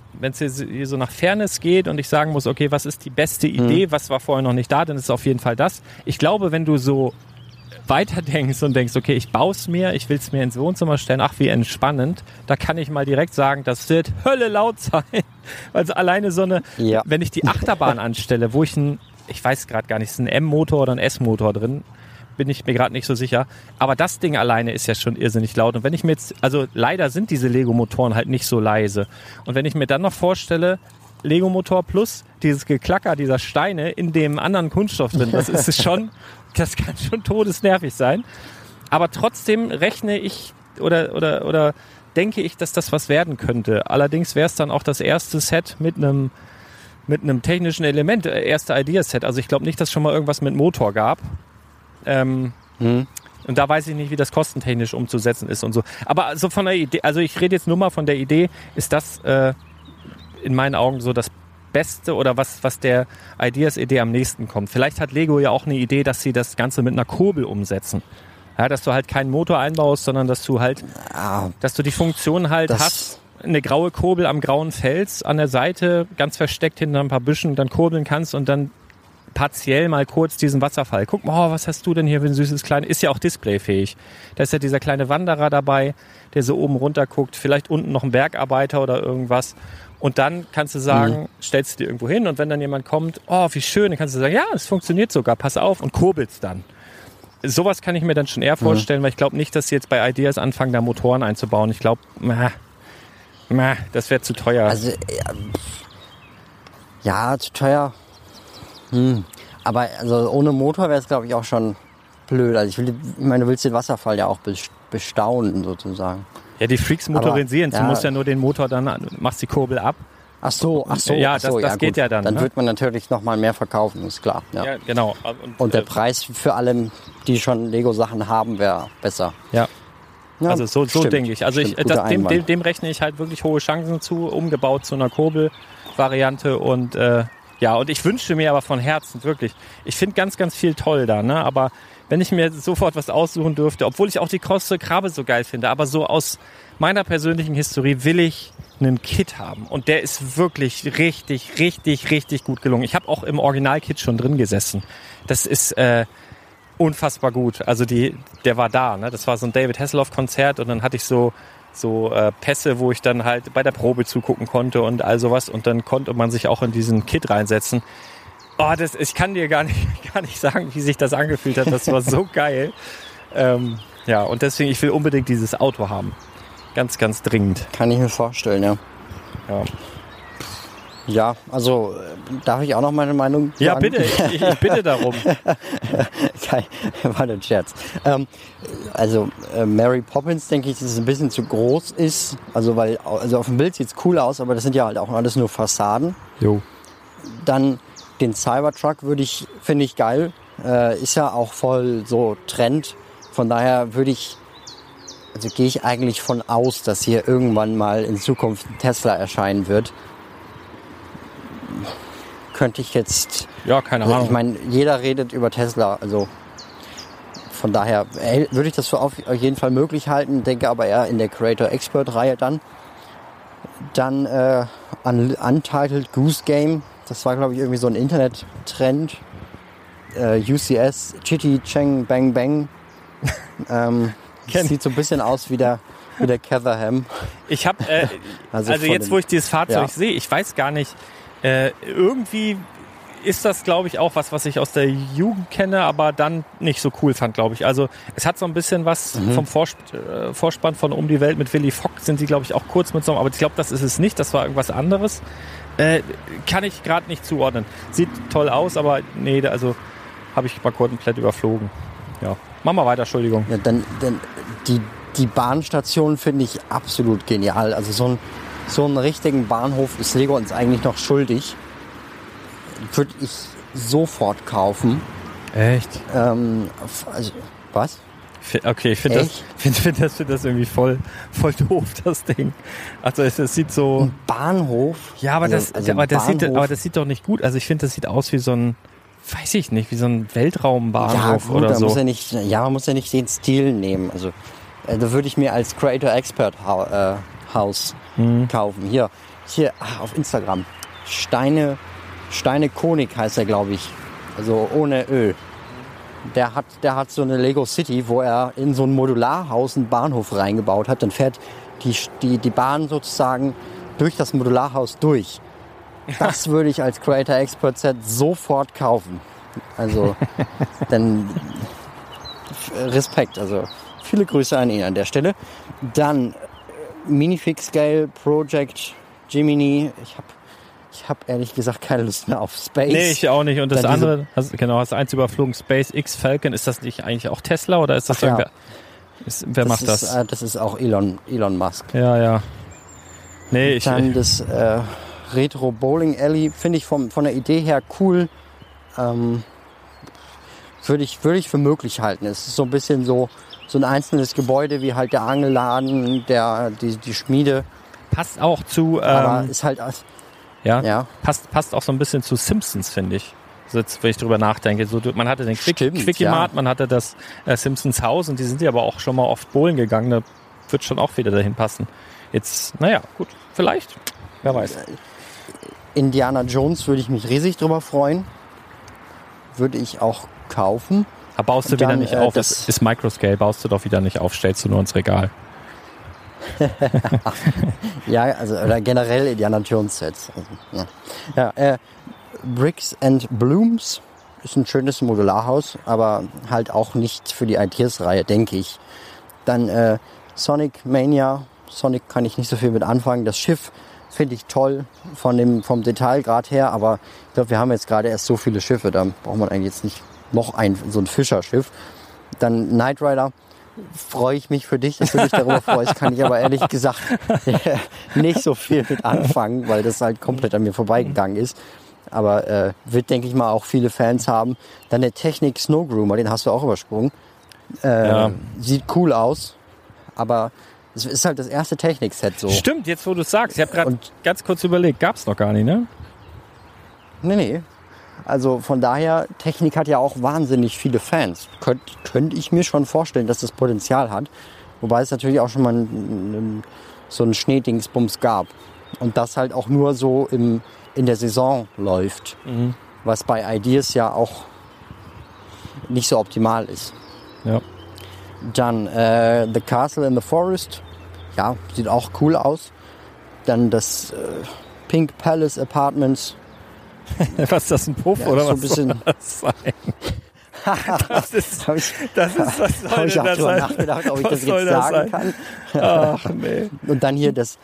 wenn es hier so nach Fairness geht und ich sagen muss, okay, was ist die beste Idee, was war vorher noch nicht da, dann ist es auf jeden Fall das. Ich glaube, wenn du so weiterdenkst und denkst, okay, ich baue es mir, ich will es mir ins Wohnzimmer stellen, ach, wie entspannend, da kann ich mal direkt sagen, das wird Hölle laut sein. Also alleine so eine, wenn ich die Achterbahn anstelle, wo ich ich weiß gerade gar nicht, ist ein M-Motor oder ein S-Motor drin, bin ich mir gerade nicht so sicher. Aber das Ding alleine ist ja schon irrsinnig laut. Und wenn ich mir jetzt, also leider sind diese Lego-Motoren halt nicht so leise. Und wenn ich mir dann noch vorstelle, Lego-Motor plus dieses Geklacker dieser Steine in dem anderen Kunststoff drin, das kann schon todesnervig sein. Aber trotzdem rechne ich oder denke ich, dass das was werden könnte. Allerdings wäre es dann auch das erste Set mit einem technischen Element, erste Ideaset. Also ich glaube nicht, dass es schon mal irgendwas mit Motor gab. Und da weiß ich nicht, wie das kostentechnisch umzusetzen ist und so. Aber so von der Idee, also ich rede jetzt nur mal von der Idee, ist das in meinen Augen so das Beste oder was der Ideas-Idee am nächsten kommt. Vielleicht hat Lego ja auch eine Idee, dass sie das Ganze mit einer Kurbel umsetzen. Ja, dass du halt keinen Motor einbaust, sondern dass du halt, dass du die Funktion halt hast, eine graue Kurbel am grauen Fels an der Seite, ganz versteckt hinter ein paar Büschen, dann kurbeln kannst und dann partiell mal kurz diesen Wasserfall. Guck mal, was hast du denn hier für ein süßes kleines... Ist ja auch displayfähig. Da ist ja dieser kleine Wanderer dabei, der so oben runter guckt. Vielleicht unten noch ein Bergarbeiter oder irgendwas. Und dann kannst du sagen, stellst du dir irgendwo hin und wenn dann jemand kommt, oh, wie schön, dann kannst du sagen, ja, es funktioniert sogar, pass auf und kurbelst dann. Sowas kann ich mir dann schon eher vorstellen, weil ich glaube nicht, dass sie jetzt bei Ideas anfangen, da Motoren einzubauen. Ich glaube, das wäre zu teuer. Also, ja, zu teuer. Aber also ohne Motor wäre es, glaube ich, auch schon blöd. Also ich meine, du willst den Wasserfall ja auch bestaunen, sozusagen. Ja, die Freaks motorisieren. Du musst ja nur den Motor dann, machst die Kurbel ab. Ach so. Ja, das geht ja dann. Dann wird man natürlich noch mal mehr verkaufen, ist klar. Ja genau. Und der Preis für alle, die schon Lego-Sachen haben, wäre besser. Ja, also so denke ich. Also dem rechne ich halt wirklich hohe Chancen zu, umgebaut zu einer Kurbel-Variante und und ich wünschte mir aber von Herzen wirklich, ich finde ganz, ganz viel toll da, ne? Aber wenn ich mir sofort was aussuchen dürfte, obwohl ich auch die große Krabbe so geil finde, aber so aus meiner persönlichen Historie will ich einen Kit haben. Und der ist wirklich richtig, richtig, richtig gut gelungen. Ich habe auch im Original-Kit schon drin gesessen. Das ist unfassbar gut. Also der war da, ne? Das war so ein David Hasselhoff-Konzert und dann hatte ich so Pässe, wo ich dann halt bei der Probe zugucken konnte und all sowas. Und dann konnte man sich auch in diesen Kit reinsetzen. Oh, ich kann dir gar nicht sagen, wie sich das angefühlt hat. Das war so geil. Und deswegen, ich will unbedingt dieses Auto haben. Ganz, ganz dringend. Kann ich mir vorstellen, ja. Ja, also darf ich auch noch meine Meinung sagen? Ja, bitte, ich bitte darum. War ein Scherz. Mary Poppins, denke ich, dass es ein bisschen zu groß ist. Also auf dem Bild sieht es cool aus, aber das sind ja halt auch alles nur Fassaden. Jo. Dann den Cybertruck finde ich geil. Ist ja auch voll so Trend. Von daher gehe ich eigentlich von aus, dass hier irgendwann mal in Zukunft ein Tesla erscheinen wird. Könnte ich jetzt... Ja, keine Ahnung. Ich meine, jeder redet über Tesla, also von daher würde ich das für auf jeden Fall möglich halten, denke aber eher in der Creator Expert Reihe dann. Dann Untitled Goose Game, das war glaube ich irgendwie so ein Internet-Trend. UCS, Chitty Chang Bang Bang. Sieht so ein bisschen aus wie der Catherham. Ich habe, also jetzt wo ich dieses Fahrzeug sehe, ich weiß gar nicht, irgendwie ist das, glaube ich, auch was ich aus der Jugend kenne, aber dann nicht so cool fand, glaube ich. Also es hat so ein bisschen was vom Vorspann von Um die Welt mit Willy Fogg, sind sie, glaube ich, auch kurz mit so, aber ich glaube, das ist es nicht, das war irgendwas anderes. Kann ich gerade nicht zuordnen. Sieht toll aus, aber nee, also habe ich mal komplett überflogen. Ja, mach mal weiter, Entschuldigung. Ja, dann die Bahnstation finde ich absolut genial. Also so einen richtigen Bahnhof ist Lego uns eigentlich noch schuldig. Würde ich sofort kaufen. Echt? Was? Okay, ich finde das irgendwie voll doof, das Ding. Also es sieht so... Ein Bahnhof? Ja, aber das sieht doch nicht gut. Also ich finde, das sieht aus wie so ein... Weiß ich nicht, wie so ein Weltraumbahnhof oder so. Man muss ja nicht den Stil nehmen. Also da würde ich mir als Creator Expert Haus kaufen. Hier auf Instagram. Steine Konig heißt er, glaube ich. Also ohne Öl. Der hat so eine Lego City, wo er in so ein Modularhaus einen Bahnhof reingebaut hat. Dann fährt die Bahn sozusagen durch das Modularhaus durch. Das würde ich als Creator Expert Set sofort kaufen. Also, dann Respekt. Also, viele Grüße an ihn an der Stelle. Dann Minifix Scale Project Gemini. Ich hab ehrlich gesagt keine Lust mehr auf Space. Nee, ich auch nicht. Und das andere, hast eins überflogen, SpaceX Falcon. Ist das nicht eigentlich auch Tesla oder ist das irgendwer? Wer macht das? Das ist auch Elon Musk. Ja. Nee, Dann das Retro Bowling Alley finde ich von der Idee her cool. Würde ich für möglich halten. Es ist so ein bisschen so ein einzelnes Gebäude wie halt der Angelladen, die Schmiede. Passt auch zu. Aber ist halt. Ja. Passt auch so ein bisschen zu Simpsons, finde ich. So jetzt, wenn ich drüber nachdenke. So, man hatte den Quickie Mart, man hatte das Simpsons Haus und die sind ja aber auch schon mal oft bowlen gegangen. Da wird schon auch wieder dahin passen. Jetzt, naja, gut, vielleicht. Wer weiß. Indiana Jones würde ich mich riesig drüber freuen. Würde ich auch kaufen. Aber baust du wieder nicht auf. Das ist Microscale, baust du doch wieder nicht auf, stellst du nur ins Regal. Ja, also oder generell Indiana Jones Sets. Also, ja. Bricks and Blooms ist ein schönes Modularhaus, aber halt auch nicht für die Ideas-Reihe, denke ich. Dann Sonic Mania. Sonic kann ich nicht so viel mit anfangen. Das Schiff finde ich toll vom Detailgrad her, aber ich glaube, wir haben jetzt gerade erst so viele Schiffe, da braucht man eigentlich jetzt nicht noch so ein Fischerschiff. Dann Knight Rider. Freue ich mich für dich, dass du dich darüber freust, kann ich aber ehrlich gesagt nicht so viel mit anfangen, weil das halt komplett an mir vorbeigegangen ist. Aber wird, denke ich mal, auch viele Fans haben. Dann der Technik Snow Groomer, den hast du auch übersprungen. Sieht cool aus, aber es ist halt das erste Technik-Set so. Stimmt, jetzt wo du es sagst. Ich habe gerade ganz kurz überlegt, gab es noch gar nicht, ne? Nee. Also von daher, Technik hat ja auch wahnsinnig viele Fans. Könnte ich mir schon vorstellen, dass das Potenzial hat. Wobei es natürlich auch schon mal so einen Schneedingsbums gab. Und das halt auch nur so in der Saison läuft. Mhm. Was bei Ideas ja auch nicht so optimal ist. Ja. Dann The Castle in the Forest. Ja, sieht auch cool aus. Dann das Pink Palace Apartments. Was ist das, ein Puff oder so was ein bisschen soll das sein? Was soll habe ich auch das drüber sein? nachgedacht, ob ich Was das soll jetzt das sagen sein? kann. Ach nee. Und dann hier das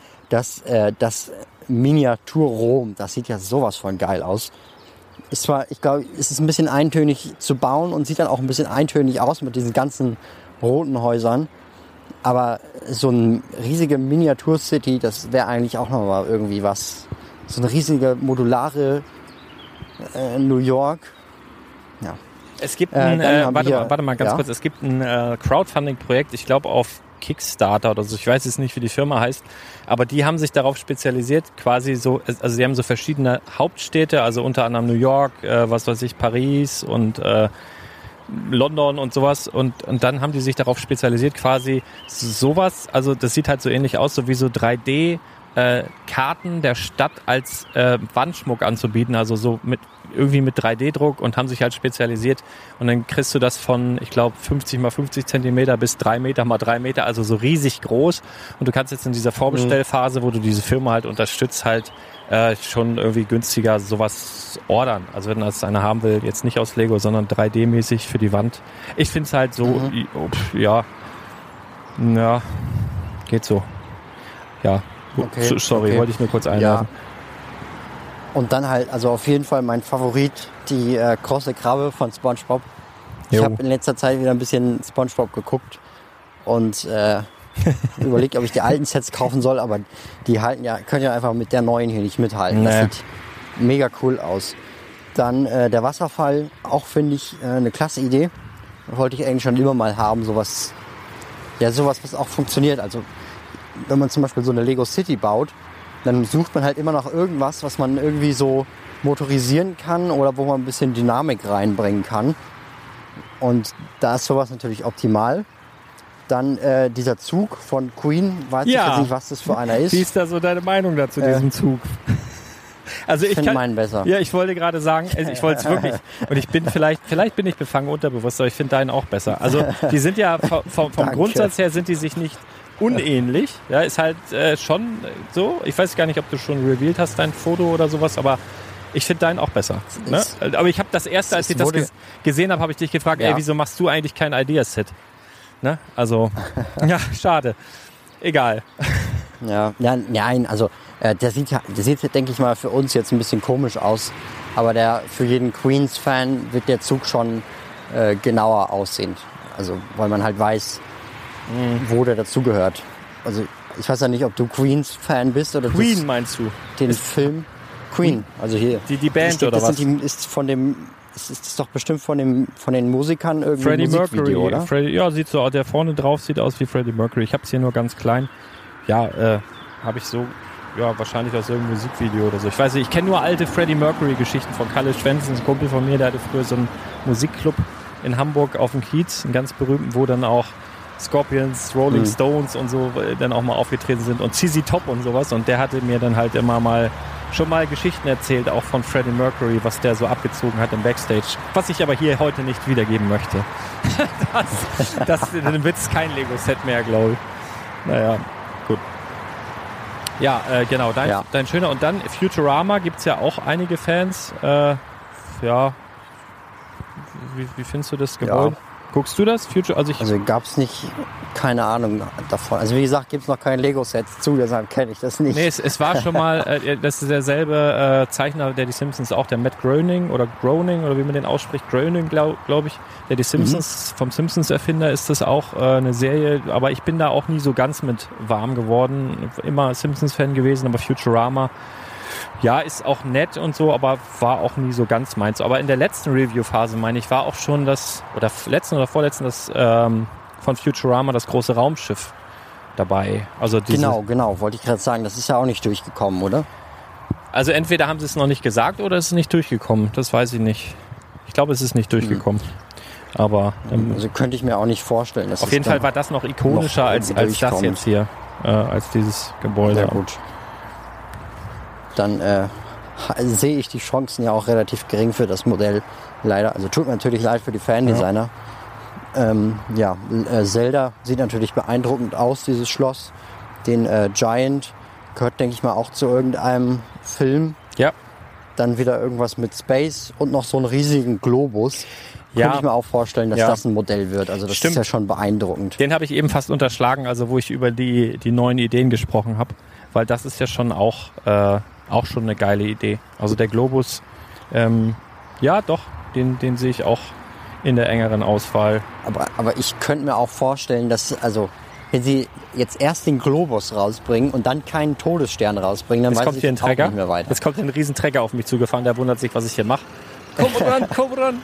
Miniatur-Rom. Das sieht ja sowas von geil aus. Ich glaube, es ist ein bisschen eintönig zu bauen und sieht dann auch ein bisschen eintönig aus mit diesen ganzen roten Häusern. Aber so eine riesige Miniatur-City, das wäre eigentlich auch nochmal irgendwie was. So eine riesige modulare New York. Ja. Es gibt warte mal ganz kurz, es gibt ein Crowdfunding-Projekt, ich glaube auf Kickstarter oder so, ich weiß jetzt nicht, wie die Firma heißt, aber die haben sich darauf spezialisiert, quasi so, also sie haben so verschiedene Hauptstädte, also unter anderem New York, was weiß ich, Paris und London und sowas und dann haben die sich darauf spezialisiert, quasi sowas, also das sieht halt so ähnlich aus, so wie so 3D Karten der Stadt als Wandschmuck anzubieten, also so mit 3D-Druck und haben sich halt spezialisiert und dann kriegst du das von, ich glaube, 50 mal 50 Zentimeter bis 3 Meter mal 3 Meter, also so riesig groß und du kannst jetzt in dieser Vorbestellphase, wo du diese Firma halt unterstützt, halt schon irgendwie günstiger sowas ordern. Also wenn das einer haben will, jetzt nicht aus Lego, sondern 3D-mäßig für die Wand. Ich finde es halt so, ja, geht so. Ja. Okay, sorry, wollte ich nur kurz einladen. Ja. Und dann halt, also auf jeden Fall mein Favorit, die krosse Krabbe von SpongeBob. Ich habe in letzter Zeit wieder ein bisschen SpongeBob geguckt und überlegt, ob ich die alten Sets kaufen soll, aber die können ja einfach mit der neuen hier nicht mithalten. Nee. Das sieht mega cool aus. Dann der Wasserfall, auch finde ich eine klasse Idee. Wollte ich eigentlich schon immer mal haben, sowas, was auch funktioniert. Also wenn man zum Beispiel so eine Lego City baut, dann sucht man halt immer nach irgendwas, was man irgendwie so motorisieren kann oder wo man ein bisschen Dynamik reinbringen kann. Und da ist sowas natürlich optimal. Dann dieser Zug von Queen, weiß ich jetzt nicht, was das für einer ist. Wie ist da so deine Meinung dazu, diesem Zug? Also ich finde meinen besser. Ja, ich wollte gerade sagen, ich wollte es wirklich. Und ich bin vielleicht bin ich befangen unterbewusst, aber ich finde deinen auch besser. Also die sind ja vom Grundsatz her sind die sich nicht unähnlich. Ja, ist halt schon so. Ich weiß gar nicht, ob du schon revealed hast, dein Foto oder sowas, aber ich finde deinen auch besser. Ne? Aber ich habe das erste, als ich das gesehen habe, habe ich dich gefragt, ey, wieso machst du eigentlich kein Ideaset? Ne? Also, ja, schade. Egal. Ja, nein, also der sieht, denke ich mal, für uns jetzt ein bisschen komisch aus. Aber für jeden Queens-Fan wird der Zug schon genauer aussehen. Also, weil man halt weiß, wo der dazugehört. Also, ich weiß ja nicht, ob du Queens-Fan bist oder Queen meinst du? Den Film Queen, also hier. Die Band oder was? Ist doch bestimmt von den Musikern irgendwie Freddie ein Musikvideo, Mercury, oder? ja, sieht so, der vorne drauf sieht aus wie Freddie Mercury. Ich habe es hier nur ganz klein. Ja, habe ich so, ja, wahrscheinlich aus irgendeinem Musikvideo oder so. Ich weiß nicht, ich kenne nur alte Freddie Mercury-Geschichten von Kalle Schwensen, ein Kumpel von mir, der hatte früher so einen Musikclub in Hamburg auf dem Kiez, einen ganz berühmten, wo dann auch Scorpions, Rolling Stones und so dann auch mal aufgetreten sind und ZZ Top und sowas. Und der hatte mir dann halt immer schon mal Geschichten erzählt, auch von Freddie Mercury, was der so abgezogen hat im Backstage. Was ich aber hier heute nicht wiedergeben möchte. Dann wird es kein Lego-Set mehr, glaube ich. Naja, gut. Ja, genau, dein schöner. Und dann Futurama gibt es ja auch einige Fans. Ja, wie findest du das Gebäude? Ja. Guckst du das? Also gab es nicht, keine Ahnung davon. Also wie gesagt, gibt es noch keine Lego-Sets zu, deshalb kenne ich das nicht. Nee, es war schon mal, das ist derselbe Zeichner, der die Simpsons auch, der Matt Groening oder wie man den ausspricht, Groening, glaube ich, der die Simpsons, vom Simpsons-Erfinder ist das auch eine Serie, aber ich bin da auch nie so ganz mit warm geworden, immer Simpsons-Fan gewesen, aber Futurama, ja, ist auch nett und so, aber war auch nie so ganz meins. Aber in der letzten Review-Phase, meine ich, war auch schon letzten oder vorletzten von Futurama das große Raumschiff dabei. Also genau, wollte ich gerade sagen. Das ist ja auch nicht durchgekommen, oder? Also entweder haben sie es noch nicht gesagt oder es ist nicht durchgekommen. Das weiß ich nicht. Ich glaube, es ist nicht durchgekommen. Aber also könnte ich mir auch nicht vorstellen. Auf jeden Fall war das noch ikonischer als das jetzt hier, als dieses Gebäude. Sehr gut. Dann sehe ich die Chancen ja auch relativ gering für das Modell. Leider. Also tut mir natürlich leid für die Fandesigner. Zelda sieht natürlich beeindruckend aus, dieses Schloss. Den Giant gehört, denke ich mal, auch zu irgendeinem Film. Ja. Dann wieder irgendwas mit Space und noch so einen riesigen Globus. Könnte ich mir auch vorstellen, dass das ein Modell wird. Also das ist ja schon beeindruckend. Den habe ich eben fast unterschlagen, also wo ich über die neuen Ideen gesprochen habe. Weil das ist ja schon auch schon eine geile Idee. Also der Globus, ja doch, den sehe ich auch in der engeren Auswahl. Aber ich könnte mir auch vorstellen, dass, also wenn sie jetzt erst den Globus rausbringen und dann keinen Todesstern rausbringen, dann weiß ich auch nicht mehr weiter. Jetzt kommt ein riesen Trecker auf mich zugefahren, der wundert sich, was ich hier mache. Komm ran!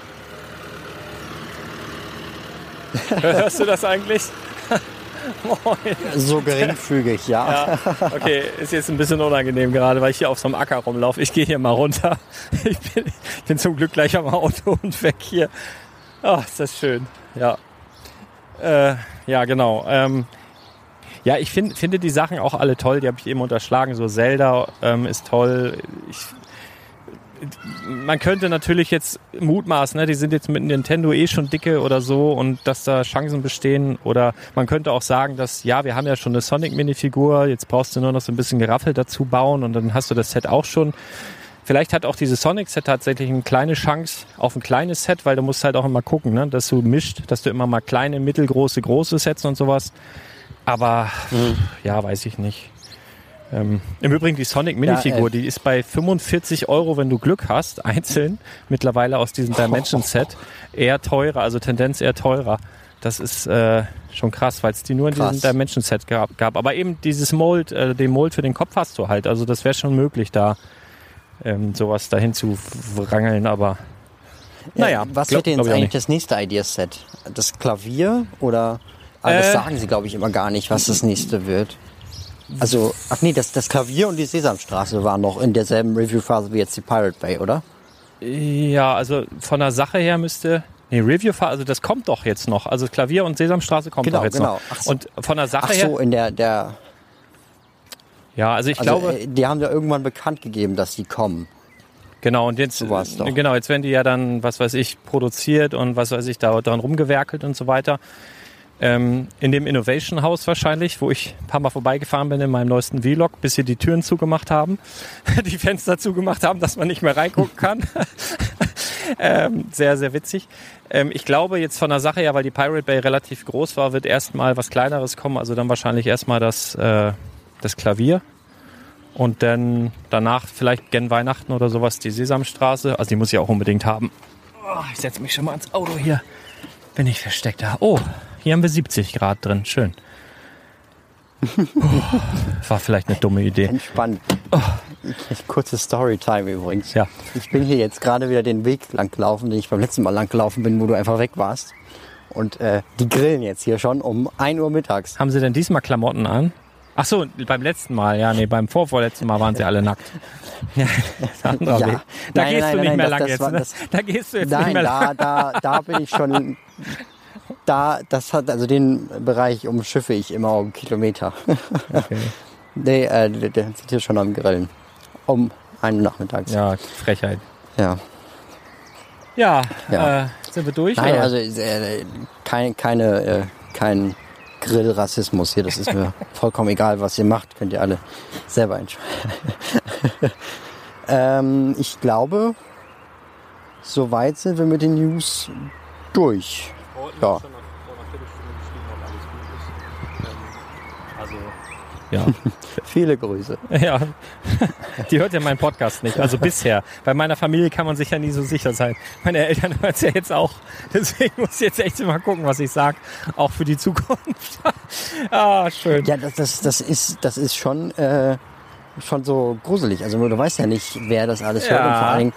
Hörst du das eigentlich? Moin. So geringfügig, ja. Okay, ist jetzt ein bisschen unangenehm gerade, weil ich hier auf so einem Acker rumlaufe. Ich gehe hier mal runter. Ich bin zum Glück gleich am Auto und weg hier. Ach, ist das schön. Ja. Ja, genau. Ja, ich finde die Sachen auch alle toll. Die habe ich eben unterschlagen. So Zelda ist toll. Man könnte natürlich jetzt mutmaßen, ne, die sind jetzt mit Nintendo schon dicke oder so und dass da Chancen bestehen. Oder man könnte auch sagen, dass, ja, wir haben ja schon eine Sonic-Minifigur, jetzt brauchst du nur noch so ein bisschen Geraffel dazu bauen und dann hast du das Set auch schon. Vielleicht hat auch dieses Sonic-Set tatsächlich eine kleine Chance auf ein kleines Set, weil du musst halt auch immer gucken, ne, dass du mischt, dass du immer mal kleine, mittelgroße, große Sets und sowas. Aber, ja, weiß ich nicht. Im Übrigen die Sonic Minifigur, die ist bei 45 €, wenn du Glück hast, einzeln, mittlerweile aus diesem Dimension Set, eher teurer, also Tendenz eher teurer. Das ist schon krass, weil es die nur in diesem Dimension Set gab. Aber eben dieses Mold, den Mold für den Kopf hast du halt, also das wäre schon möglich, da sowas dahin zu wrangeln, aber naja. Was wird denn jetzt eigentlich das nächste Ideaset? Das Klavier oder? Aber das sagen sie, glaube ich, immer gar nicht, was das nächste wird. Also, das Klavier und die Sesamstraße waren noch in derselben Review-Phase wie jetzt die Pirate Bay, oder? Ja, also von der Sache her müsste Nee, Review, also das kommt doch jetzt noch. Also Klavier und Sesamstraße kommt doch jetzt noch. Ach so. Und von der Sache Ach so, her... in der Ja, also ich glaube... Die haben ja irgendwann bekannt gegeben, dass die kommen. Genau, und jetzt, So war's doch. genau, jetzt werden die ja dann, was weiß ich, produziert und was weiß ich, da dran rumgewerkelt und so weiter. In dem Innovation House wahrscheinlich, wo ich ein paar Mal vorbeigefahren bin in meinem neuesten Vlog, bis sie die Türen zugemacht haben, die Fenster zugemacht haben, dass man nicht mehr reingucken kann. Sehr, sehr witzig. Ich glaube jetzt von der Sache her, weil die Pirate Bay relativ groß war, wird erstmal was Kleineres kommen, also dann wahrscheinlich erstmal das Klavier. Und dann danach vielleicht gen Weihnachten oder sowas die Sesamstraße. Also die muss ich auch unbedingt haben. Oh, ich setze mich schon mal ins Auto hier. Bin ich versteckt da. Oh, hier haben wir 70 Grad drin. Schön. War vielleicht eine dumme Idee. Entspannt. Kurze Storytime übrigens. Ja. Ich bin hier jetzt gerade wieder den Weg lang gelaufen, den ich beim letzten Mal lang gelaufen bin, wo du einfach weg warst. Und die grillen jetzt hier schon um 1 Uhr mittags. Haben Sie denn diesmal Klamotten an? Ach so, beim letzten Mal. Ja, nee, beim vorvorletzten Mal waren sie alle nackt. Ja, das andere Weg. Da gehst du nicht mehr lang jetzt. Da gehst du jetzt nicht mehr lang. Da bin ich schon... Also den Bereich umschiffe ich immer um Kilometer. Okay. Nee, der sind hier schon am Grillen. Um 1 Uhr nachmittags. Ja, Frechheit. Ja. Ja, Ja. Sind wir durch? Nein, oder? also kein Grillrassismus hier. Das ist mir vollkommen egal, was ihr macht. Könnt ihr alle selber entscheiden. Ich glaube, soweit sind wir mit den News durch. Ja. Ja. Viele Grüße. Ja, die hört ja meinen Podcast nicht, also bisher. Bei meiner Familie kann man sich ja nie so sicher sein. Meine Eltern hören es ja jetzt auch. Deswegen muss ich jetzt echt mal gucken, was ich sage, auch für die Zukunft. Schön. Ja, das ist schon so gruselig. Also du weißt ja nicht, wer das alles hört. Und vor allen Dingen,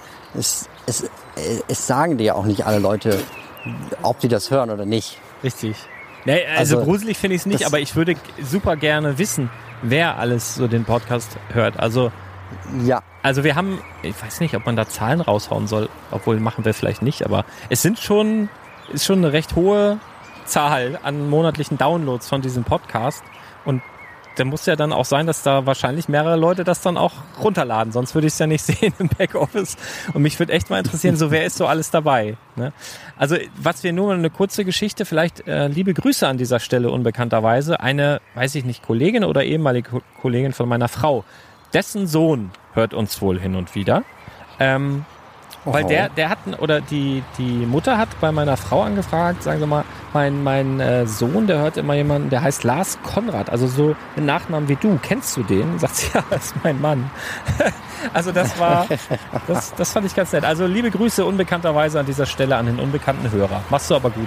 es sagen dir ja auch nicht alle Leute, ob die das hören oder nicht. Richtig. Nee, also gruselig finde ich es nicht, aber ich würde super gerne wissen, wer alles so den Podcast hört. Also wir haben, ich weiß nicht, ob man da Zahlen raushauen soll, obwohl machen wir vielleicht nicht, aber es ist schon eine recht hohe Zahl an monatlichen Downloads von diesem Podcast und da muss ja dann auch sein, dass da wahrscheinlich mehrere Leute das dann auch runterladen. Sonst würde ich es ja nicht sehen im Backoffice. Und mich würde echt mal interessieren, so wer ist so alles dabei. Ne? Also was wir nur eine kurze Geschichte, vielleicht liebe Grüße an dieser Stelle unbekannterweise. Eine, weiß ich nicht, Kollegin oder ehemalige Kollegin von meiner Frau. Dessen Sohn hört uns wohl hin und wieder. Weil der hat, oder die Mutter hat bei meiner Frau angefragt, sagen Sie mal, mein Sohn, der hört immer jemanden, der heißt Lars Konrad, also so einen Nachnamen wie du. Kennst du den? Sagt sie, ja, das ist mein Mann. Also das fand ich ganz nett. Also liebe Grüße unbekannterweise an dieser Stelle an den unbekannten Hörer. Machst du aber gut.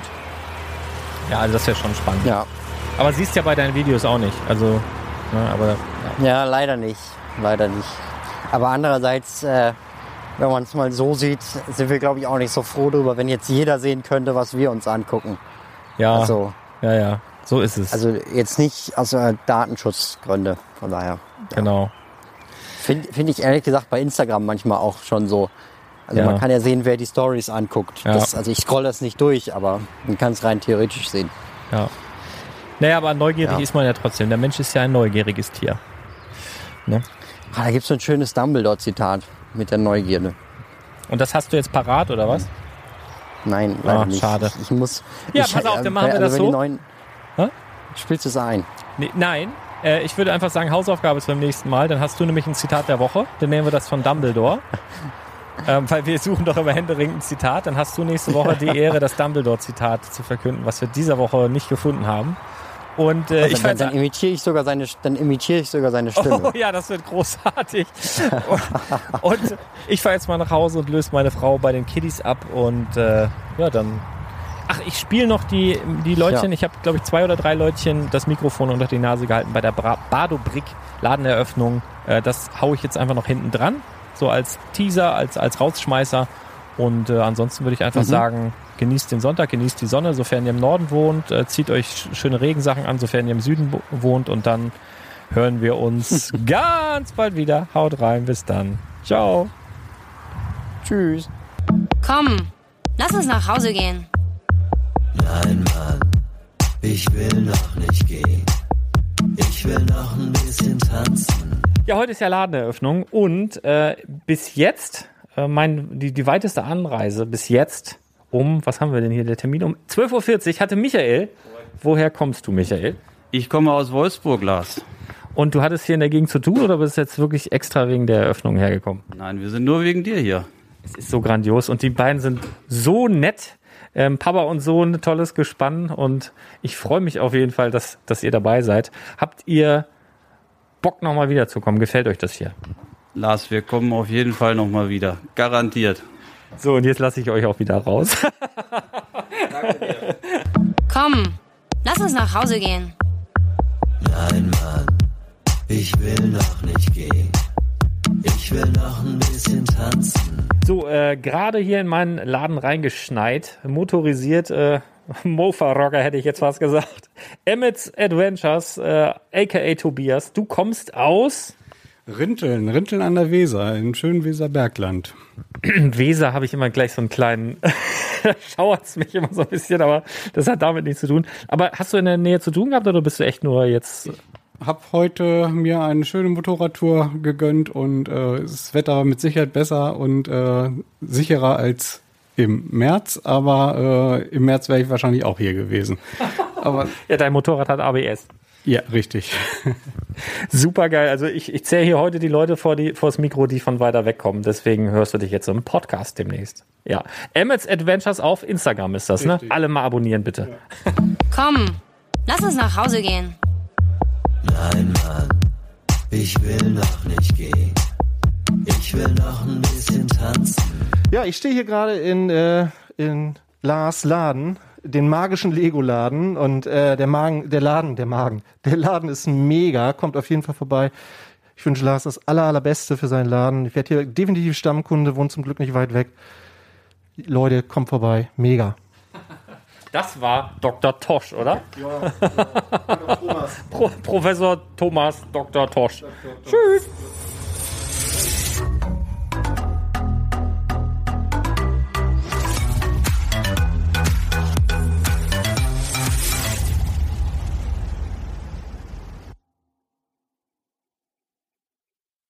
Ja, also das wäre schon spannend. Ja. Aber siehst ja bei deinen Videos auch nicht. Also, ne, aber... Ja, leider nicht. Leider nicht. Aber andererseits... wenn man es mal so sieht, sind wir, glaube ich, auch nicht so froh drüber, wenn jetzt jeder sehen könnte, was wir uns angucken. Ja, also, ja, so ist es. Also jetzt nicht aus Datenschutzgründe, von daher. Ja. Genau. Finde ich ehrlich gesagt bei Instagram manchmal auch schon so. Also man kann ja sehen, wer die Stories anguckt. Ja. Also ich scroll das nicht durch, aber man kann es rein theoretisch sehen. Ja. Naja, aber neugierig ist man ja trotzdem. Der Mensch ist ja ein neugieriges Tier. Ne? Da gibt es so ein schönes Dumbledore-Zitat. Mit der Neugierde. Und das hast du jetzt parat, oder was? Nein, leider nicht. Schade. Ich muss... Pass auf, dann machen wir das so. Spielst du es ein? Nee, nein, ich würde einfach sagen, Hausaufgabe ist beim nächsten Mal. Dann hast du nämlich ein Zitat der Woche. Dann nehmen wir das von Dumbledore. Weil wir suchen doch immer händeringend ein Zitat. Dann hast du nächste Woche die Ehre, das Dumbledore-Zitat zu verkünden, was wir dieser Woche nicht gefunden haben. Und dann imitiere ich sogar seine Stimme. Oh ja, das wird großartig. und ich fahre jetzt mal nach Hause und löse meine Frau bei den Kiddies ab und dann. Ach, ich spiele noch die Leutchen. Ja. Ich habe, glaube ich, 2 oder 3 Leutchen das Mikrofon unter die Nase gehalten bei der Bardo Brick Ladeneröffnung. Das haue ich jetzt einfach noch hinten dran, so als Teaser, als Rausschmeißer. Und ansonsten würde ich einfach sagen, genießt den Sonntag, genießt die Sonne, sofern ihr im Norden wohnt, zieht euch schöne Regensachen an, sofern ihr im Süden wohnt und dann hören wir uns ganz bald wieder. Haut rein, bis dann. Ciao. Tschüss. Komm, lass uns nach Hause gehen. Nein, Mann, ich will noch nicht gehen. Ich will noch ein bisschen tanzen. Ja, heute ist ja Ladeneröffnung und bis jetzt, die weiteste Anreise bis jetzt was haben wir denn hier, der Termin? Um 12.40 Uhr hatte Michael. Woher kommst du, Michael? Ich komme aus Wolfsburg, Lars. Und du hattest hier in der Gegend zu tun oder bist du jetzt wirklich extra wegen der Eröffnung hergekommen? Nein, wir sind nur wegen dir hier. Es ist so grandios und die beiden sind so nett. Papa und Sohn, tolles Gespann und ich freue mich auf jeden Fall, dass ihr dabei seid. Habt ihr Bock, nochmal wiederzukommen? Gefällt euch das hier? Lars, wir kommen auf jeden Fall nochmal wieder. Garantiert. So, und jetzt lasse ich euch auch wieder raus. Danke dir. Komm, lass uns nach Hause gehen. Nein, Mann, ich will noch nicht gehen. Ich will noch ein bisschen tanzen. So, gerade hier in meinen Laden reingeschneit, motorisiert, Mofa-Rocker hätte ich jetzt fast gesagt. Emmet's Adventures, a.k.a. Tobias, du kommst aus... Rinteln an der Weser, im schönen Weserbergland. Weser habe ich immer gleich so einen kleinen, da schauert's mich immer so ein bisschen, aber das hat damit nichts zu tun. Aber hast du in der Nähe zu tun gehabt oder bist du echt nur jetzt... Ich habe heute mir eine schöne Motorradtour gegönnt und das Wetter mit Sicherheit besser und sicherer als im März, aber im März wäre ich wahrscheinlich auch hier gewesen. Aber ja, dein Motorrad hat ABS. Ja, richtig. Super geil. Also ich zähle hier heute die Leute vors Mikro, die von weiter weg kommen. Deswegen hörst du dich jetzt im Podcast demnächst. Ja. Emmet's Adventures auf Instagram ist das, richtig, ne? Alle mal abonnieren, bitte. Ja. Komm, lass uns nach Hause gehen. Nein, Mann, ich will noch nicht gehen. Ich will noch ein bisschen tanzen. Ja, ich stehe hier gerade in Lars Laden, den magischen Lego-Laden und der Laden ist mega, kommt auf jeden Fall vorbei. Ich wünsche Lars das allerbeste für seinen Laden. Ich werde hier definitiv Stammkunde, wohnt zum Glück nicht weit weg. Leute, kommt vorbei, mega. Das war Dr. Tosch, oder? Ja. Thomas. Professor Thomas Dr. Tosch. Tschüss.